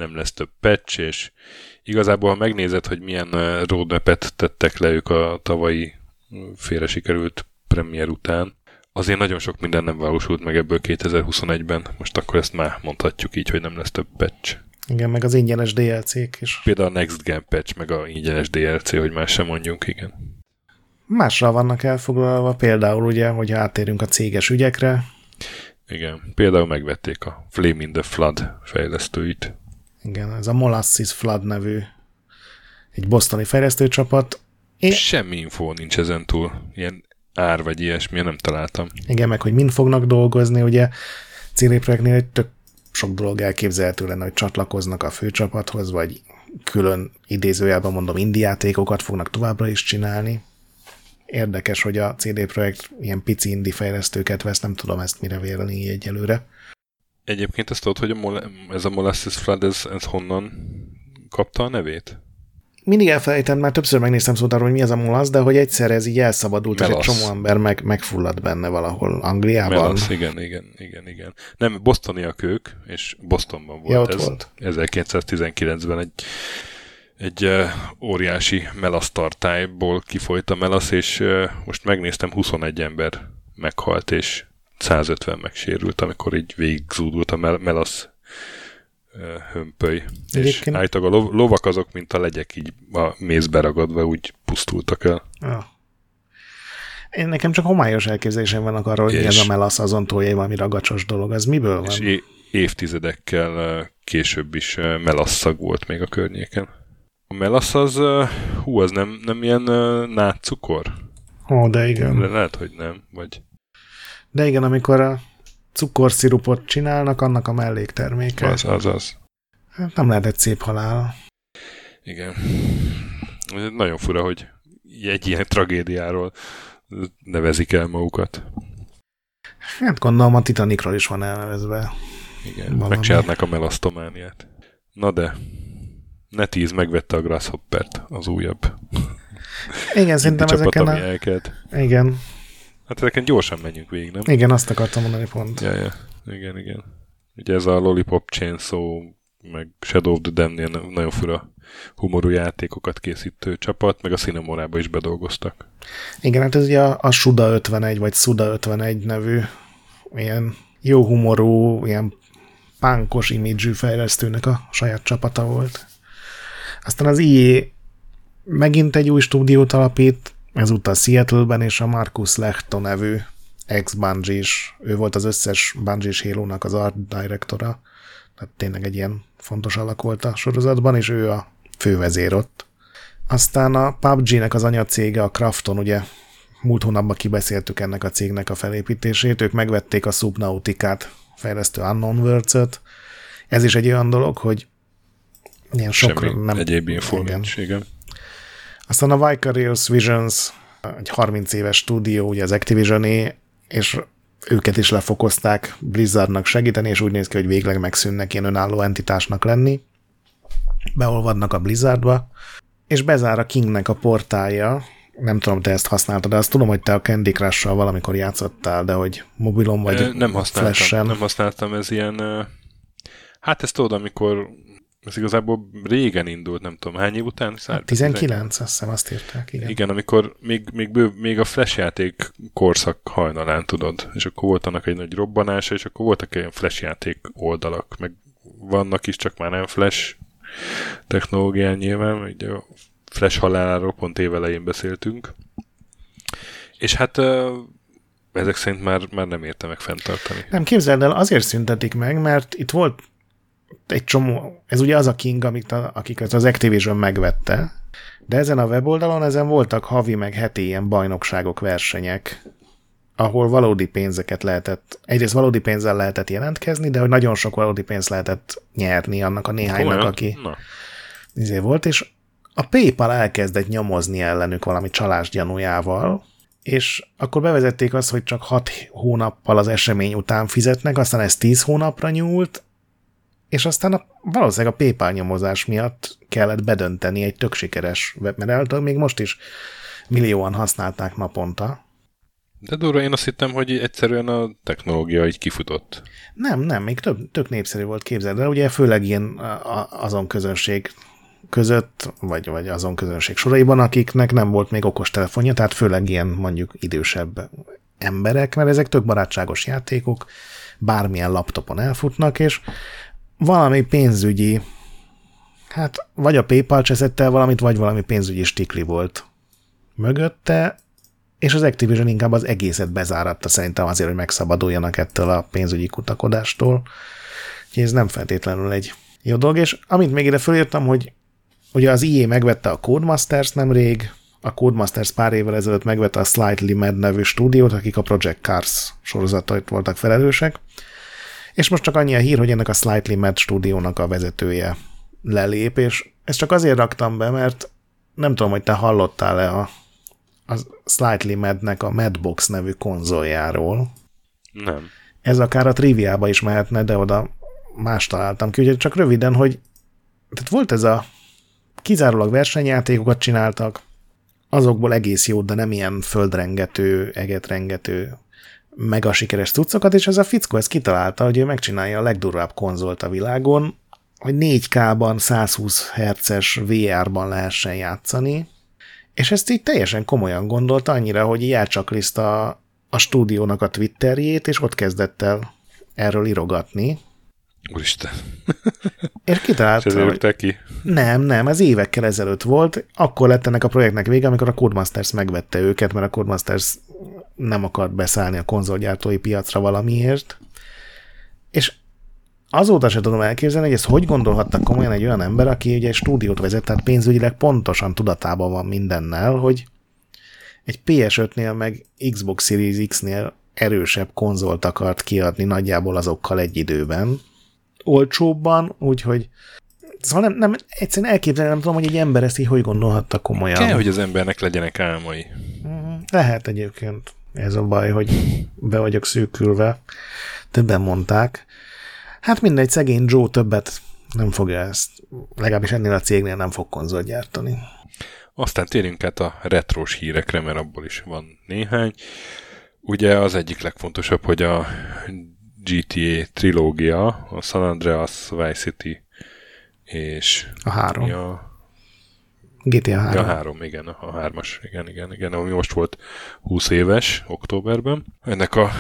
nem lesz több patch, és igazából, ha megnézed, hogy milyen roadmap-et tettek le ők a tavalyi félre sikerült premier után, azért nagyon sok minden nem valósult meg ebből kétezer-huszonegyben. Most akkor ezt már mondhatjuk így, hogy nem lesz több patch. Igen, meg az ingyenes dé el cé-k is. Például a Next Gen patch, meg a ingyenes dé el cé, hogy más sem mondjunk, igen. Mással vannak elfoglalva, például ugye, hogy átérünk a céges ügyekre. Igen, például megvették a Flame in the Flood fejlesztőit. Igen, ez a Molasses Flood nevű egy bostoni fejlesztőcsapat. Én... Semmi infó nincs ezen túl. Ilyen ár vagy ilyesmi, nem találtam. Igen, meg hogy mind fognak dolgozni, ugye cé dé Projektnél egy tök sok dolog elképzelhető lenne, hogy csatlakoznak a főcsapathoz, vagy külön idézőjelben mondom, indiátékokat fognak továbbra is csinálni. Érdekes, hogy a cé dé Projekt ilyen pici indie fejlesztőket vesz, nem tudom ezt mire vélni egyelőre. Egyébként ezt tudod, hogy a Mol- ez a Molasses Flood, ez, ez honnan kapta a nevét? Mindig elfelejtem, már többször megnéztem szót arról, hogy mi az a molasz, de hogy egyszer ez így elszabadult, és egy csomó ember meg, megfulladt benne valahol Angliában. Melasz, igen, igen, igen, igen. Nem, bostoniak ők, és Bostonban volt ja, ott ez. volt. ezerkilencszáztizenkilencben egy, egy uh, óriási melasztartályból kifolyt a melasz, és uh, most megnéztem, huszonegy ember meghalt, és százötven megsérült, amikor így végigzúdult a mel- melasz hömpöly. És állítólag a lov- lovak azok, mint a legyek, így a mézbe ragadva úgy pusztultak el. Ja. Én nekem csak homályos elképzelésem vannak arról, hogy mi ez a melasz, azon tolja valami ragacsos dolog. Az miből van? És é- évtizedekkel később is melasszag volt még a környéken. A melasz az, hú, az nem, nem ilyen nátszukor? Ó, de igen. De lehet, hogy nem. Vagy... De igen, amikor a cukorszirupot csinálnak, annak a mellékterméke. Az, az, az. Hát nem lehet egy szép halál. Igen. Nagyon fura, hogy egy ilyen tragédiáról nevezik el magukat. Hát gondolom a Titanicról is van elnevezve. Igen, megcsinálnak a melasztomániát. Na de, NetEase megvette a Grasshoppert, az újabb. Igen, szerintem ezeken a... Elkelt. Igen. Hát ezeken gyorsan menjünk végig, nem? Igen, azt akartam mondani pont. Ja, ja. Igen, igen. Ugye ez a Lollipop Chainsaw, meg Shadow of the Damned nagyon fura humorú játékokat készítő csapat, meg a Cinemorába is bedolgoztak. Igen, hát ez ugye a, a Suda ötvenegy, vagy Suda ötvenegy nevű ilyen jó humorú, ilyen pánkos imidzsű fejlesztőnek a saját csapata volt. Aztán az i á megint egy új stúdiót alapít, ezúttal Seattle-ben, és a Marcus Lehto nevű ex-Bungie-s, ő volt az összes Bungie-s Halo-nak az art directora, tehát tényleg egy ilyen fontos alak volt a sorozatban, és ő a fővezér ott. Aztán a pé u bé gé-nek az anyacége, a Krafton, ugye múlt hónapban kibeszéltük ennek a cégnek a felépítését, ők megvették a Subnautica-t, fejlesztő Unknown Worlds-öt. Ez is egy olyan dolog, hogy ilyen sok... Semmi nem, egyéb információ, igen. Aztán a Vicarious Visions, egy harminc éves stúdió, ugye az Activision-é, és őket is lefokozták Blizzardnak segíteni, és úgy néz ki, hogy végleg megszűnnek ilyen önálló entitásnak lenni. Beolvadnak a Blizzardba, és bezár a Kingnek a portálja. Nem tudom, te ezt használtad, de azt tudom, hogy te a Candy Crush-sal valamikor játszottál, de hogy mobilon vagy e, nem használtam, Flash-en. Nem használtam, ez ilyen... Hát ezt tudod, amikor ez igazából régen indult, nem tudom, hány év után? Hát tizenkilenc, azt hiszem, azt írták, igen. Igen, amikor még, még, bő, még a Flash játék korszak hajnalán, tudod, és akkor volt annak egy nagy robbanása, és akkor voltak ilyen Flash játék oldalak, meg vannak is, csak már nem Flash technológián nyilván, ugye a Flash haláláról pont évelején beszéltünk. És hát ezek szerint már, már nem érte meg fenntartani. Nem, képzeld el, azért szüntetik meg, mert itt volt egy csomó, ez ugye az a King, amit a, akiket az Activision megvette, de ezen a weboldalon ezen voltak havi meg heti ilyen bajnokságok, versenyek, ahol valódi pénzeket lehetett, egyrészt valódi pénzzel lehetett jelentkezni, de hogy nagyon sok valódi pénzt lehetett nyerni annak a néhánynak, Olyan? aki Na. izé volt, és a PayPal elkezdett nyomozni ellenük valami csalás gyanújával, és akkor bevezették azt, hogy csak hat hónappal az esemény után fizetnek, aztán ez tíz hónapra nyúlt, és aztán a, valószínűleg a PayPal nyomozás miatt kellett bedönteni egy tök sikeres web, mert még most is millióan használták naponta. De durva, én azt hittem, hogy egyszerűen a technológia így kifutott. Nem, nem, még több, tök népszerű volt, képzeld el, ugye főleg ilyen azon közönség között, vagy, vagy azon közönség soraiban, akiknek nem volt még okostelefonja, tehát főleg ilyen mondjuk idősebb emberek, mert ezek tök barátságos játékok, bármilyen laptopon elfutnak, és valami pénzügyi, hát vagy a PayPal cseszett el valamit, vagy valami pénzügyi stikli volt mögötte, és az Activision inkább az egészet bezáratta szerintem azért, hogy megszabaduljanak ettől a pénzügyi kutakodástól. Úgyhogy ez nem feltétlenül egy jó dolog, és amit még ide fölírtam, hogy ugye az í á megvette a Codemasters nemrég, a Codemasters pár évvel ezelőtt megvette a Slightly Mad nevű stúdiót, akik a Project Cars sorozatait voltak felelősek, és most csak annyi a hír, hogy ennek a Slightly Mad stúdiónak a vezetője lelép, és ezt csak azért raktam be, mert nem tudom, hogy te hallottál-e a, a Slightly Madnek a Madbox nevű konzoljáról. Nem. Ez akár a triviába is mehetne, de oda más találtam ki. Úgyhogy csak röviden, hogy tehát volt ez a kizárólag versenyjátékokat csináltak, azokból egész jó, de nem ilyen földrengető, egetrengető, mega sikeres cuccokat, és ez a fickó ezt kitalálta, hogy ő megcsinálja a legdurvább konzolt a világon, hogy négy ká-ban, száz húsz hertzes vé er-ban lehessen játszani, és ezt így teljesen komolyan gondolta, annyira, hogy így elcsakliszta a, a stúdiónak a Twitterjét, és ott kezdett el erről írogatni. Úristen. És kitalálta, és ezért hogy... ki? Nem, nem, ez évekkel ezelőtt volt. Akkor lett ennek a projektnek vége, amikor a Codemasters megvette őket, mert a Codemasters nem akart beszállni a konzolgyártói piacra valamiért. És azóta se tudom elképzelni, hogy ezt hogy gondolhattak komolyan egy olyan ember, aki ugye egy stúdiót vezet, tehát pénzügyileg pontosan tudatában van mindennel, hogy egy pé es ötnél meg Xbox Series X-nél erősebb konzolt akart kiadni nagyjából azokkal egy időben. Olcsóbban, úgyhogy szóval nem, nem, egyszerűen elképzelni nem tudom, hogy egy ember ezt így hogy gondolhatta komolyan. Kell, hogy az embernek legyenek álmai. Lehet egyébként. Ez a baj, hogy be vagyok szűkülve. Többen mondták. Hát mindegy, szegény Joe többet nem fogja ezt, legalábbis ennél a cégnél nem fog konzolt gyártani. Aztán térjünk át a retrós hírekre, mert abból is van néhány. Ugye az egyik legfontosabb, hogy a gé té á trilógia, a San Andreas, Vice City és... A három. A... gé té á három. A három, igen, a hármas, igen, igen, igen, ami most volt húsz éves, októberben. Ennek a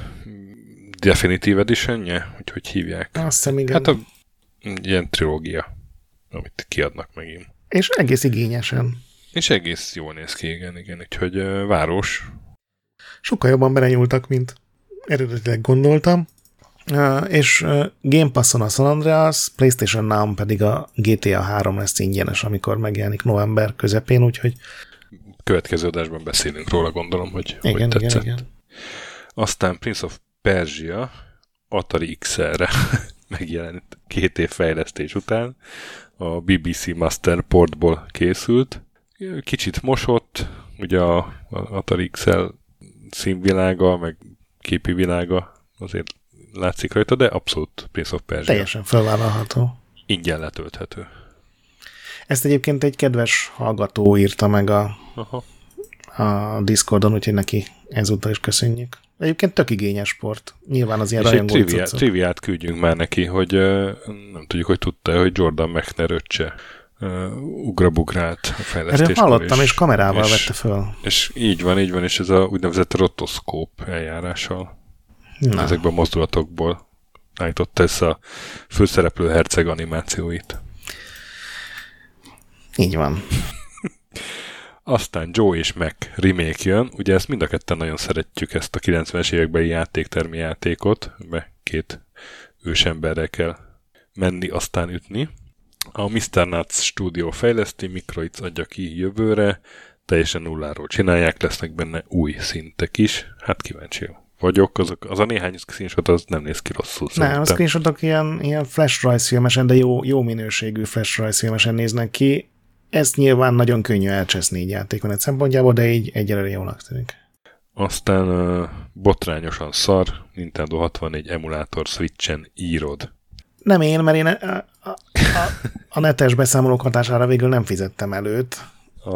Definitive Edition-je, hogy hogy hívják? Azt hiszem, igen. Hát a ilyen trilógia, amit kiadnak megint. És egész igényesen. És egész jól néz ki, igen, igen, úgyhogy uh, város. Sokkal jobban belenyúltak, mint eredetileg gondoltam. Uh, és uh, Game Passon a San Andreas, PlayStation Now pedig a gé té á három lesz ingyenes, amikor megjelenik november közepén, úgyhogy... Következő adásban beszélünk róla, gondolom, hogy igen, hogy tetszett. igen, igen. Aztán Prince of Persia Atari iksz er-re megjelent két év fejlesztés után. A bé bé cé Master Portból készült. Kicsit mosott, ugye a, a Atari iksz er színvilága, meg képi világa azért látszik rajta, de abszolút Prince of Persia. Teljesen felvállalható. Ingyen letölthető. Ezt egyébként egy kedves hallgató írta meg a, Aha. a Discordon, úgyhogy neki ezúttal is köszönjük. Egyébként tök igényes sport. Nyilván az ilyen és egy rajongó triviát, cuccok. triviát küldjünk már neki, hogy uh, nem tudjuk, hogy tudta, hogy Jordan McNair öccse uh, ugrabugrált a fejlesztéskor. Erről hallottam, és, és kamerával és, vette föl. És így van, így van, és ez a úgynevezett rotoszkóp eljárással Na. ezekben a mozdulatokból állította ezt a főszereplő herceg animációit. Így van. Aztán Joe és Mac remake jön. Ugye ezt mind a ketten nagyon szeretjük, ezt a kilencvenes évekbeli játéktermi játékot, be két ősemberrel kell menni, aztán ütni. A miszter Nuts Studio fejleszti, Microids adja ki jövőre, teljesen nulláról csinálják, lesznek benne új szintek is. Hát kíváncsi vagyok, azok, az a néhány screenshot az nem néz ki rosszul. Nem, szerintem. a screenshotok ilyen, ilyen flash rajzfilmesen, de jó, jó minőségű flash rajzfilmesen néznek ki. Ezt nyilván nagyon könnyű elcseszni így játékmenet szempontjából, de így egyelőre jónak tűnik. Aztán uh, botrányosan szar, Nintendo hatvannégy emulátor Switchen írod. Nem én, mert én a, a, a, a netes beszámolók hatására végül nem fizettem előtt. Aha.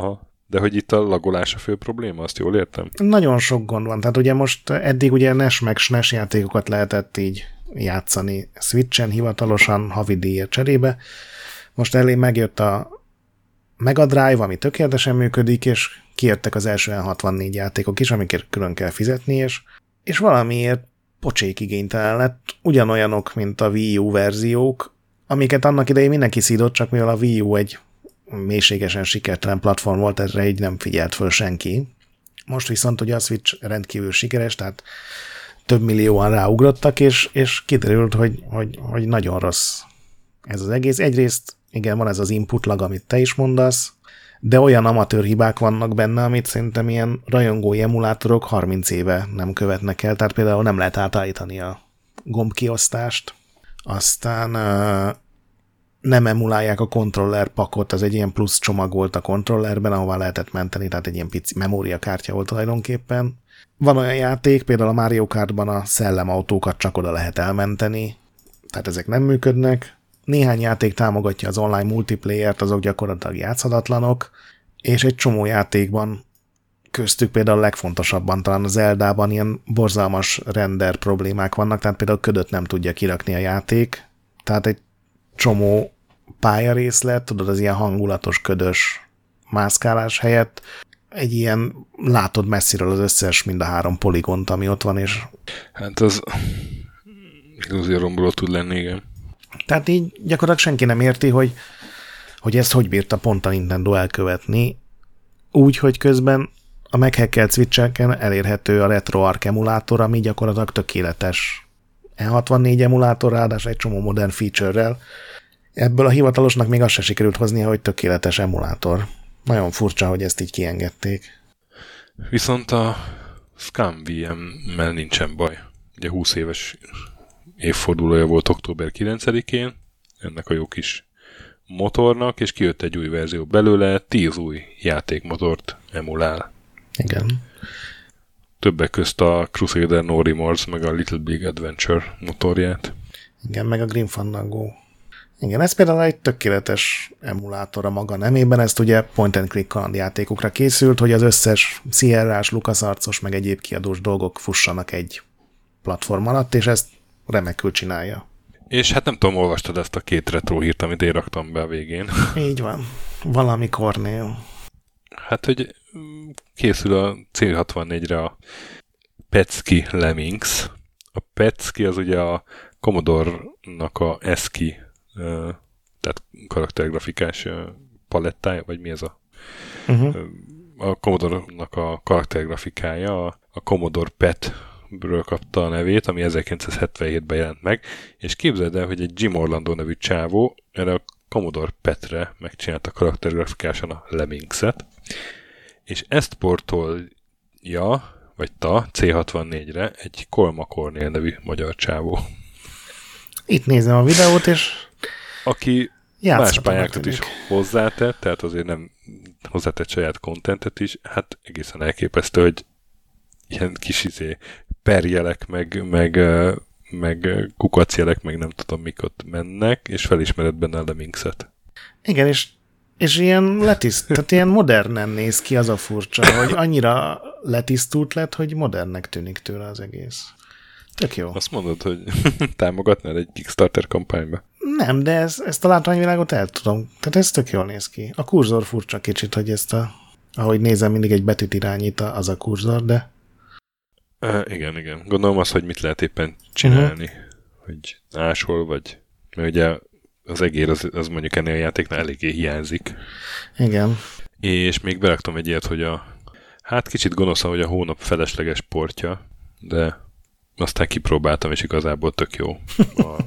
De hogy itt a lagolás a fő probléma, azt jól értem? Nagyon sok gond van. Tehát ugye most eddig ugye en e es meg es en e es játékokat lehetett így játszani Switchen hivatalosan havidíjért cserébe. Most elé megjött a Mega Drive, ami tökéletesen működik, és kijöttek az első en hatvannégy játékok is, amikért külön kell fizetni, és, és valamiért pocsék igénytelen lett, ugyanolyanok, mint a Wii U verziók, amiket annak idején mindenki szídott, csak mivel a Wii U egy mélységesen sikertelen platform volt, erre így nem figyelt föl senki. Most viszont ugye a Switch rendkívül sikeres, tehát több millióan ráugrottak, és, és kiderült, hogy, hogy, hogy nagyon rossz ez az egész. Egyrészt igen, van ez az input lag, amit te is mondasz, de olyan amatőr hibák vannak benne, amit szerintem ilyen rajongói emulátorok harminc éve nem követnek el, tehát például nem lehet átállítani a gombkiosztást, aztán uh, nem emulálják a controller pakot, az egy ilyen plusz csomag volt a kontrollerben, ahová lehetett menteni, tehát egy ilyen pici memóriakártya volt tulajdonképpen. Van olyan játék, például a Mario Kartban a szellemautókat csak oda lehet elmenteni, tehát ezek nem működnek. Néhány játék támogatja az online multiplayert, azok gyakorlatilag játszhatatlanok, és egy csomó játékban, köztük például a legfontosabban talán az Zeldában ilyen borzalmas render problémák vannak, tehát például ködöt nem tudja kirakni a játék, tehát egy csomó pályarészlet, tudod, az ilyen hangulatos, ködös mászkálás helyett egy ilyen, látod messziről az összes, mind a három poligont, ami ott van, és... Hát az illúzióromboló tud lenni, igen. Tehát így gyakorlatilag senki nem érti, hogy, hogy ezt hogy bírta pont a Nintendo elkövetni, úgy, hogy közben a meghackelt Switch-eken elérhető a RetroArch emulátor, ami gyakorlatilag tökéletes en hatvannégy emulátor, ráadásul egy csomó modern feature-rel. Ebből a hivatalosnak még azt se sikerült hoznia, hogy tökéletes emulátor. Nagyon furcsa, hogy ezt így kiengedték. Viszont a Scum vé em-mel nincsen baj. Ugye húsz éves évfordulója volt október kilencedikén, ennek a jó kis motornak, és kijött egy új verzió belőle, tíz új játékmotort emulál. Igen. Többek közt a Crusader No Remorse, meg a Little Big Adventure motorját. Igen, meg a Grim Fandango. Igen, ez például egy tökéletes emulátor a maga nemében, ezt ugye point and click kalandjátékokra készült, hogy az összes Sierrás, LucasArts-os, meg egyéb kiadós dolgok fussanak egy platform alatt, és ezt remekül csinálja. És hát nem tudom, olvastad ezt a két retro hírt, amit én raktam be a végén. Így van. Valamikornél. Hát, hogy készül a cé hatvannégyre a Petsky Lemmings. A Petsky az ugye a Commodore-nak a ESCI, tehát karaktergrafikás palettája, vagy mi ez a... Uh-huh. A Commodore-nak a karaktergrafikája, a Commodore pé e té-ből kapta a nevét, ami ezerkilencszázhetvenhétben jelent meg, és képzeld el, hogy egy Jim Orlando nevű csávó erre a Commodore pé e té-re megcsinálta karaktergrafikásan a Lemmingset, és ezt portolja, vagy ta, cé hatvannégyre egy Kolma Kornél nevű magyar csávó. Itt nézem a videót, és aki más pályákat is hozzátett, tehát azért nem hozzátett saját kontentet is, hát egészen elképesztő, hogy ilyen kis izé, perjelek, meg, meg, meg kukacjelek, meg nem tudom mik ott mennek, és felismered benne a Lemmingset. Igen, és, és ilyen letiszt, tehát ilyen modernen néz ki, az a furcsa, hogy annyira letisztult lett, hogy modernnek tűnik tőle az egész. Tök jó. Azt mondod, hogy támogatnád egy Kickstarter kampányba? Nem, de ez, ezt a látványvilágot el tudom. Tehát ez tök jól néz ki. A kurzor furcsa kicsit, hogy ezt a, ahogy nézem, mindig egy betűt irányít az a kurzor, de... Uh, igen, igen. Gondolom az, hogy mit lehet éppen csinálni. Uh-huh. Hogy máshol, vagy... Mert ugye az egér az, az mondjuk ennél a játéknál eléggé hiányzik. Igen. És még beraktam egy ilyet, hogy a... Hát kicsit gonoszan, hogy a hónap felesleges portja, de aztán kipróbáltam, és igazából tök jó. A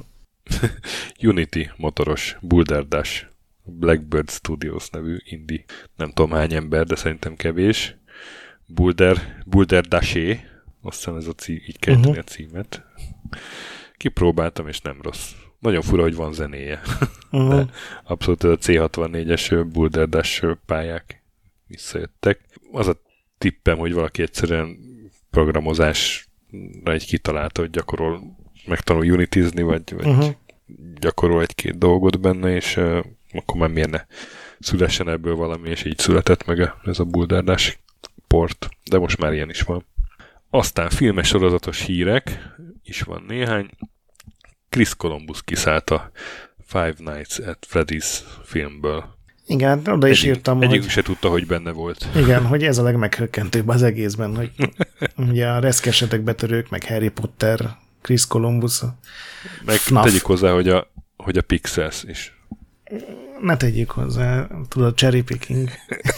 Unity motoros Boulder Dash, Blackbird Studios nevű indie. Nem tudom hány ember, de szerintem kevés. Boulder, Boulder Dash-é, azt hiszem ez a cí- így kell uh-huh. a címet. Kipróbáltam, és nem rossz. Nagyon fura, hogy van zenéje. Uh-huh. De abszolút a cé hatvannégyes Boulder Dash pályák visszajöttek. Az a tippem, hogy valaki egyszerűen programozásra egy kitalálta, hogy gyakorol, megtanul unitizni, vagy, vagy uh-huh. gyakorol egy-két dolgot benne, és uh, akkor már miért ne szülessen ebből valami, és így született meg ez a buldárdás port. De most már ilyen is van. Aztán filmes sorozatos hírek is van néhány. Chris Columbus kiszállt a Five Nights at Freddy's filmből. Igen, oda is Egyik, írtam, egyik hogy... se tudta, hogy benne volt. Igen, hogy ez a legmeghökkentőbb az egészben, hogy ugye a reszkesetek betörők, meg Harry Potter, Chris Columbus, meg FNAF. tegyük hozzá, hogy a, hogy a Pixels is. Ne tegyük hozzá, tudod, cherry picking.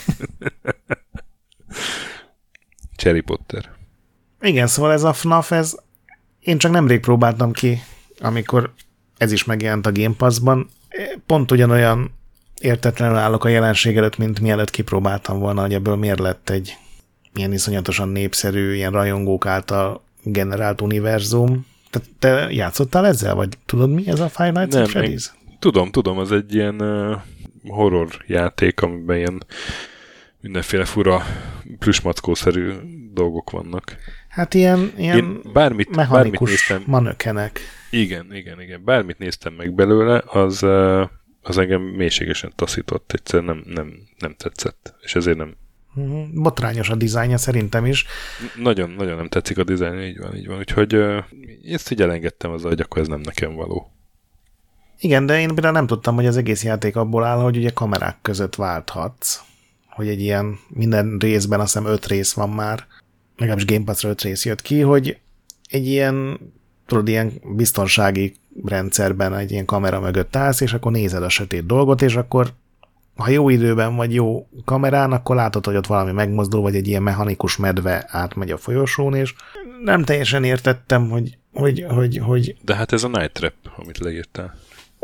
Harry Potter. Igen, szóval ez a FNAF, ez én csak nemrég próbáltam ki, amikor ez is megjelent a Game Pass-ban. Pont ugyanolyan értetlenül állok a jelenség előtt, mint mielőtt kipróbáltam volna, hogy ebből miért lett egy ilyen iszonyatosan népszerű, ilyen rajongók által generált univerzum. Te, te játszottál ezzel, vagy tudod mi ez a Five Nights at Freddy's? Tudom, tudom, az egy ilyen uh, horror játék, amiben ilyen mindenféle fura plüsmackószerű dolgok vannak. Hát ilyen, ilyen Én bármit, mechanikus bármit néztem, manökenek. Igen, igen, igen. Bármit néztem meg belőle, az, uh, az engem mélységesen taszított. Egyszerűen nem, nem, nem tetszett. És ezért nem... Uh-huh. Botrányos a dizájnja szerintem is. Nagyon, nagyon nem tetszik a dizájn, így van, így van. Úgyhogy uh, ezt így elengedtem azzal, hogy akkor ez nem nekem való. Igen, de én például nem tudtam, hogy az egész játék abból áll, hogy ugye kamerák között válthatsz. Hogy egy ilyen minden részben, azt hiszem öt rész van már, legalábbis Game Pass-ra öt rész jött ki, hogy egy ilyen, tudod, ilyen biztonsági rendszerben egy ilyen kamera mögött állsz, és akkor nézed a sötét dolgot, és akkor ha jó időben vagy jó kamerán, akkor látod, hogy ott valami megmozdul, vagy egy ilyen mechanikus medve átmegy a folyosón, és nem teljesen értettem, hogy, hogy, hogy, hogy De hát ez a Night Trap, amit leírtál.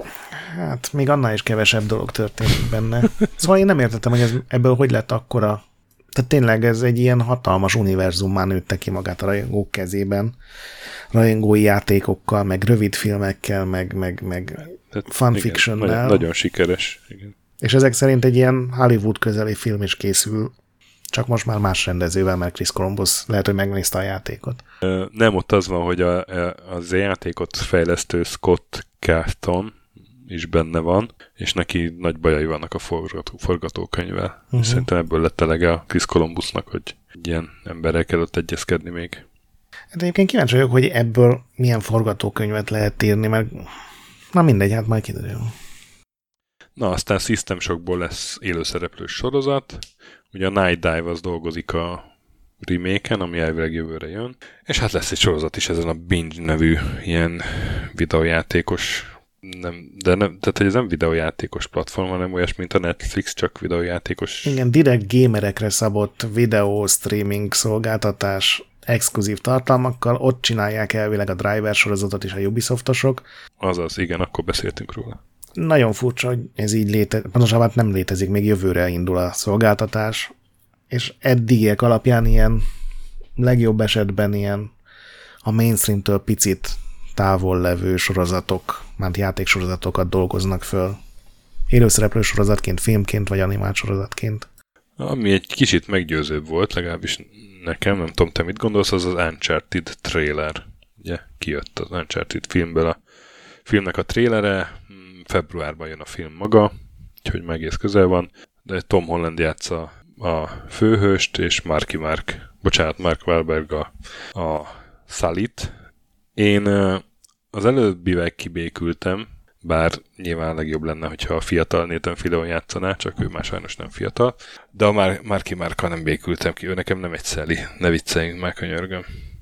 hát még annál is kevesebb dolog történik benne. Szóval én nem értettem, hogy ez, ebből hogy lett akkora. Tehát tényleg ez egy ilyen hatalmas univerzummá nőtte ki magát a rajongók kezében. Rajongói játékokkal, meg rövid filmekkel, meg, meg, meg fanfictionnel. Nagyon, nagyon sikeres. Igen. És ezek szerint egy ilyen Hollywood közeli film is készül, csak most már más rendezővel, mert Chris Columbus lehet, hogy megnézte a játékot. Nem, ott az van, hogy a, az játékot fejlesztő Scott Carton is benne van, és neki nagy bajai vannak a forgató, forgatókönyvvel. Uh-huh. Szerintem ebből lett elege a Chris Columbusnak, hogy ilyen emberrel kellett egyezkedni még. Hát egyébként kíváncsi vagyok, hogy ebből milyen forgatókönyvet lehet írni, mert na mindegy, hát majd kiderül. Na, aztán System Shockból lesz élőszereplős sorozat. Ugye a Night Dive az dolgozik a remake-en, ami elvileg jövőre jön. És hát lesz egy sorozat is ezen a Binge nevű ilyen videójátékos nem, de nem, tehát hogy ez nem videójátékos platform, hanem olyas, mint a Netflix, csak videójátékos. Igen, direkt gamerekre szabott videó streaming szolgáltatás exkluzív tartalmakkal, ott csinálják elvileg a Driver sorozatot is a Ubisoftosok. Azaz, igen, akkor beszéltünk róla. Nagyon furcsa, hogy ez így létezik, pontosabban nem létezik, még jövőre indul a szolgáltatás, és eddigiek alapján ilyen legjobb esetben ilyen a mainstreamtől picit távol levő sorozatok, már játéksorozatokat dolgoznak föl. Élőszereplő sorozatként, filmként, vagy animált sorozatként. Ami egy kicsit meggyőzőbb volt, legalábbis nekem, nem tudom, te mit gondolsz, az az Uncharted trailer. Ugye, kijött az Uncharted filmből a filmnek a trailere, februárban jön a film maga, úgyhogy már egész közel van, de Tom Holland játsza a főhőst, és Marky Mark, bocsánat, Mark Wahlberg a, a Sullyt. Én az előbbivel kibékültem, bár nyilván legjobb lenne, hogyha a fiatal Nathan Fillion játszaná, csak ő már sajnos nem fiatal. De a Mar- Marky Markkal nem békültem ki, ő nekem nem egy Sally, ne vicceljünk már, könyörgöm.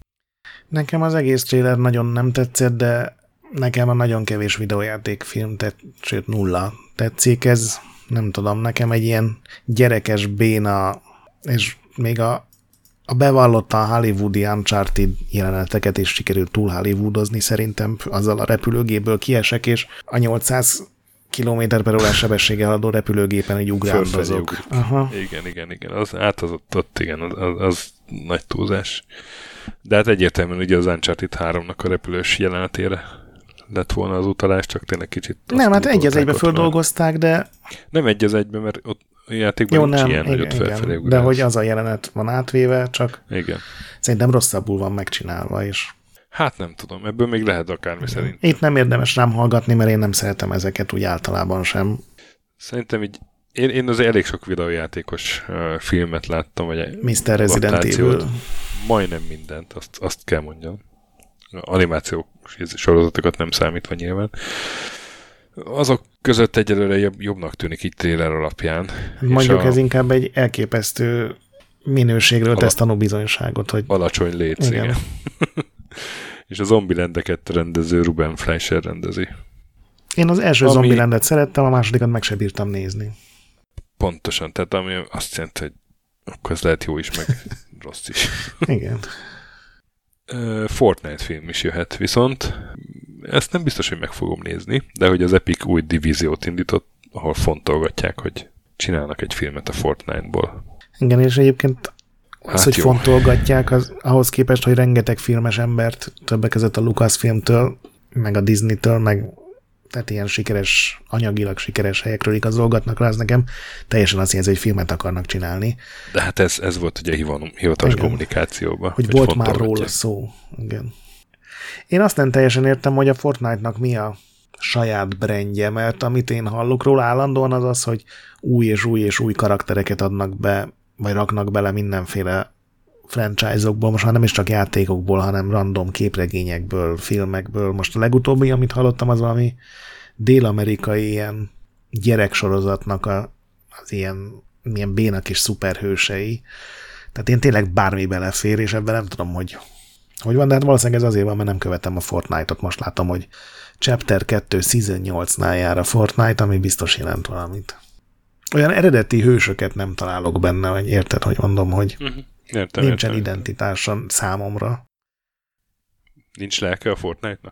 Nekem az egész trailer nagyon nem tetszett, de nekem a nagyon kevés videójátékfilm, tett, sőt nulla tetszik. Ez nem tudom, nekem egy ilyen gyerekes béna, és még a A bevallottan hollywoodi Uncharted jeleneteket is sikerült túl hollywoodozni, szerintem azzal a repülőgépből kiesek, és a nyolcszáz kilométer per órás sebességgel haladó repülőgépen így ugrándozok. Aha. Igen, igen, igen. Az, át az ott, ott igen, az, az, az nagy túlzás. De hát egyértelműen ugye az Uncharted háromnak a repülős jelenetére lett volna az utalás, csak tényleg kicsit... Nem, hát egy az egybe földolgozták, de... Nem egy az egybe, mert ott a játékban jó, nincs nem, ilyen, igen, hogy ott felfelé igen, de hogy az a jelenet van átvéve, csak igen. Szerintem rosszabbul van megcsinálva is. Hát nem tudom, ebből még lehet akármi igen. szerint. Itt nem érdemes rám hallgatni, mert én nem szeretem ezeket úgy általában sem. Szerintem így Én, én azért elég sok videójátékos uh, filmet láttam, vagy miszter Resident Evil. Majdnem mindent, azt, azt kell mondjam. Animációs sorozatokat nem számítva nyilván. Azok között egyelőre jobb, jobbnak tűnik így trailer alapján. Mondjuk a... ez inkább egy elképesztő minőségről Ala... tesz tanúbizonyságot, hogy... Alacsony léc, igen. igen. És a Zombielandeket rendező Ruben Fleischer rendezi. Én az első ami... Zombielandet szerettem, a másodikat meg se bírtam nézni. Pontosan, tehát ami azt jelenti, hogy akkor ez lehet jó is, meg rossz is. Igen. Fortnite film is jöhet viszont. Ezt nem biztos, hogy meg fogom nézni, de hogy az Epic új divíziót indított, ahol fontolgatják, hogy csinálnak egy filmet a Fortnite-ból. Igen, és egyébként az, hát hogy jó. fontolgatják, az, ahhoz képest, hogy rengeteg filmes embert, többek között a Lucasfilmtől, meg a Disney-től, meg tehát ilyen sikeres, anyagilag sikeres helyekről igazolgatnak rá, az nekem teljesen azt jelzi, hogy filmet akarnak csinálni. De hát ez, ez volt ugye hivatalos igen. kommunikációban. Hogy, hogy volt már róla szó. Igen. Én azt nem teljesen értem, hogy a Fortnite-nak mi a saját brandje, mert amit én hallok róla állandóan az az, hogy új és új és új karaktereket adnak be, vagy raknak bele mindenféle franchise-okból, most már nem is csak játékokból, hanem random képregényekből, filmekből. Most a legutóbbi, amit hallottam, az valami dél-amerikai ilyen gyereksorozatnak a, az ilyen, ilyen bénak és szuperhősei. Tehát én tényleg bármi belefér, és ebben nem tudom, hogy hogy van, de hát valószínűleg ez azért van, mert nem követem a Fortnite-ot. Most látom, hogy Chapter kettő Season nyolcnál jár a Fortnite, ami biztos jelent valamit. Olyan eredeti hősöket nem találok benne, hogy érted, hogy mondom, hogy uh-huh. Értem, nincsen értem. identitása számomra. Nincs lelke a Fortnite-nak?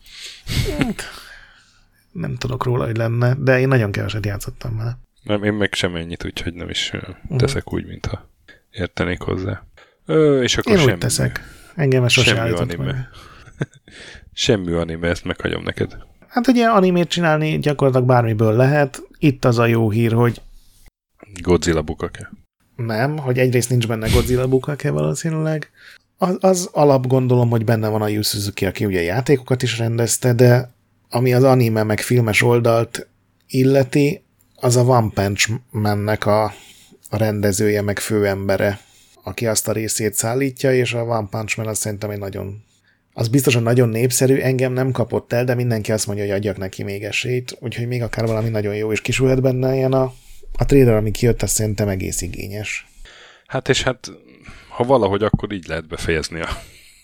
Nem tudok róla, hogy lenne, de én nagyon keveset játszottam vele. Nem, én meg sem ennyit, úgyhogy nem is uh, teszek uh-huh. úgy, mintha értenék hozzá. Ö, és akkor én semmi. úgy teszek. Engem ezt sose állított anime. Semmi anime, ezt meghagyom neked. Hát ugye animét csinálni gyakorlatilag bármiből lehet. Itt az a jó hír, hogy Godzilla Bukake. Nem, hogy egyrészt nincs benne Godzilla Bukake valószínűleg. Az, az alap gondolom, hogy benne van a Yu Suzuki, aki ugye játékokat is rendezte, de ami az anime meg filmes oldalt illeti, az a One Punch Man-nek a, a rendezője meg főembere, aki azt a részét szállítja, és a One Punch Man azt szerintem egy nagyon... Az biztosan nagyon népszerű, engem nem kapott el, de mindenki azt mondja, hogy adjak neki még esélyt, úgyhogy még akár valami nagyon jó is kisülhet benne, ilyen a, a trailer, ami kijött, azt szerintem egész igényes. Hát és hát, ha valahogy, akkor így lehet befejezni a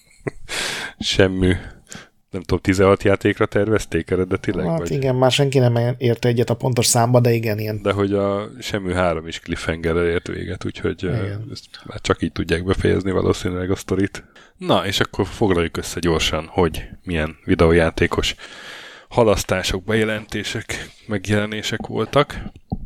semmi, nem tudom, tizenhat játékra tervezték eredetileg? Hát vagy? Igen, már senki nem érte egyet a pontos számba, de igen, ilyen. De hogy a semmi három is cliffhangerrel ért véget, úgyhogy ezt már csak így tudják befejezni valószínűleg a sztorit. Na, és akkor foglaljuk össze gyorsan, hogy milyen videójátékos halasztások, bejelentések, megjelenések voltak.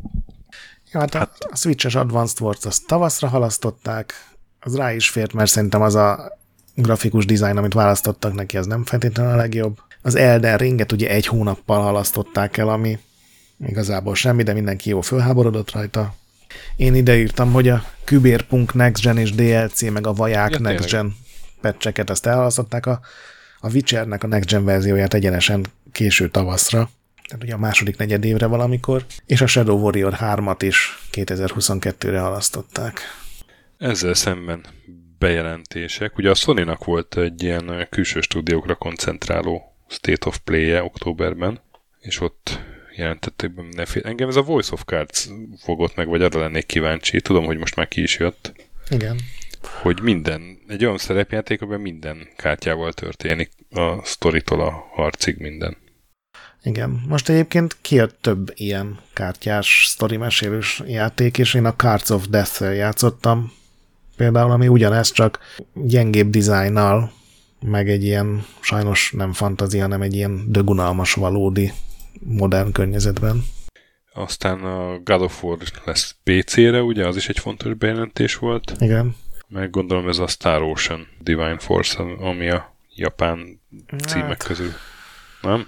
Ja, hát, hát a, a Switch-es Advanced Wars azt tavaszra halasztották, az rá is fért, mert szerintem az a grafikus dizájn, amit választottak neki, az nem feltétlenül a legjobb. Az Elden Ringet ugye egy hónappal halasztották el, ami igazából semmi, de mindenki jó fölháborodott rajta. Én ideírtam, hogy a Kübérpunk Next Gen és dé el cé, meg a Vaják ja, Next Gen patcheket azt elhalasztották, a, a Witchernek a Next Gen verzióját egyenesen késő tavaszra, tehát ugye a második negyedévre valamikor, és a Shadow Warrior hármat is kétezer-huszonkettőre halasztották. Ezzel szemben bejelentések. Ugye a Sony-nak volt egy ilyen külső stúdiókra koncentráló State of Play-je októberben, és ott jelentették be mindenféle. Engem ez a Voice of Cards fogott meg, vagy arra lennék kíváncsi. Tudom, hogy most már ki is jött. Igen. Hogy minden, egy olyan szerepjáték, amiben minden kártyával történik, a sztoritól a harcig minden. Igen. Most egyébként kijött több ilyen kártyás, sztorimesélős játék, és én a Cards of Death-tel játszottam. Például, ami ugyanez, csak gyengébb dizájnnal, meg egy ilyen, sajnos nem fantazia, hanem egy ilyen dögunalmas, valódi, modern környezetben. Aztán a God of War lesz pé cére, ugye, az is egy fontos bejelentés volt. Igen. Meg gondolom ez a Star Ocean Divine Force, ami a japán címek hát. közül. Nem?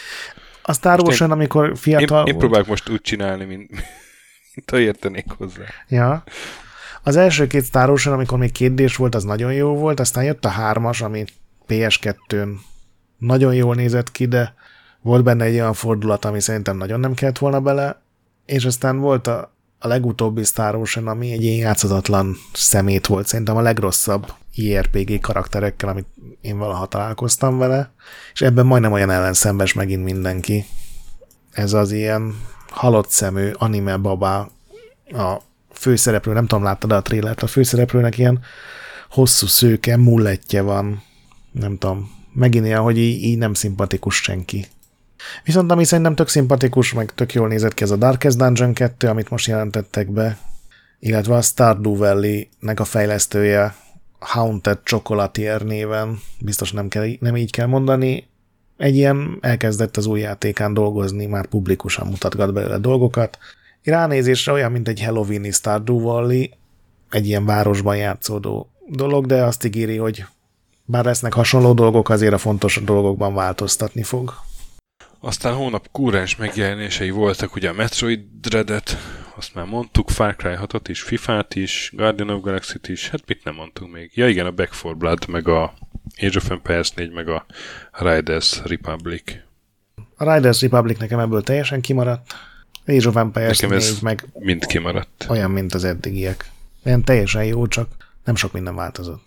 A Star most Ocean, én, amikor fiatal én, én próbálok most úgy csinálni, mint, mint ha értenék hozzá. Ja. Az első két Star Ocean, amikor még két dés volt, az nagyon jó volt, aztán jött a hármas, ami pé es kettőn nagyon jól nézett ki, de volt benne egy olyan fordulat, ami szerintem nagyon nem kellett volna bele, és aztán volt a a legutóbbi Star Ocean, ami egy ilyen játszhatatlan szemét volt, szerintem a legrosszabb i er pé gé karakterekkel, amit én valaha találkoztam vele, és ebben majdnem olyan ellenszembes megint mindenki. Ez az ilyen halott szemű anime babá, a főszereplő, nem tudom, láttad a trélert, a főszereplőnek ilyen hosszú szőke mullettje van, nem tudom, megint ilyen, hogy így, így nem szimpatikus senki. Viszont ami szerintem tök szimpatikus, meg tök jól nézett ki ez a Darkest Dungeon kettő, amit most jelentettek be, illetve a Stardew Valley-nek a fejlesztője Haunted Chocolatier néven, biztos nem, kell, nem így kell mondani, egy ilyen elkezdett az új játékán dolgozni, már publikusan mutatgat belőle dolgokat. Ránézésre olyan, mint egy Halloween-i Stardew Valley, egy ilyen városban játszódó dolog, de azt ígéri, hogy bár lesznek hasonló dolgok, azért a fontos dolgokban változtatni fog. Aztán hónap kúrens megjelenései voltak, ugye a Metroid Dreadet, azt már mondtuk, Far Cry hatot is, fifát is, Guardian of Galaxy-t is, hát mit nem mondtunk még? Ja igen, a Back four Blood, meg a Age of Empires négy, meg a Riders Republic. A Riders Republic nekem ebből teljesen kimaradt, Age of Empires nekem négy, meg mind kimaradt. Olyan, mint az eddigiek. Ilyen teljesen jó, csak nem sok minden változott.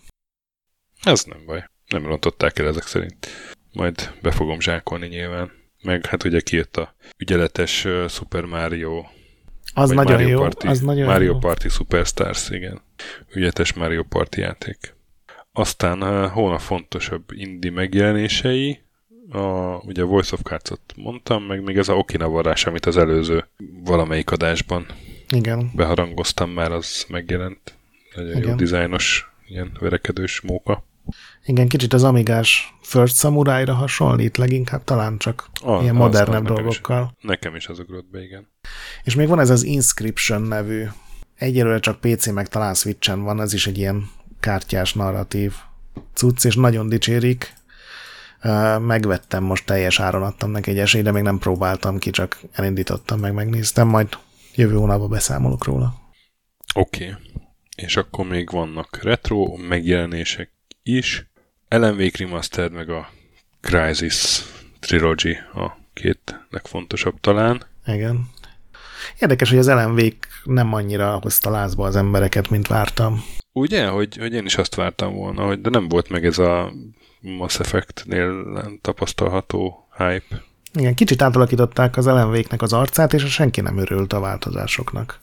Ez nem baj. Nem rontották el ezek szerint. Majd be fogom zsákolni nyilván. Meg hát ugye kijött a ügyeletes uh, Super Mario. Az nagyon Mario jó. Party, az nagyon Mario jó. Party Superstars, igen. Ügyeletes Mario Party játék. Aztán uh, hónap fontosabb indie megjelenései. A, ugye a Voice of Cards-ot mondtam, meg még ez a Okinawa varázs, amit az előző valamelyik adásban igen. beharangoztam már, az megjelent. Nagyon igen. jó dizájnos, ilyen verekedős móka. Igen, kicsit az Amigás First Samurai-ra hasonlít, leginkább talán csak ah, ilyen modernebb nekem dolgokkal. Is, nekem is az ugrott be, igen. És még van ez az Inscription nevű, egyelőre csak pé cé meg talán Switchen van, ez is egy ilyen kártyás narratív cucc, és nagyon dicsérik. Megvettem, most teljes áron adtam neki egy esélyt, de még nem próbáltam ki, csak elindítottam, meg megnéztem, majd jövő hónapban beszámolok róla. Oké. Okay. És akkor még vannak retro megjelenések is. Alan Wake Remastered meg a Crysis Trilogy a két legfontosabb talán. Igen. Érdekes, hogy az Alan Wake nem annyira hozta lázba az embereket, mint vártam. Ugye? Hogy, hogy én is azt vártam volna, hogy de nem volt meg ez a Mass Effect-nél tapasztalható hype. Igen, kicsit átalakították az Alan Wake-nek az arcát, és senki nem örült a változásoknak.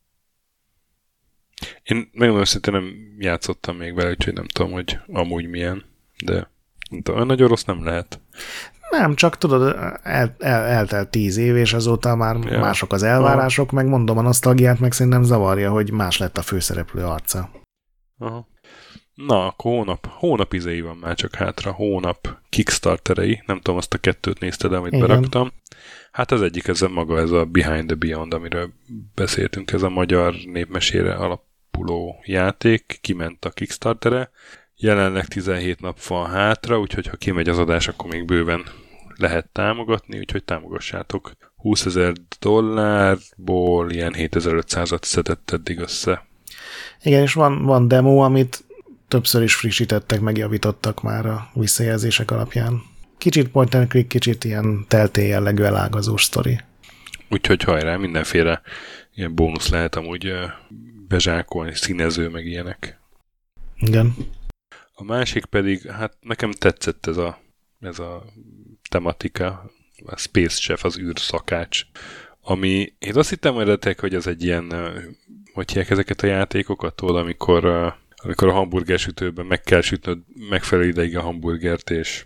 Én megmondom, szintén nem játszottam még vele, úgyhogy nem tudom, hogy amúgy milyen, de olyan nagyon rossz nem lehet. Nem, csak tudod, el, el, eltelt tíz év, és azóta már ja. mások az elvárások, Aha. meg mondom, a nosztalgiát meg szerintem zavarja, hogy más lett a főszereplő arca. Aha. Na, akkor hónap, hónap izei van már csak hátra, hónap Kickstarterei, nem tudom, azt a kettőt nézted, amit Igen. beraktam. Hát az egyik ez a maga, ez a Behind the Beyond, amiről beszéltünk, ez a magyar népmesére alapuló játék, kiment a Kickstartere. Jelenleg tizenhét nap van hátra, úgyhogy ha kimegy az adás, akkor még bőven lehet támogatni, úgyhogy támogassátok. húszezer dollárból ilyen hétezer-ötszázat szedett eddig össze. Igen, és van, van demo, amit többször is frissítettek, megjavítottak már a visszajelzések alapján. Kicsit point and click, kicsit ilyen teltél jellegű elágazós sztori. Úgyhogy hajrá, mindenféle ilyen bónusz lehet amúgy bezsákolni, színező, meg ilyenek. Igen. A másik pedig, hát nekem tetszett ez a, ez a tematika, a Space Chef, az űrszakács, ami, én azt hittem eredetileg, hogy ez egy ilyen, hogy hívják ezeket a játékokat, tudod, amikor, amikor a hamburgersütőben meg kell sütnöd megfelelő ideig a hamburgert, és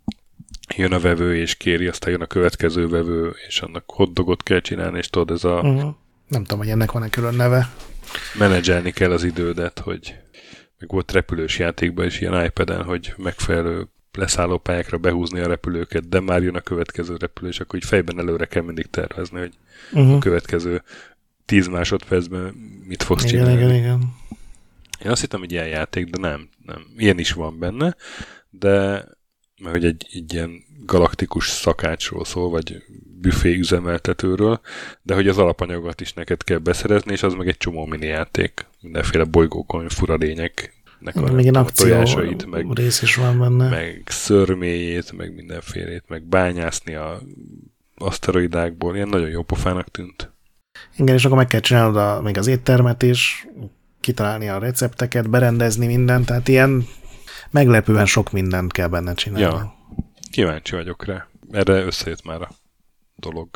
jön a vevő, és kéri, aztán jön a következő vevő, és annak hotdogot kell csinálni, és tudod, ez a... Uh-huh. Nem tudom, hogy ennek van-e külön neve. Menedzselni kell az idődet, hogy meg volt repülős játékban is ilyen iPad-en, hogy megfelelő leszállópályákra behúzni a repülőket, de már jön a következő repülő, és akkor így fejben előre kell mindig tervezni, hogy uh-huh. a következő tíz másodpercben mit fogsz igen, csinálni. Igen, igen. Én azt hittem, hogy ilyen játék, de nem, nem. Ilyen is van benne, de mert hogy egy, egy ilyen galaktikus szakácsról szól, vagy büfé üzemeltetőről, de hogy az alapanyagot is neked kell beszerezni, és az meg egy csomó mini játék. Mindenféle bolygókon, fura lényeknek a, még a tojásait, meg, rész is van benne. meg szörméjét, meg mindenfélét, meg bányászni a aszteroidákból. Ilyen nagyon jó pofának tűnt. Igen, és akkor meg kell csinálnod a, még az éttermet is, kitalálni a recepteket, berendezni mindent, tehát ilyen meglepően sok mindent kell benne csinálni. Ja, kíváncsi vagyok rá. Erre összejött már a dolog.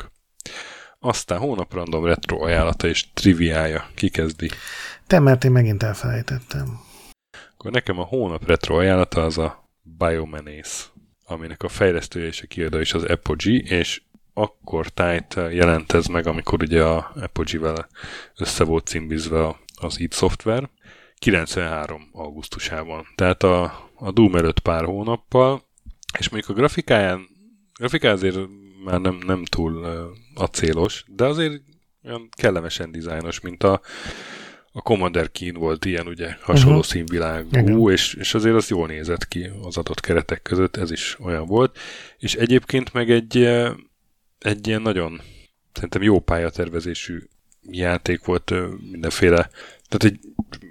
Aztán hónap random retro ajánlata és triviája. Ki kezdi? Te, mert én megint elfelejtettem. Akkor nekem a hónap retro ajánlata az a Biomenace, aminek a fejlesztője és a kiadó is az Apogee, és akkor tájt jelent ez meg, amikor ugye a Apogee-vel össze volt címbizve az id Software, kilencvenhárom augusztusában. Tehát a, a Doom előtt pár hónappal, és mondjuk a grafikáján, grafikája azért már nem, nem túl uh, acélos, de azért olyan kellemesen dizájnos, mint a, a Commander Keen volt ilyen, ugye, hasonló uh-huh. színvilágú, és, és azért az jól nézett ki az adott keretek között, ez is olyan volt. És egyébként meg egy, egy ilyen nagyon, szerintem jó pályatervezésű játék volt, mindenféle, tehát egy,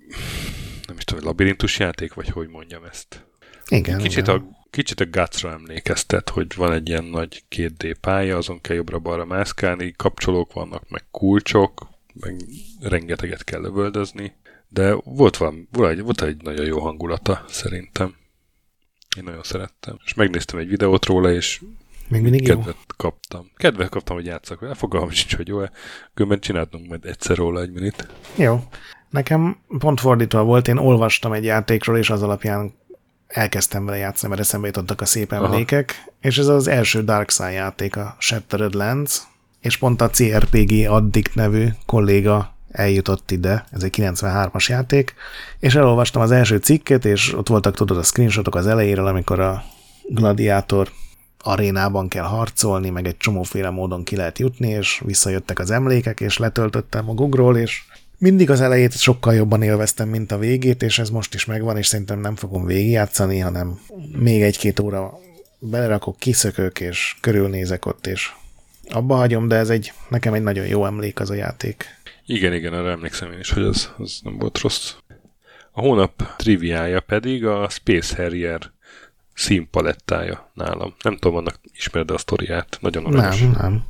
nem is tudom, labirintus játék, vagy hogy mondjam ezt. Igen, kicsit, igen. A, kicsit a Guts-ra emlékeztet, hogy van egy ilyen nagy két dé pálya, azon kell jobbra-balra mászkálni, kapcsolók vannak, meg kulcsok, meg rengeteget kell lövöldözni, de volt, van, volt, egy, volt egy nagyon jó hangulata, szerintem. Én nagyon szerettem. És megnéztem egy videót róla, és még mindig kedvet jó. kaptam. Kedvet kaptam, hogy játszak vele. Fogalmam sincs, hogy jó-e. Különben csináltunk majd egyszer róla egy minit. Jó. Nekem pont fordítva volt, én olvastam egy játékról, és az alapján elkezdtem vele játszani, mert eszembe jutottak a szép emlékek, aha. És ez az első Darkside játék, a Shattered Lands, és pont a cé er pé gé Addict nevű kolléga eljutott ide, ez egy kilencvenhármas játék, és elolvastam az első cikket, és ott voltak, tudod, a screenshotok az elejéről, amikor a gladiátor arénában kell harcolni, meg egy csomóféle módon ki lehet jutni, és visszajöttek az emlékek, és letöltöttem a Google-ról, és mindig az elejét sokkal jobban élveztem, mint a végét, és ez most is megvan, és szerintem nem fogom végigjátszani, hanem még egy-két óra belerakok, kiszökök, és körülnézek ott, és abba hagyom, de ez egy, nekem egy nagyon jó emlék az a játék. Igen, igen, arra emlékszem én is, hogy az, az nem volt rossz. A hónap triviája pedig a Space Harrier színpalettája nálam. Nem tudom, annak ismered a sztoriát. Nagyon aranyos. Nem, nem.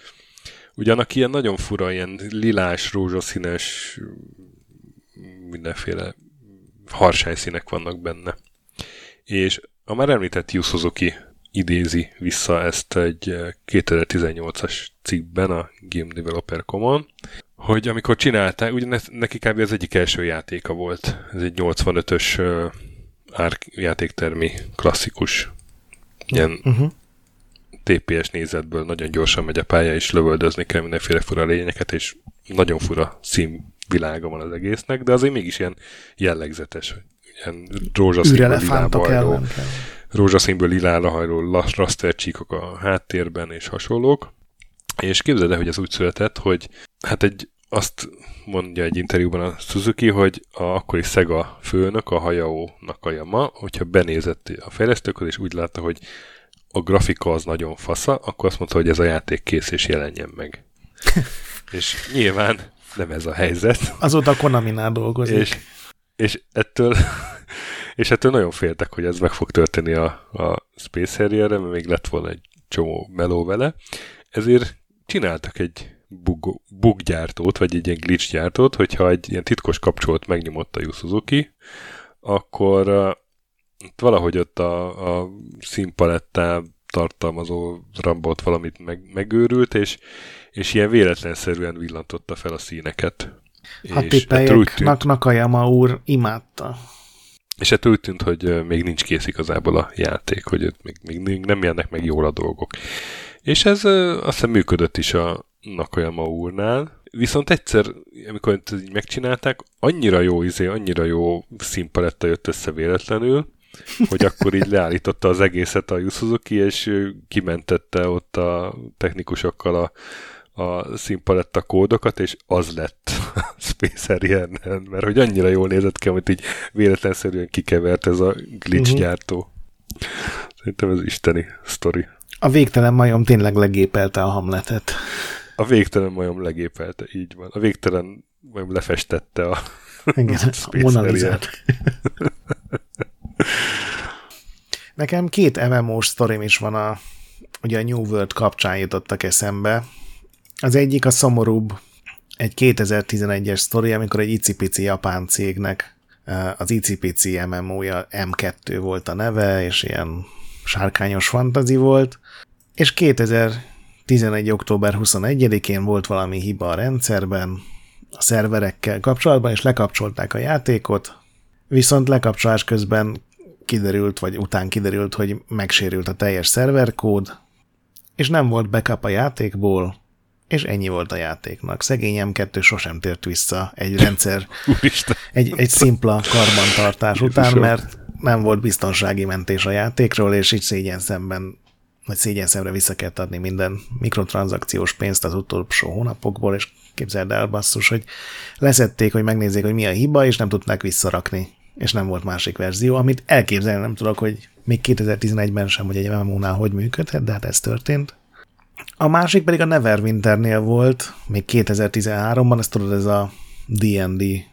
Ugyanak ilyen nagyon fura, ilyen lilás, rózsaszínes, mindenféle harsályszínek vannak benne. És a már említett Yu Suzuki idézi vissza ezt egy kétezer-tizennyolcas cikkben a Game Developer Common, hogy amikor csinálták, ugye neki kb. Az egyik első játéka volt. Ez egy nyolcvanötös uh, árk játéktermi klasszikus ilyen uh-huh. té pé es nézetből nagyon gyorsan megy a pálya, és lövöldözni kell mindenféle fura lényeket, és nagyon fura színvilága van az egésznek, de azért mégis ilyen jellegzetes, ilyen rózsaszínből lilába hajló, rózsaszínből lilára hajló rastercsíkok a háttérben, és hasonlók. És képzeld el, hogy ez úgy született, hogy hát egy, azt mondja egy interjúban a Suzuki, hogy a akkori Sega főnök, a Hayao Nakayama, hogyha benézett a fejlesztőkhoz, és úgy látta, hogy a grafika az nagyon fasza, akkor azt mondta, hogy ez a játék kész, és jelenjen meg. És nyilván nem ez a helyzet. Azóta a Konami-nál dolgozik. És, és, ettől, és ettől nagyon féltek, hogy ez meg fog történni a, a Space Harrier-re, mert még lett volna egy csomó meló vele. Ezért csináltak egy bug, buggyártót, vagy egy ilyen glitch gyártót, hogyha egy ilyen titkos kapcsolót megnyomott a Yu Suzuki, akkor uh, valahogy ott a, a színpalettán tartalmazó rambot valamit meg, megőrült, és, és ilyen véletlenszerűen villantotta fel a színeket. Hát tippeljek, Nak- Nakayama úr imádta. És ettől úgy tűnt, hogy még nincs kész igazából a játék, hogy még, még nem jönnek meg jól a dolgok. És ez azt hiszem működött is a Nakayama úrnál. Viszont egyszer, amikor így megcsinálták, annyira jó izé, annyira jó színpaletta jött össze véletlenül, hogy akkor így leállította az egészet a Yu Suzuki, és kimentette ott a technikusokkal a, a színpaletta kódokat, és az lett a Space Harrier-nen, mert hogy annyira jól nézett ki, amit így véletlenszerűen kikevert ez a glitch uh-huh. gyártó. Szerintem ez isteni sztori. A végtelen majom tényleg legépelte a Hamletet. A végtelen majom legépelte, így van. A végtelen majom lefestette a, igen, a Mona Lisát. Nekem két em em ó-s sztorim is van, a, ugye a New World kapcsán jutottak eszembe. Az egyik a szomorúbb, egy kétezer-tizenegyes sztori, amikor egy icipici japán cégnek az icipici em em o-ja em kettő volt a neve, és ilyen sárkányos fantazi volt, és kétezer-tizenegy. október huszonegyedikén volt valami hiba a rendszerben, a szerverekkel kapcsolatban, és lekapcsolták a játékot, viszont lekapcsolás közben kiderült, vagy után kiderült, hogy megsérült a teljes szerverkód, és nem volt backup a játékból, és ennyi volt a játéknak. Szegény em kettő sosem tért vissza egy rendszer, egy, egy szimpla karbantartás után, mert nem volt biztonsági mentés a játékról, és így szégyen szemben, vagy szégyen szemre vissza kellett adni minden mikrotranszakciós pénzt az utolsó hónapokból, és képzeld el, basszus, hogy leszették, hogy megnézzék, hogy mi a hiba, és nem tudták visszarakni, és nem volt másik verzió, amit elképzelni nem tudok, hogy még kétezer-tizenegyben sem, hogy egy em em o-nál hogy működhet, de hát ez történt. A másik pedig a Neverwinternél volt, még kétezer-tizenháromban, ezt tudod, ez a dé end dé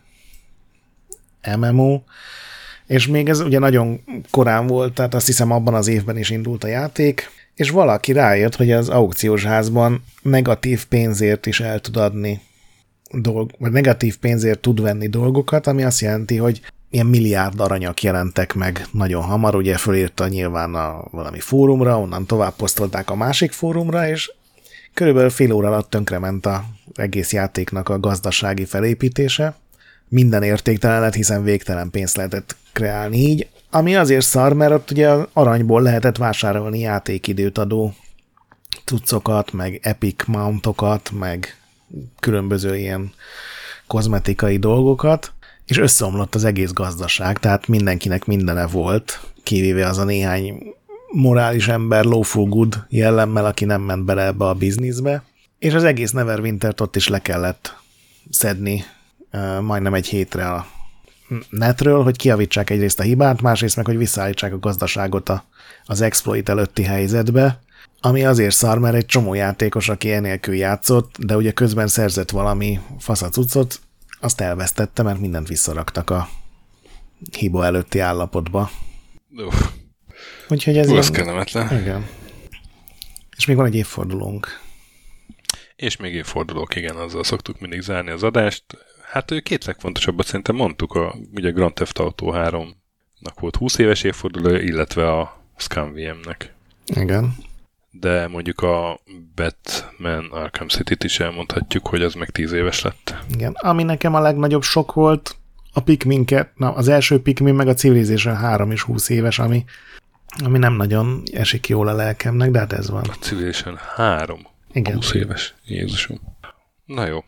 em em o, és még ez ugye nagyon korán volt, tehát azt hiszem abban az évben is indult a játék, és valaki rájött, hogy az aukciós házban negatív pénzért is el tud adni dolg, vagy negatív pénzért tud venni dolgokat, ami azt jelenti, hogy ilyen milliárd aranyak jelentek meg nagyon hamar, ugye fölírta nyilván a valami fórumra, onnan tovább posztolták a másik fórumra, és körülbelül fél óra alatt tönkrement az egész játéknak a gazdasági felépítése. Minden értéktelen lett, hiszen végtelen pénzt lehetett kreálni így, ami azért szar, mert ott ugye aranyból lehetett vásárolni játékidőt adó cuccokat, meg epic mountokat, meg különböző ilyen kozmetikai dolgokat, és összeomlott az egész gazdaság, tehát mindenkinek mindene volt, kivéve az a néhány morális ember lawful good jellemmel, aki nem ment bele ebbe a bizniszbe, és az egész Neverwintert ott is le kellett szedni uh, majdnem egy hétre a netről, hogy kijavítsák egyrészt a hibát, másrészt meg, hogy visszaállítsák a gazdaságot a, az exploit előtti helyzetbe, ami azért szar, mert egy csomó játékos, aki enélkül játszott, de ugye közben szerzett valami faszacuccot, azt elvesztette, mert mindent visszaraktak a hiba előtti állapotba. Uff. Úgyhogy ez... Uff, kellemetlen. Igen. És még van egy évfordulónk. És még évfordulók, igen, azzal szoktuk mindig zárni az adást. Hát két legfontosabbat szerintem mondtuk, a, ugye Grand Theft Auto háromnak volt húsz éves évfordulója, illetve a Scum vé em-nek. Igen. De mondjuk a Batman Arkham City-t is elmondhatjuk, hogy az meg tíz éves lett. Igen, ami nekem a legnagyobb sok volt, a Pikmin, na, az első Pikmin meg a Civilization három is húsz éves, ami, ami nem nagyon esik jól a lelkemnek, de hát ez van. A Civilization három Igen. húsz éves. Jézusom. Na jó.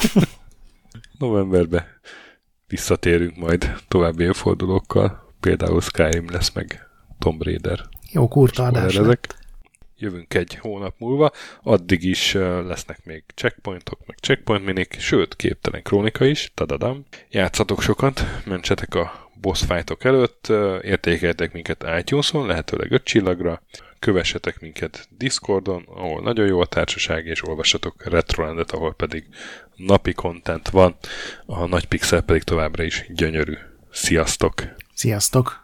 Novemberben visszatérünk majd további évfordulókkal. Például Skyrim lesz, meg Tomb Raider. Jó kurta adás. Ezek. Jövünk egy hónap múlva, addig is lesznek még checkpointok, meg checkpoint minik, sőt, képtelen krónika is, tadadam. Játszatok sokat, mentsetek a boss fightok előtt, értékeljetek minket iTunes-on, lehetőleg öt csillagra, kövessetek minket Discordon, ahol nagyon jó a társaság, és olvassatok Retrolandet, ahol pedig napi content van, a Nagy Pixel pedig továbbra is gyönyörű. Sziasztok! Sziasztok!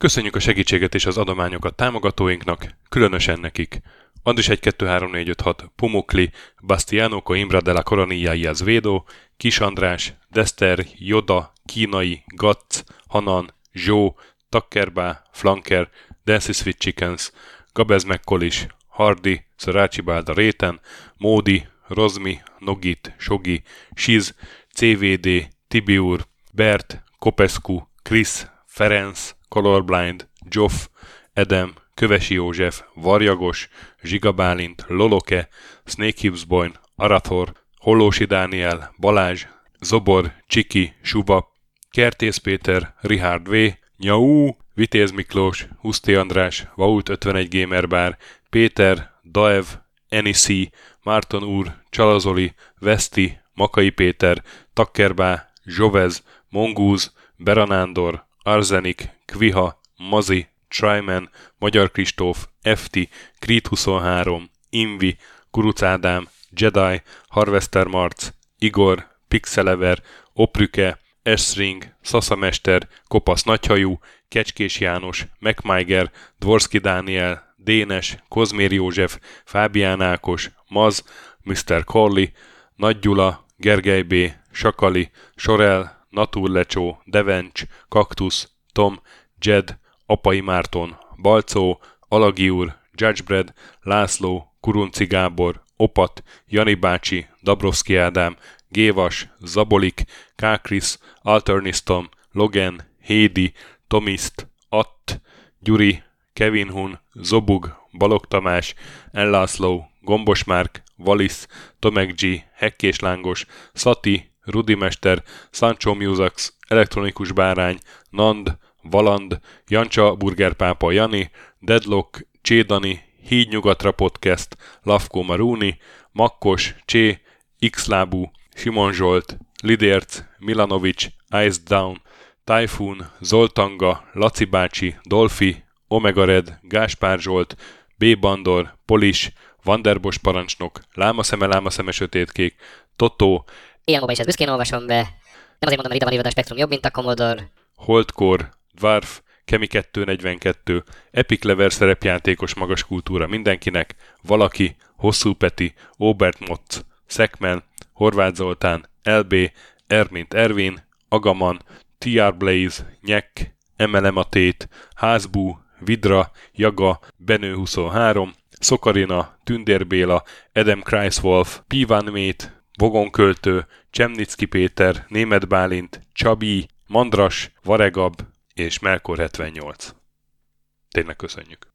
Köszönjük a segítséget és az adományokat támogatóinknak, különösen nekik. Andris egy kettő három négy öt hat, Pumukli, Bastiano Coimbra de la Coronilla y Azvedo, Kis András, Dester, Joda, Kínai, Gatz, Hanan, Zsó, Takkerbá, Flanker, Dancy Sweet Chickens, Gabez Mekkolis, Hardy, Szarácsi Bálda Réten, Módi, Rozmi, Nogit, Sogi, Siz, cé vé dé, Tibiur, Bert, Kopescu, Krisz, Ferenc, Colorblind, Zsoff, Edem, Kövesi József, Varjagos, Zsiga Bálint, Loloke, Snake Hibsboyn, Arathor, Hollósi Dániel, Balázs, Zobor, Csiki, Suba, Kertész Péter, Richard V, Nyau, Vitéz Miklós, Huszti András, Vaut ötvenegy Gamerbar, Péter, Daev, Enisi, Márton úr, Csalazoli, Veszti, Makai Péter, Takkerbá, Zsovez, Mongúz, Beranándor, Arzenik, Kviha, Mazi, Tryman, Magyar Kristóf, ef té, Creed huszonhárom, Invi, Kuruc Ádám, Jedi, Harvester Marc, Igor, Pixelever, Oprüke, Esring, Szaszamester, Kopasz Nagyhajú, Kecskés János, MacMiger, Dvorski Dániel, Dénes, Kozmér József, Fábián Ákos, Maz, miszter Corley, Nagy Gyula, Gergely B., Sakali, Sorel, Naturlecsó, Devencs, Kaktusz, Tom, Jed, Apai Márton, Balcó, Alagi úr, Judgebred, László, Kurunci Gábor, Opat, Jani bácsi, Dabrowski Ádám, Gévas, Zabolik, Kákris, Alternisztom, Logan, Hédi, Tomiszt, Att, Gyuri, Kevin Hun, Zobug, Balog Tamás, Ellászló, Gombos Márk, Valisz, Tomek G, Hekkés Lángos, Szati, Rudimester, Sancho Musax, Elektronikus Bárány, Nand, Valand, Jancsa Burgerpápa Jani, Deadlock, Csédani, Híd Nyugatra Podcast, Lavko Maruni, Makkos, Csé, Xlábú, Simon Zsolt, Lidérc, Milanovic, Ice Down, Typhoon, Zoltanga, Laci bácsi, Dolfi, Omega Red, Gáspár Zsolt, B. Bandor, Polis, Vanderbos parancsnok, Lámaszeme, Lámaszeme sötétkék, Totó, ilyen móban is ezt büszkén olvasom be. Nem azért mondom, mert ide van írva a Spektrum jobb, mint a Commodore. Holdcore, Dwarf, Kemi kettő negyvenkettő, Epic Lever szerepjátékos magas kultúra mindenkinek, Valaki, Hosszú Peti, Obert Motz, Szekmen, Horváth Zoltán, el bé, R mint Ervin, Agaman, té er Blaze, Nyek, em el em a Tét, Házbú, Vidra, Jaga, Benő huszonhárom, Szokarina, Tündér Béla, Adam Kreiswolf, Píván Mét, Vogonköltő, Csemnicki Péter, Németh Bálint, Csabi, Mandras, Varegab és Melkor hetvennyolc. Tényleg köszönjük!